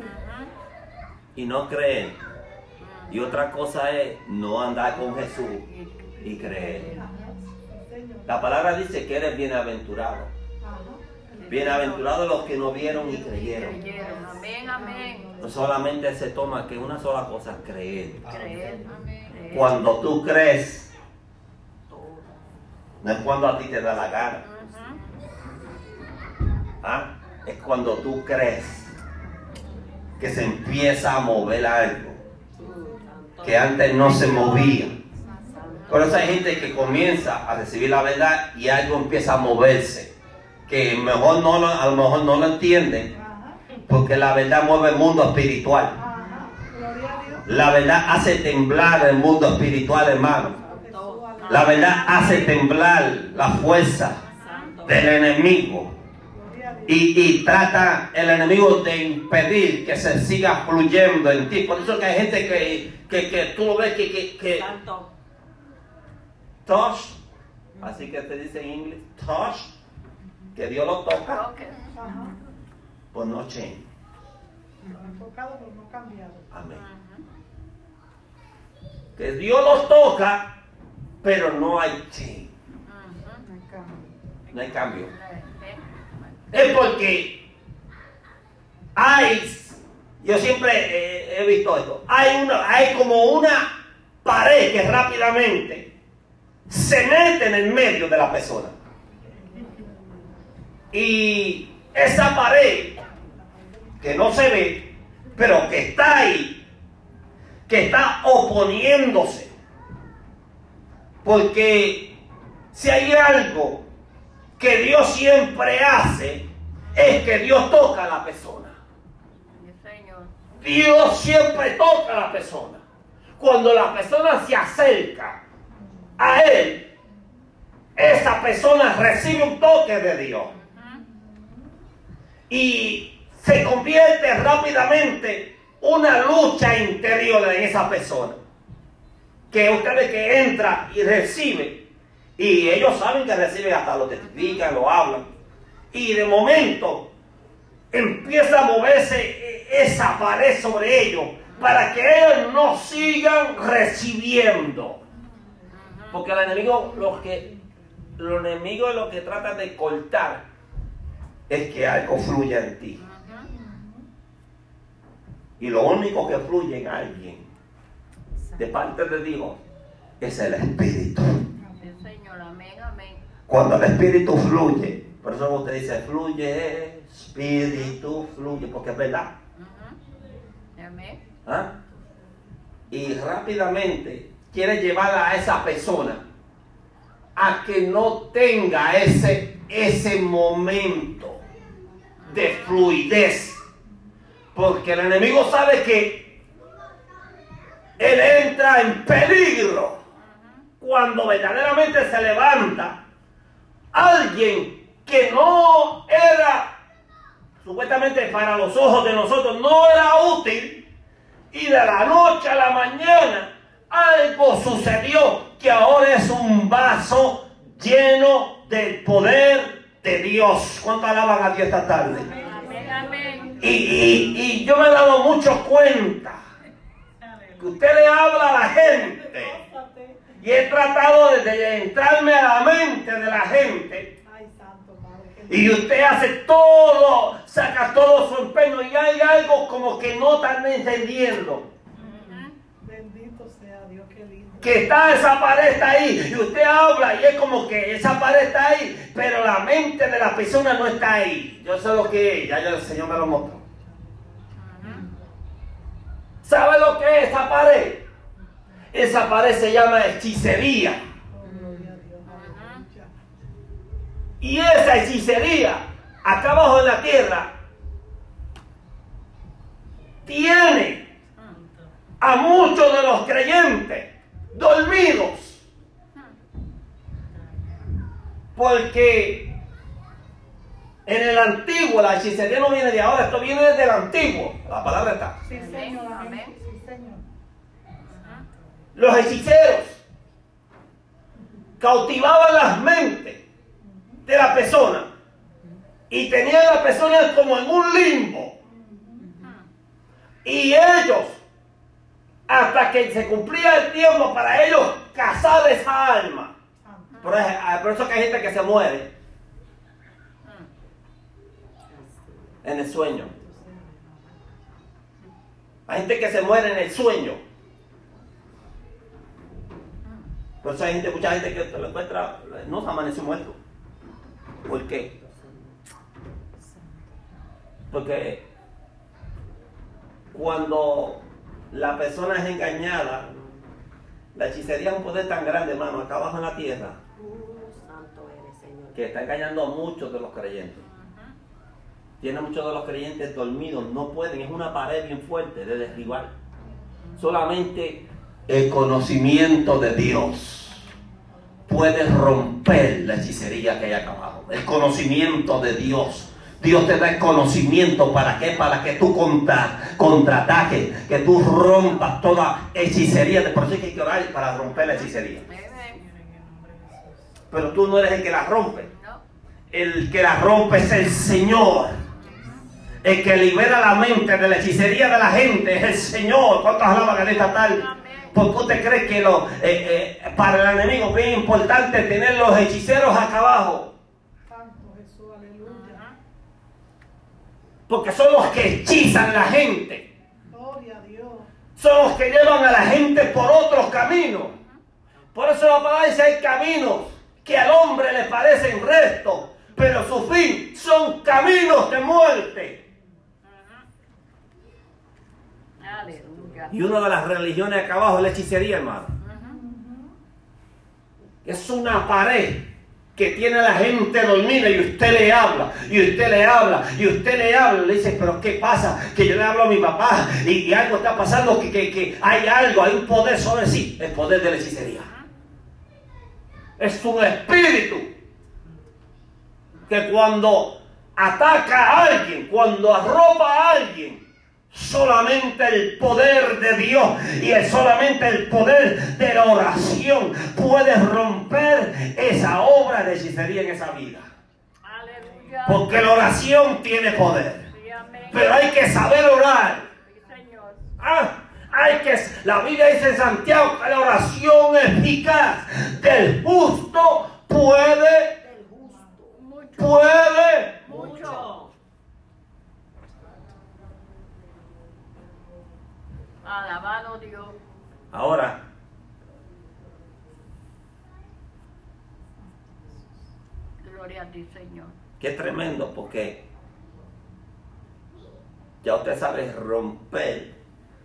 y no creer. Y otra cosa es no andar con Jesús y creer. Señor. La palabra dice que eres bienaventurado. Ajá. Bienaventurados los que no vieron y creyeron. Creyeron. Amén, amén. No solamente se toma que una sola cosa, creer. Creer. Creer. Cuando tú crees, no es cuando a ti te da la gana. Ujú. ¿Ah? Es cuando tú crees que se empieza a mover algo que antes no se movía. Por eso hay gente que comienza a recibir la verdad y algo empieza a moverse, que mejor no lo, a lo mejor no lo entienden, Ajá. porque la verdad mueve el mundo espiritual. Ajá. Gloria a Dios. La verdad hace temblar el mundo espiritual, hermano. Jesús, aleluya. La verdad hace temblar la fuerza del enemigo. Gloria a Dios. Y, y trata el enemigo de impedir que se siga fluyendo en ti. Por eso que hay gente que, que, que tú lo ves que, que, que Santo. touch, así que te dice en inglés, touch, que Dios lo toca, Ok. Ajá. pues no change. Tocado, pero no cambiado. Amén. Ujú. Que Dios los toca, pero no hay change, Ujú. No hay cambio. no hay cambio. Eh, Es porque hay, yo siempre eh, he visto esto, hay, una, hay como una pared que rápidamente se mete en el medio de la persona. Y esa pared que no se ve, pero que está ahí, que está oponiéndose. Porque si hay algo que Dios siempre hace, es que Dios toca a la persona. Sí, Señor. Dios siempre toca a la persona. Cuando la persona se acerca a Él, esa persona recibe un toque de Dios. Y se convierte rápidamente una lucha interior en esa persona. Que ustedes que entra y recibe, y ellos saben que reciben, hasta lo testifican, lo hablan, y de momento empieza a moverse esa pared sobre ellos para que ellos no sigan recibiendo. Porque el enemigo lo que los enemigos lo que tratan de cortar es que algo fluya en ti. Y lo único que fluye en alguien de parte de Dios es el Espíritu. Señor, amén, amén. Cuando el Espíritu fluye, por eso usted dice fluye, Espíritu fluye, porque es verdad. Uh-huh. Amén. ¿Ah? Y rápidamente quiere llevar a esa persona a que no tenga ese, ese momento de fluidez, porque el enemigo sabe que él entra en peligro cuando verdaderamente se levanta alguien que no era, supuestamente para los ojos de nosotros, no era útil, y de la noche a la mañana algo sucedió que ahora es un vaso lleno del poder de Dios. ¿Cuánto alaban a Dios esta tarde? Amén, amén. Y, y, y yo me he dado mucho cuenta que usted le habla a la gente, y he tratado de, de entrarme a la mente de la gente, Ay, santo Padre. y usted hace todo, saca todo su empeño, y hay algo como que no están entendiendo. Bendito sea Dios, qué lindo. Que está esa pared está ahí, y usted habla y es como que esa pared está ahí, pero la mente de la persona no está ahí. Yo sé lo que es, ya el Señor me lo mostró. ¿Sabe lo que es esa pared? Esa pared se llama hechicería. Oh, gloria a Dios, aleluya. Y esa hechicería, acá abajo en la tierra, tiene a muchos de los creyentes dormidos. Porque en el antiguo, la hechicería no viene de ahora, esto viene desde el antiguo. La palabra está. Sí, Señor, amén. Amén. Sí, Señor. Los hechiceros cautivaban las mentes de la persona y tenían a la persona como en un limbo. Y ellos, hasta que se cumplía el tiempo para ellos cazar esa alma. Por eso, por eso que hay gente que se muere en el sueño. Hay gente que se muere en el sueño. Por eso hay gente, mucha gente que lo encuentra, no se amaneció muerto. ¿Por qué? Porque cuando la persona es engañada, la hechicería es un poder tan grande, hermano, acá abajo en la tierra, Santo eres, Señor. que está engañando a muchos de los creyentes. Tiene a muchos de los creyentes dormidos, no pueden, es una pared bien fuerte de derribar. Solamente el conocimiento de Dios puede romper la hechicería que hay acá abajo. El conocimiento de Dios. Dios te da el conocimiento. ¿Para qué? Para que tú contra, contraataques, que tú rompas toda hechicería. Por eso hay que orar para romper la hechicería. Pero tú no eres el que la rompe. El que la rompe es el Señor. El que libera la mente de la hechicería de la gente es el Señor. ¿Cuántos alaban en esta tarde? ¿Por qué usted cree que lo, eh, eh, para el enemigo es bien importante tener los hechiceros acá abajo? Santo Jesús, aleluya. Porque son los que hechizan a la gente. Gloria a Dios. Son los que llevan a la gente por otros caminos. Por eso la palabra dice: hay caminos que al hombre le parecen rectos, pero su fin son caminos de muerte. Aleluya. Y una de las religiones acá abajo es la hechicería, hermano. Es una pared que tiene a la gente dormida y usted le habla, y usted le habla, y usted le habla. Le dice: pero ¿qué pasa? Que yo le hablo a mi papá y, y algo está pasando, que, que, que hay algo, hay un poder sobre sí. El poder de la hechicería. Es un espíritu que cuando ataca a alguien, cuando arropa a alguien, Solamente el poder de Dios y el, solamente el poder de la oración puede romper esa obra de hechicería en esa vida. Aleluya. Porque la oración tiene poder. Sí, amén. Pero hay que saber orar. Sí, Señor. Ah, hay que, la Biblia dice en Santiago que la oración eficaz del justo puede, Mucho. puede. Mucho. Alabado Dios. Ahora, Gloria a ti, Señor. qué tremendo, porque ya usted sabe romper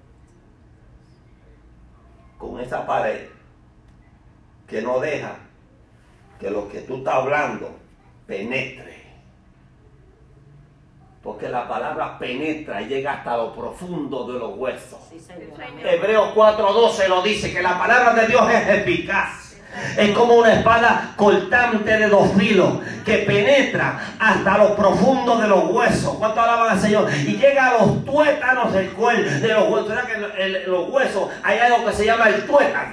con esa pared que no deja que lo que tú estás hablando penetre. Porque la palabra penetra y llega hasta lo profundo de los huesos. Sí, Señor. Sí, Señor. Hebreos cuatro doce lo dice, que la palabra de Dios es eficaz. Es como una espada cortante de dos filos que penetra hasta lo profundo de los huesos. ¿Cuánto alaban al Señor? Y llega a los tuétanos del cuerpo, de los huesos. ¿Sabes que en el- en los huesos hay algo que se llama el tuétano?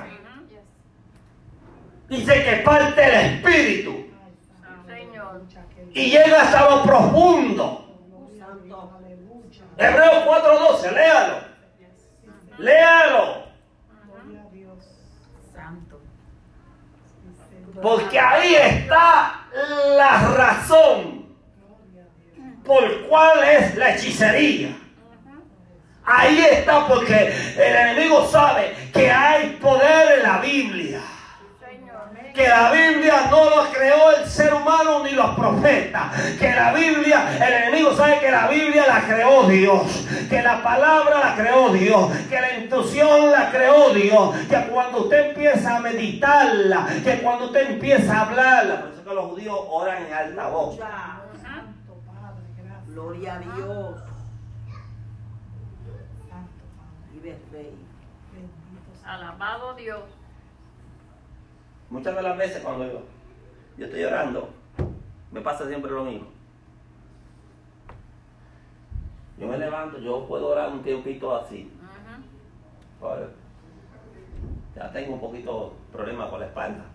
Dice que parte el espíritu Sí, Señor. y llega hasta lo profundo. Santo. Aleluya. Hebreos cuatro doce, léalo. Léalo. Gloria a Dios. Santo. Porque ahí está la razón por cuál es la hechicería. Ahí está, porque el enemigo sabe que hay poder en la Biblia. Señor. Que la Biblia no lo creó el ser humano ni los profetas. Que la Biblia, el enemigo sabe que la Biblia la creó Dios. Que la palabra la creó Dios. Que la intuición la creó Dios. Que cuando usted empieza a meditarla, que cuando usted empieza a hablarla, por eso que los judíos oran en alta voz. Santo Padre, gracias. Gloria a Dios. Santo Padre. Vive Rey. Bendito sea. Alabado Dios. Muchas de las veces cuando yo, yo estoy orando, me pasa siempre lo mismo. Yo me levanto, yo puedo orar un tiempito así. Ujú. Pues, ya tengo un poquito de problema con la espalda.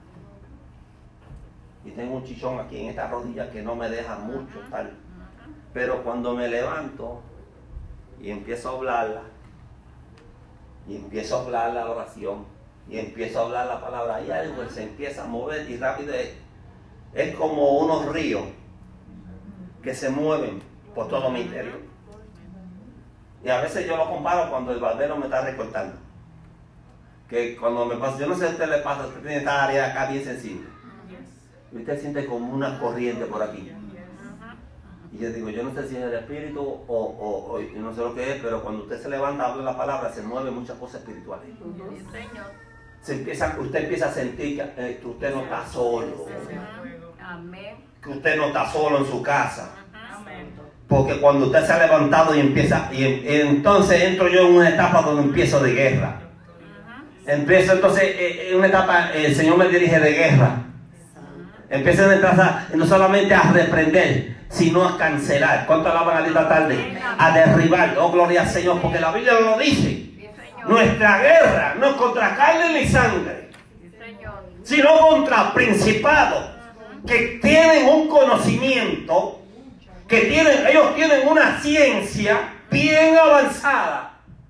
Y tengo un chichón aquí en esta rodilla que no me deja mucho tal. Pero cuando me levanto y empiezo a hablarla, y empiezo a hablar la oración, y empiezo a hablar la palabra, hay algo que se empieza a mover y rápido es, es como unos ríos que se mueven por todo mi interior. Y a veces yo lo comparo cuando el barbero me está recortando. Que cuando me pasa, yo no sé si a usted le pasa, usted tiene esta área acá bien sensible. Y usted siente como una corriente por aquí. Y yo digo, yo no sé si es el espíritu o, o, o yo no sé lo que es, pero cuando usted se levanta, habla la palabra, se mueven muchas cosas espirituales. Sí, Señor. Se empieza, usted empieza a sentir que, eh, que usted no está solo, Amén. que usted no está solo en su casa. Amén. Porque cuando usted se ha levantado y empieza, y, y entonces entro yo en una etapa donde empiezo de guerra. Empiezo entonces eh, en una etapa, el Señor me dirige de guerra. Empiezo a entrar no solamente a reprender, sino a cancelar. ¿Cuánto alaban a esta tarde? A derribar. Oh, gloria al Señor, porque la Biblia lo dice. Sí, Señor. Nuestra guerra no es contra carne ni sangre, Sí, Señor. sino contra principados que tienen un conocimiento, que tienen, ellos tienen una ciencia bien avanzada.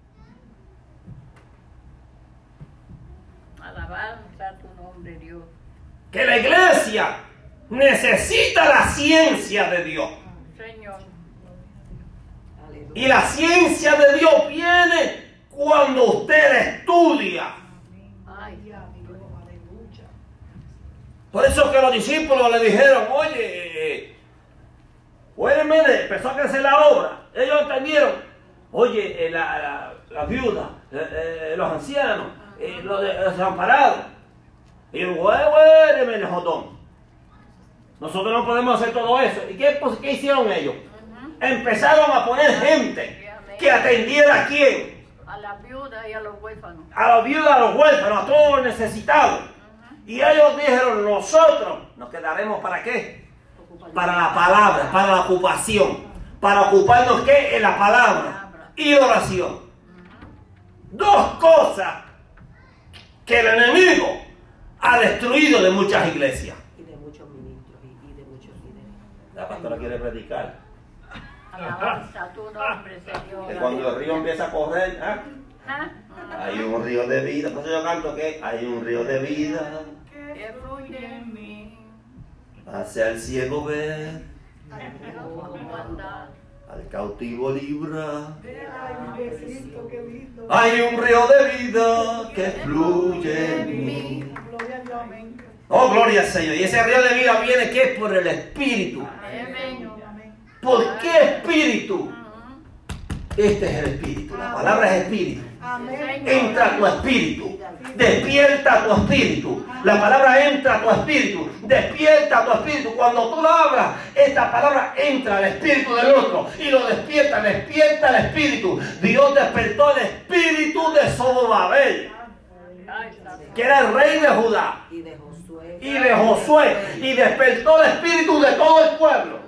Alabanza a tu nombre, Dios. Que la iglesia necesita la ciencia de Dios. Señor. Aleluya. Y la ciencia de Dios viene cuando usted estudia. Ay, Gloria a Dios. Aleluya. Por eso que los discípulos le dijeron, oye, bueno, empezó a crecer la obra. Ellos entendieron, oye, eh, la, la, la viuda, eh, eh, los ancianos, eh, los, de- los desamparados. Y yo, bueno, bueno, jotón. Nosotros no podemos hacer todo eso. ¿Y qué, pues, qué hicieron ellos? Empezaron a poner gente que atendiera a quién. a las viudas y a los huérfanos. A la viuda, a los huérfanos, a todos los necesitados. Y ellos dijeron, nosotros nos quedaremos ¿para qué? Para la palabra, para la ocupación. Para ocuparnos ¿qué? En la palabra. y oración. Dos cosas que el enemigo ha destruido de muchas iglesias. Y de muchos ministros y, y de muchos líderes. La pastora quiere predicar. Alabanza tu nombre, Señor. Que cuando el río empieza a correr, ¿ah? ¿Ah? Hay un río de vida. Por eso yo canto que hay un río de vida. Que fluye en mí. Hacia el ciego ver, Cómo andar. al cautivo libra. Ay, Diosito, qué lindo. Hay un río de vida que fluye en mí. Gloria a Dios, amén. Oh, gloria al Señor. Y ese río de vida viene que es por el Espíritu. Amén. Amén. ¿Por qué Espíritu? Este es el Espíritu. La palabra es Espíritu. Amén. Entra a tu espíritu, despierta tu espíritu. La palabra entra a tu espíritu, despierta tu espíritu. Cuando tú la hablas, esta palabra entra al espíritu del otro y lo despierta, despierta el espíritu. Dios despertó el espíritu de Zorobabel, que era el rey de Judá, Y de Josué. y de Josué, y despertó el espíritu de todo el pueblo.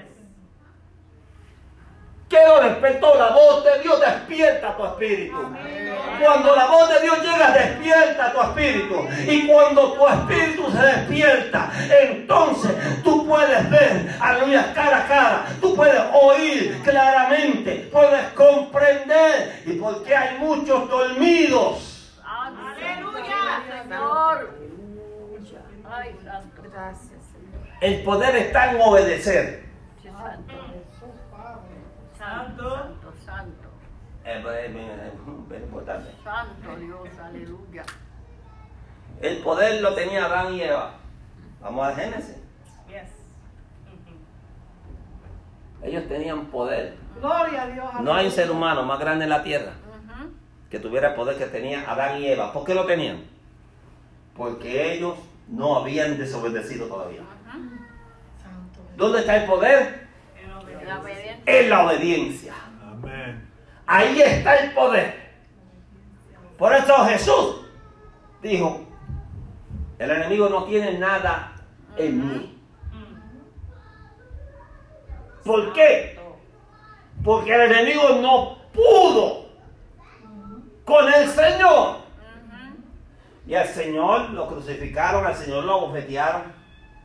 ¿Qué lo despertó? La voz de Dios despierta tu espíritu. Cuando la voz de Dios llega, despierta tu espíritu. Y cuando tu espíritu se despierta, entonces tú puedes ver, aleluya, cara a cara. Tú puedes oír claramente, puedes comprender. ¿Y por qué hay muchos dormidos? Aleluya, Señor. Ay, santo. Gracias, Señor. El poder está en obedecer. Sí, santo. Jesús, Padre. Santo, santo, santo. Es, es- es- es importante. Santo Dios, aleluya. El poder lo tenía Adán y Eva. Vamos a Génesis. Ellos tenían poder. Gloria a Dios. No hay un ser humano más grande en la tierra Ujú. que tuviera el poder que tenía Adán y Eva. ¿Por qué lo tenían? Porque ellos no habían desobedecido todavía. Santo. ¿Dónde está el poder? La obediencia. En la obediencia. Amén. Ahí está el poder. Por eso Jesús dijo, el enemigo no tiene nada en mí. ¿Por qué? Porque el enemigo no pudo con el Señor. Y al Señor lo crucificaron, al Señor lo bofetearon.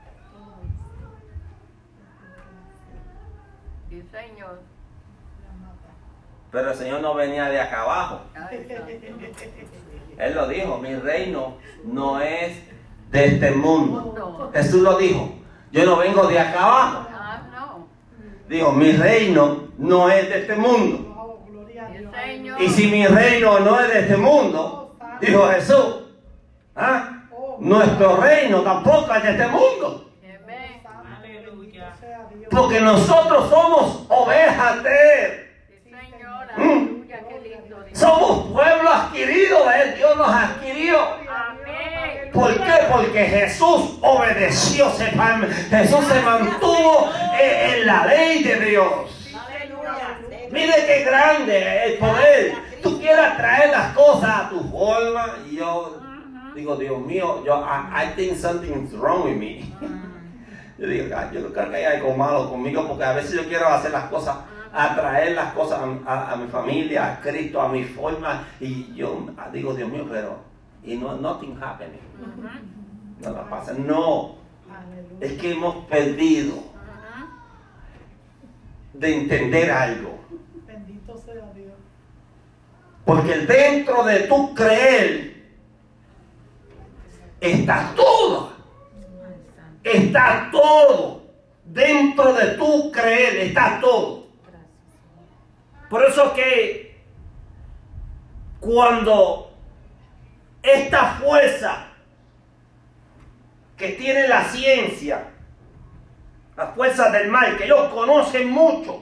Sí, Señor. Pero el Señor no venía de acá abajo. Ay, santo. Él lo dijo, mi reino no es de este mundo. No. Jesús lo dijo, yo no vengo de acá abajo. Ah, no. Dijo, mi reino no es de este mundo. Oh, gloria a Sí, Dios. Señor. Y si mi reino no es de este mundo, dijo Jesús, ¿ah? Nuestro reino tampoco es de este mundo. Amén. Aleluya. Sea Dios. Porque nosotros somos ovejas de Él. Sí, Señor. Aleluya, qué lindo Dios. Somos pueblo adquirido de Él. Dios nos adquirió. Amén. ¿Por qué? Porque Jesús obedeció, se man- Jesús se mantuvo en, en la ley de Dios. Aleluya. Mire qué grande el poder. Tú quieras traer las cosas a tu forma. Y yo digo, Dios mío, yo, I, I think something's wrong with me. Yo digo, "Ah, yo creo que hay algo malo conmigo porque a veces yo quiero hacer las cosas, atraer las cosas a, a- a mi familia, a Cristo, a mi forma. Y yo digo, Dios mío, pero, y no, nothing happening. Nada pasa. No, Aleluya. es que hemos perdido de entender algo. Bendito sea Dios. Porque dentro de tu creer está todo. Está todo. Dentro de tu creer está todo. Por eso que cuando esta fuerza que tiene la ciencia, las fuerzas del mal, que ellos conocen mucho,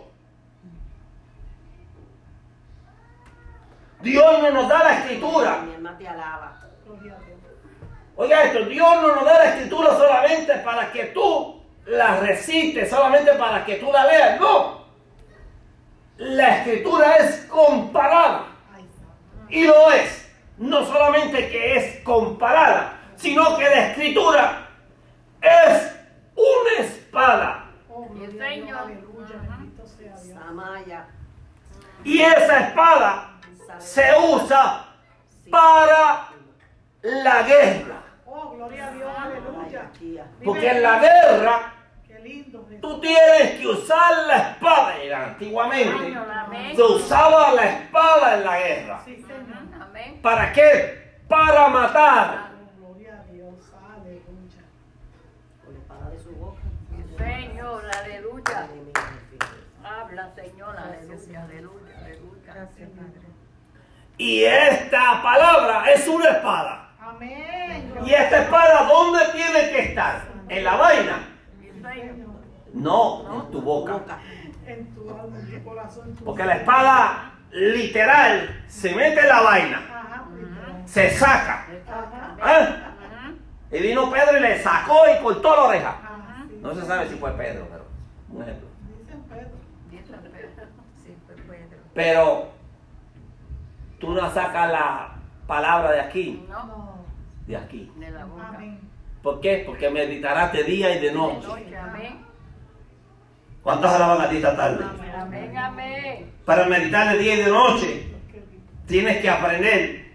Dios no nos da la escritura. Mi alma te alaba. Gloria a Dios. Oiga esto, Dios no nos da la escritura solamente para que tú la recites, solamente para que tú la leas. No. La escritura es comparada. Ay, santo. Y lo es. No solamente que es comparada, sino que la escritura es una espada. Oh, Sí, gloria a Dios. Señor. Aleluya. Bendito sea Dios. Samaya. Y esa espada se usa para la guerra. Oh, gloria a Dios, aleluya. Porque en la guerra Qué lindo. Jesús. tú tienes que usar la espada. Y antiguamente se usaba la espada en la guerra. Sí, Señor. Amén. ¿Para qué? Para matar. Oh, gloria a Dios, aleluya. Con la espada de su boca. Señor, aleluya. Habla, Señor, aleluya, aleluya, aleluya. Gracias, Padre. Y esta palabra es una espada. Amén. ¿Y esta espada dónde tiene que estar? ¿En la vaina? Sí, Señor. No, en tu boca. En tu alma, en tu corazón, en tu Porque la espada literal se mete en la vaina, Ajá, literal. se saca. Ajá. ¿Ah? Y vino Pedro y le sacó y cortó la oreja. Ajá, sí. No se sabe si fue Pedro, pero un ejemplo. Dicen Pedro. Sí, fue Pedro. Pero tú no sacas la palabra de aquí, No, No. de aquí. de la boca. Amén. ¿Por qué? Porque meditarás de día y de noche. Noche, amén. ¿Cuántos alaban a ti esta tarde? Amén, amén. Para meditar de día y de noche Qué lindo. tienes que aprender.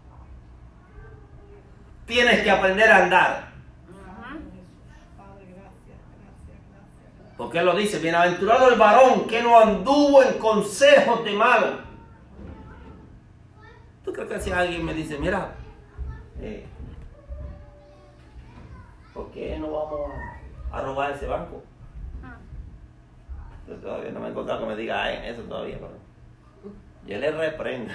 Tienes que aprender a andar. Padre, gracias, gracias, gracias, gracias. Porque él lo dice, bienaventurado el varón que no anduvo en consejos de malo. ¿Tú crees que si alguien me dice, mira, eh, ¿por qué no vamos a, a robar ese banco? Yo todavía no me he encontrado que me diga eh, eso todavía, pero yo le reprendo.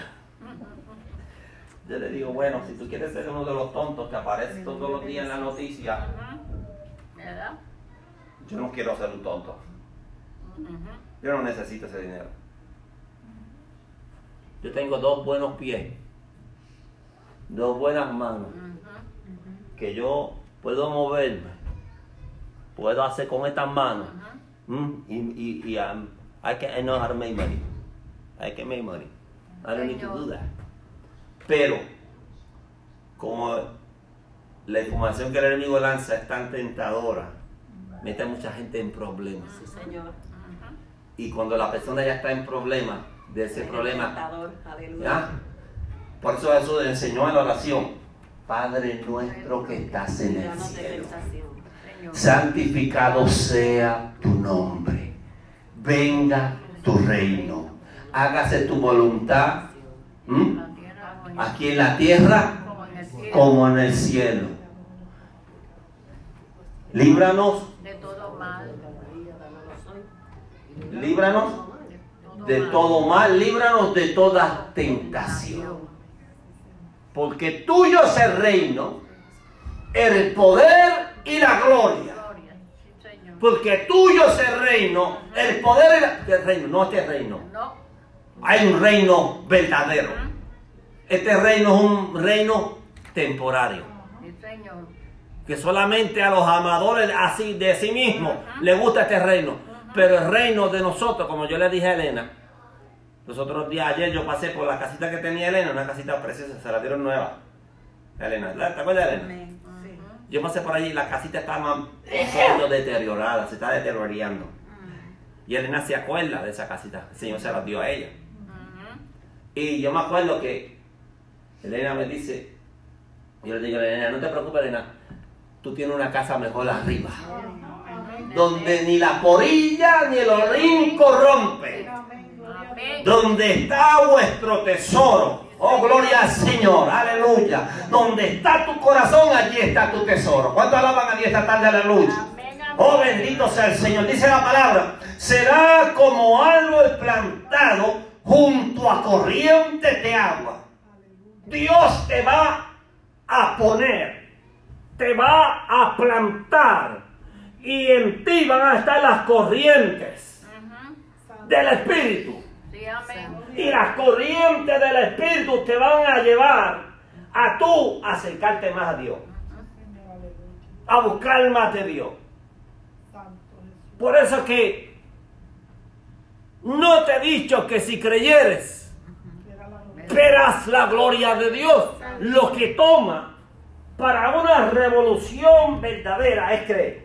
Yo le digo, bueno, si tú quieres ser uno de los tontos que aparece todos los días en la noticia, ¿Verdad? yo no quiero ser un tonto. Yo no necesito ese dinero. Yo tengo dos buenos pies, dos buenas manos, que yo puedo moverme, puedo hacer con estas manos. Mm, y y, y um, I, can, I know how to make money. I can make money. I don't need to do that. Pero, como la información que el enemigo lanza es tan tentadora, mete a mucha gente en problemas. Sí, Señor. Y cuando la persona ya está en problemas, de ese problema, Tentador. Aleluya. ¿ya? Por eso Jesús enseñó en la oración, Padre nuestro que estás en el Líbranos de cielo, tentación. Señor. santificado sea tu nombre, venga tu reino, hágase tu voluntad, ¿m? La tierra como en- aquí en la tierra como en el cielo. como en el cielo. Líbranos, De todo mal. líbranos todo de mal. todo mal, líbranos de toda tentación. Porque tuyo es el reino, el poder y la gloria. Gloria. Sí, Señor. Porque tuyo es el reino, el poder y la... el reino, no este reino. No. Hay un reino verdadero. Este reino es un reino temporario. Sí, Señor. Que solamente a los amadores así de sí mismos les gusta este reino. Pero el reino de nosotros, como yo le dije a Elena, los otros días, ayer yo pasé por la casita que tenía Elena, una casita preciosa, se la dieron nueva. Elena, ¿te acuerdas de Elena? Yo pasé por allí y la casita estaba un poquito deteriorada, se está deteriorando. Y Elena se acuerda de esa casita, el Señor se la dio a ella. Y yo me acuerdo que Elena me dice, yo le digo a Elena, no te preocupes Elena, tú tienes una casa mejor arriba, donde ni la porilla ni el orín corrompe, Amén. donde está vuestro tesoro. Oh, gloria al Señor, aleluya. Donde está tu corazón, allí está tu tesoro. ¿Cuántos alaban a Dios esta tarde? Aleluya. Amén, amén. Oh, bendito sea el Señor. Dice la palabra, será como árbol plantado junto a corrientes de agua. Dios te va a poner, te va a plantar y en ti van a estar las corrientes del Espíritu. Sí, amén. Y las corrientes del Espíritu te van a llevar a tú acercarte más a Dios, a buscar más de Dios. Por eso es que no te he dicho que si creyeres, verás la gloria de Dios. Lo que toma para una revolución verdadera es creer.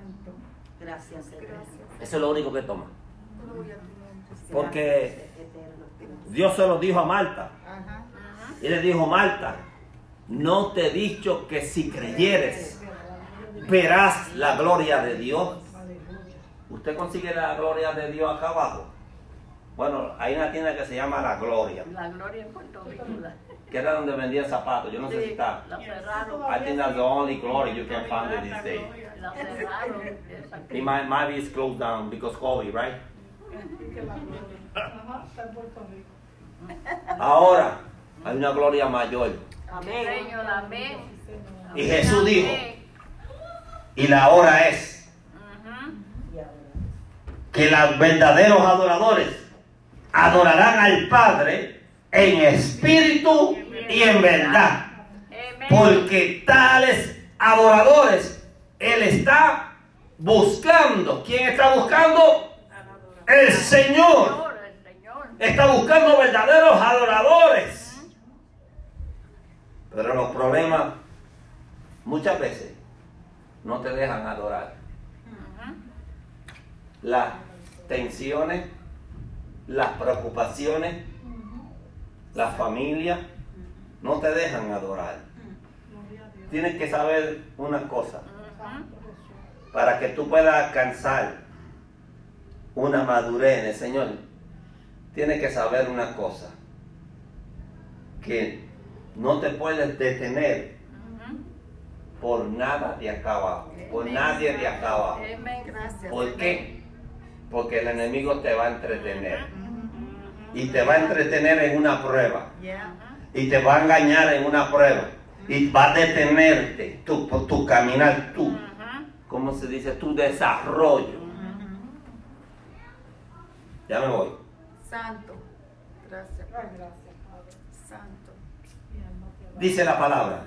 Gracias, Señor. Eso es lo único que toma. Porque Dios se lo dijo a Marta. Y le dijo, Marta, no te he dicho que si creyeres, verás la gloria de Dios. ¿Usted consigue la gloria de Dios acá abajo? Bueno, hay una tienda que se llama La Gloria. La gloria en Puerto Rico. Que era donde vendían zapatos. Yo no sé si está. La cerraron. I think that's the only glory you can find in this day. La cerraron. It might, might be closed down because COVID, right? Ajá, está en Puerto Rico. Ahora hay una gloria mayor. Amén. Señor, amén. Y Jesús dijo, y la hora es que los verdaderos adoradores adorarán al Padre en espíritu y en verdad. Porque tales adoradores Él está buscando. ¿Quién está buscando? El Señor. Está buscando verdaderos adoradores. Pero los problemas muchas veces no te dejan adorar. Las tensiones, las preocupaciones, la familia no te dejan adorar. Tienes que saber una cosa. Para que tú puedas alcanzar una madurez en el Señor, tienes que saber una cosa. Que no te puedes detener por nada de acá abajo. Por nadie de acá abajo. ¿Por qué? Porque el enemigo te va a entretener. Y te va a entretener en una prueba. Y te va a engañar en una prueba. Y va a detenerte tu, tu caminar, tu, ¿cómo se dice? Tu desarrollo. Ya me voy. Santo. Gracias. Ay, gracias, Padre. Santo. Dice la palabra.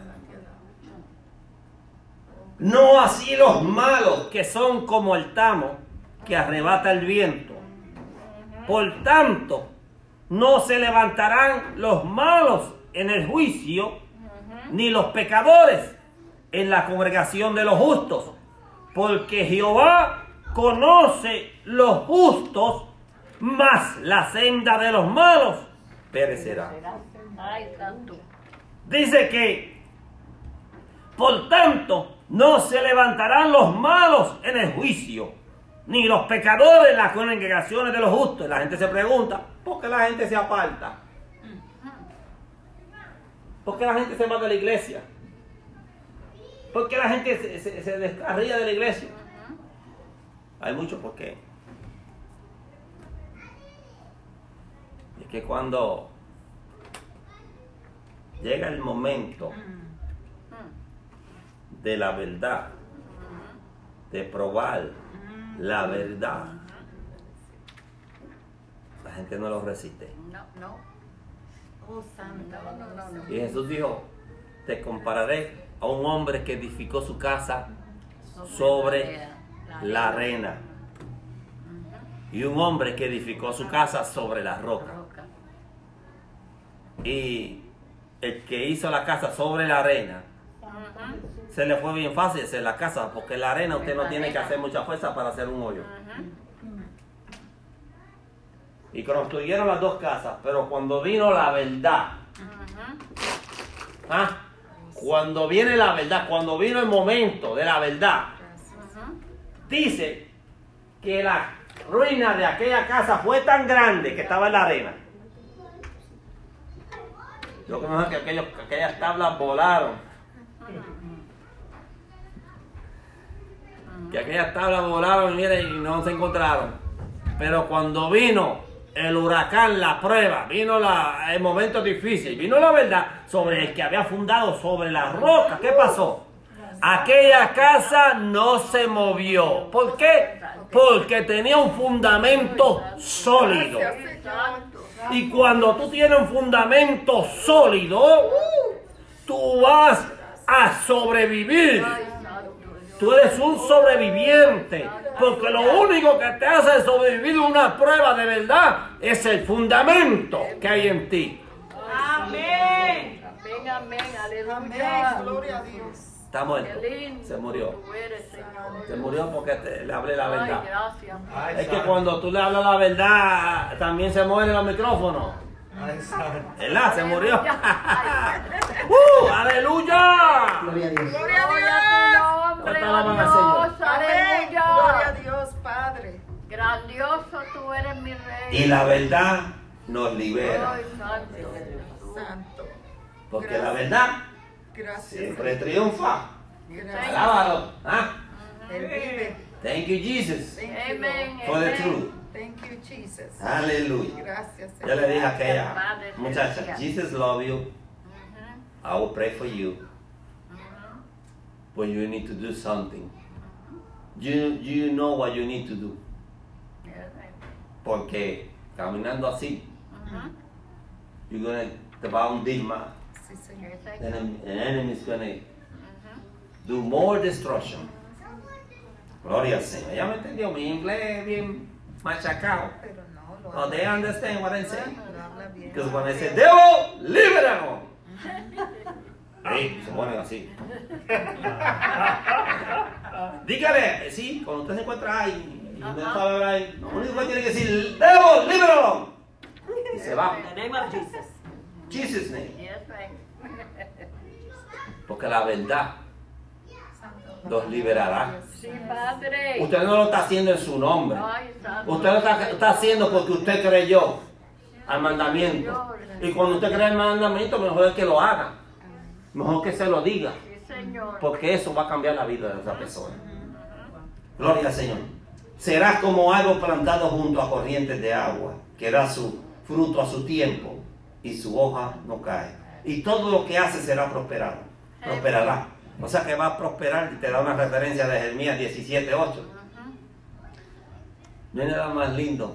No así los malos, que son como el tamo que arrebata el viento. Por tanto, no se levantarán los malos en el juicio, ni los pecadores en la congregación de los justos. Porque Jehová conoce los justos, mas la senda de los malos perecerá. Ay, santo. Dice que, por tanto, no se levantarán los malos en el juicio, ni los pecadores en las congregaciones de los justos. La gente se pregunta, ¿por qué la gente se aparta? ¿Por qué la gente se va de la iglesia? ¿Por qué la gente se, se, se descarría de la iglesia? Hay mucho por qué. Es que cuando llega el momento de la verdad, de probar la verdad, la gente no lo resiste. No, no. Oh, santo. No, no, no, no. Y Jesús dijo, te compararé a un hombre que edificó su casa sobre la arena. Y un hombre que edificó su casa sobre la roca. Y el que hizo la casa sobre la arena, se le fue bien fácil hacer la casa, porque la arena usted no tiene que hacer mucha fuerza para hacer un hoyo. Y construyeron las dos casas, pero cuando vino la verdad, ¿ah? Cuando viene la verdad, cuando vino el momento de la verdad, dice que la ruina de aquella casa fue tan grande que estaba en la arena. Yo creo que aquellos, aquellas tablas volaron. Que aquellas tablas volaron, mire, y no se encontraron. Pero cuando vino el huracán, la prueba, vino la, el momento difícil, vino la verdad sobre el que había fundado sobre la roca. ¿Qué pasó? Aquella casa no se movió. ¿Por qué? Porque tenía un fundamento sólido. Y cuando tú tienes un fundamento sólido, tú vas a sobrevivir. Tú eres un sobreviviente, porque lo único que te hace sobrevivir una prueba de verdad es el fundamento que hay en ti. Amén. Amén, amén, aleluya. Gloria a Dios. Está muerto. Qué lindo Se murió. tú eres, Señor. Se murió porque te- le hablé la verdad. Ay, gracias. Ay, Es que santo. cuando tú le hablas la verdad, también se mueren los micrófonos. Ay, santo. ¿Verdad? Se murió. ¡Uh! ¡Aleluya! Gloria a Dios. Gloria a tu nombre, ¿Cuánto oh alaban al Señor? Dios, Amén. Gloria a aleluya. Dios, Padre. Grandioso tú eres mi rey. Y la verdad nos libera. Ay, santo Jesús. Santo. Porque la verdad Gracias. siempre triunfa. Gracias. Alábalo. ¿Ah? Él vive. Thank you, Jesus, Thank you, Amén. Lord. for the Amén. truth. Thank you, Jesus. Aleluya. Gracias, Yo Señor. le dije a aquella Padre muchacha, celestial. Jesus love you. Ujú, I will pray for you ujú. when you need to do something. You, you know what you need to do. Porque caminando así, Ujú. you're gonna, te va a hundir más. Sí, Señor. Sí, The Señor. enemy, the enemy is gonna Ujú. do more destruction. Gloria al Señor. Ya me entendió, mi inglés es bien machacado. Pero no, lo Oh, they habla, understand what I'm saying. lo habla bien. Because when I say, devil, libéralo. Hey, se ponen así. Dígale, sí, cuando usted se encuentra ahí y no Ajá. sabe hablar, lo único que tiene que decir, devil, libéralo. Y se va. In the name of Jesus. Jesus name. Yes, ma'am. Porque la verdad los liberará. Sí, Padre. Usted no lo está haciendo en su nombre. Ay, santo. Usted lo está, está haciendo porque usted creyó al mandamiento. Y cuando usted cree el mandamiento, mejor es que lo haga. Mejor que se lo diga. Sí, Señor. Porque eso va a cambiar la vida de esa persona. Gloria al Señor. Serás como árbol plantado junto a corrientes de agua, que da su fruto a su tiempo y su hoja no cae. Y todo lo que hace será prosperado. Prosperará. O sea que va a prosperar y te da una referencia de Jeremías diecisiete ocho. No hay nada más lindo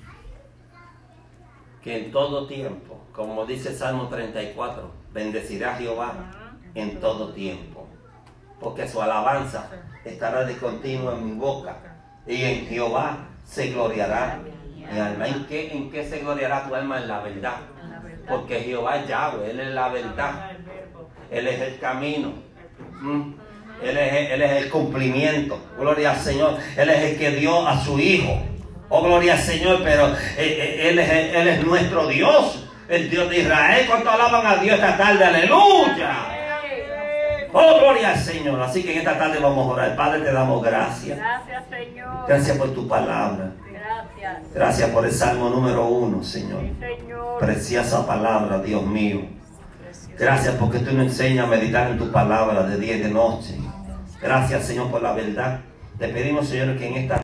que en todo tiempo, como dice Salmo treinta y cuatro, bendecirá a Jehová en todo tiempo, porque su alabanza estará de continuo en mi boca, y en Jehová se gloriará mi alma. ¿En qué, en qué se gloriará tu alma? En la verdad, porque Jehová es Yahweh, Él es la verdad, Él es el camino. ¿Mm? Él es, él es el cumplimiento. Gloria al Señor. Él es el que dio a su Hijo. Oh, gloria al Señor. Pero eh, Él, es, Él es nuestro Dios, el Dios de Israel. ¿Cuánto alaban a Dios esta tarde? Aleluya. Oh, gloria al Señor. Así que en esta tarde vamos a orar. Padre, te damos gracias. Gracias, Señor. Gracias por tu palabra. Gracias. Gracias por el Salmo número uno, Señor. Sí, Señor. Preciosa palabra, Dios mío. Gracias porque tú nos enseñas a meditar en tu palabra de día y de noche. Gracias, Señor, por la verdad. Te pedimos, Señor, que en esta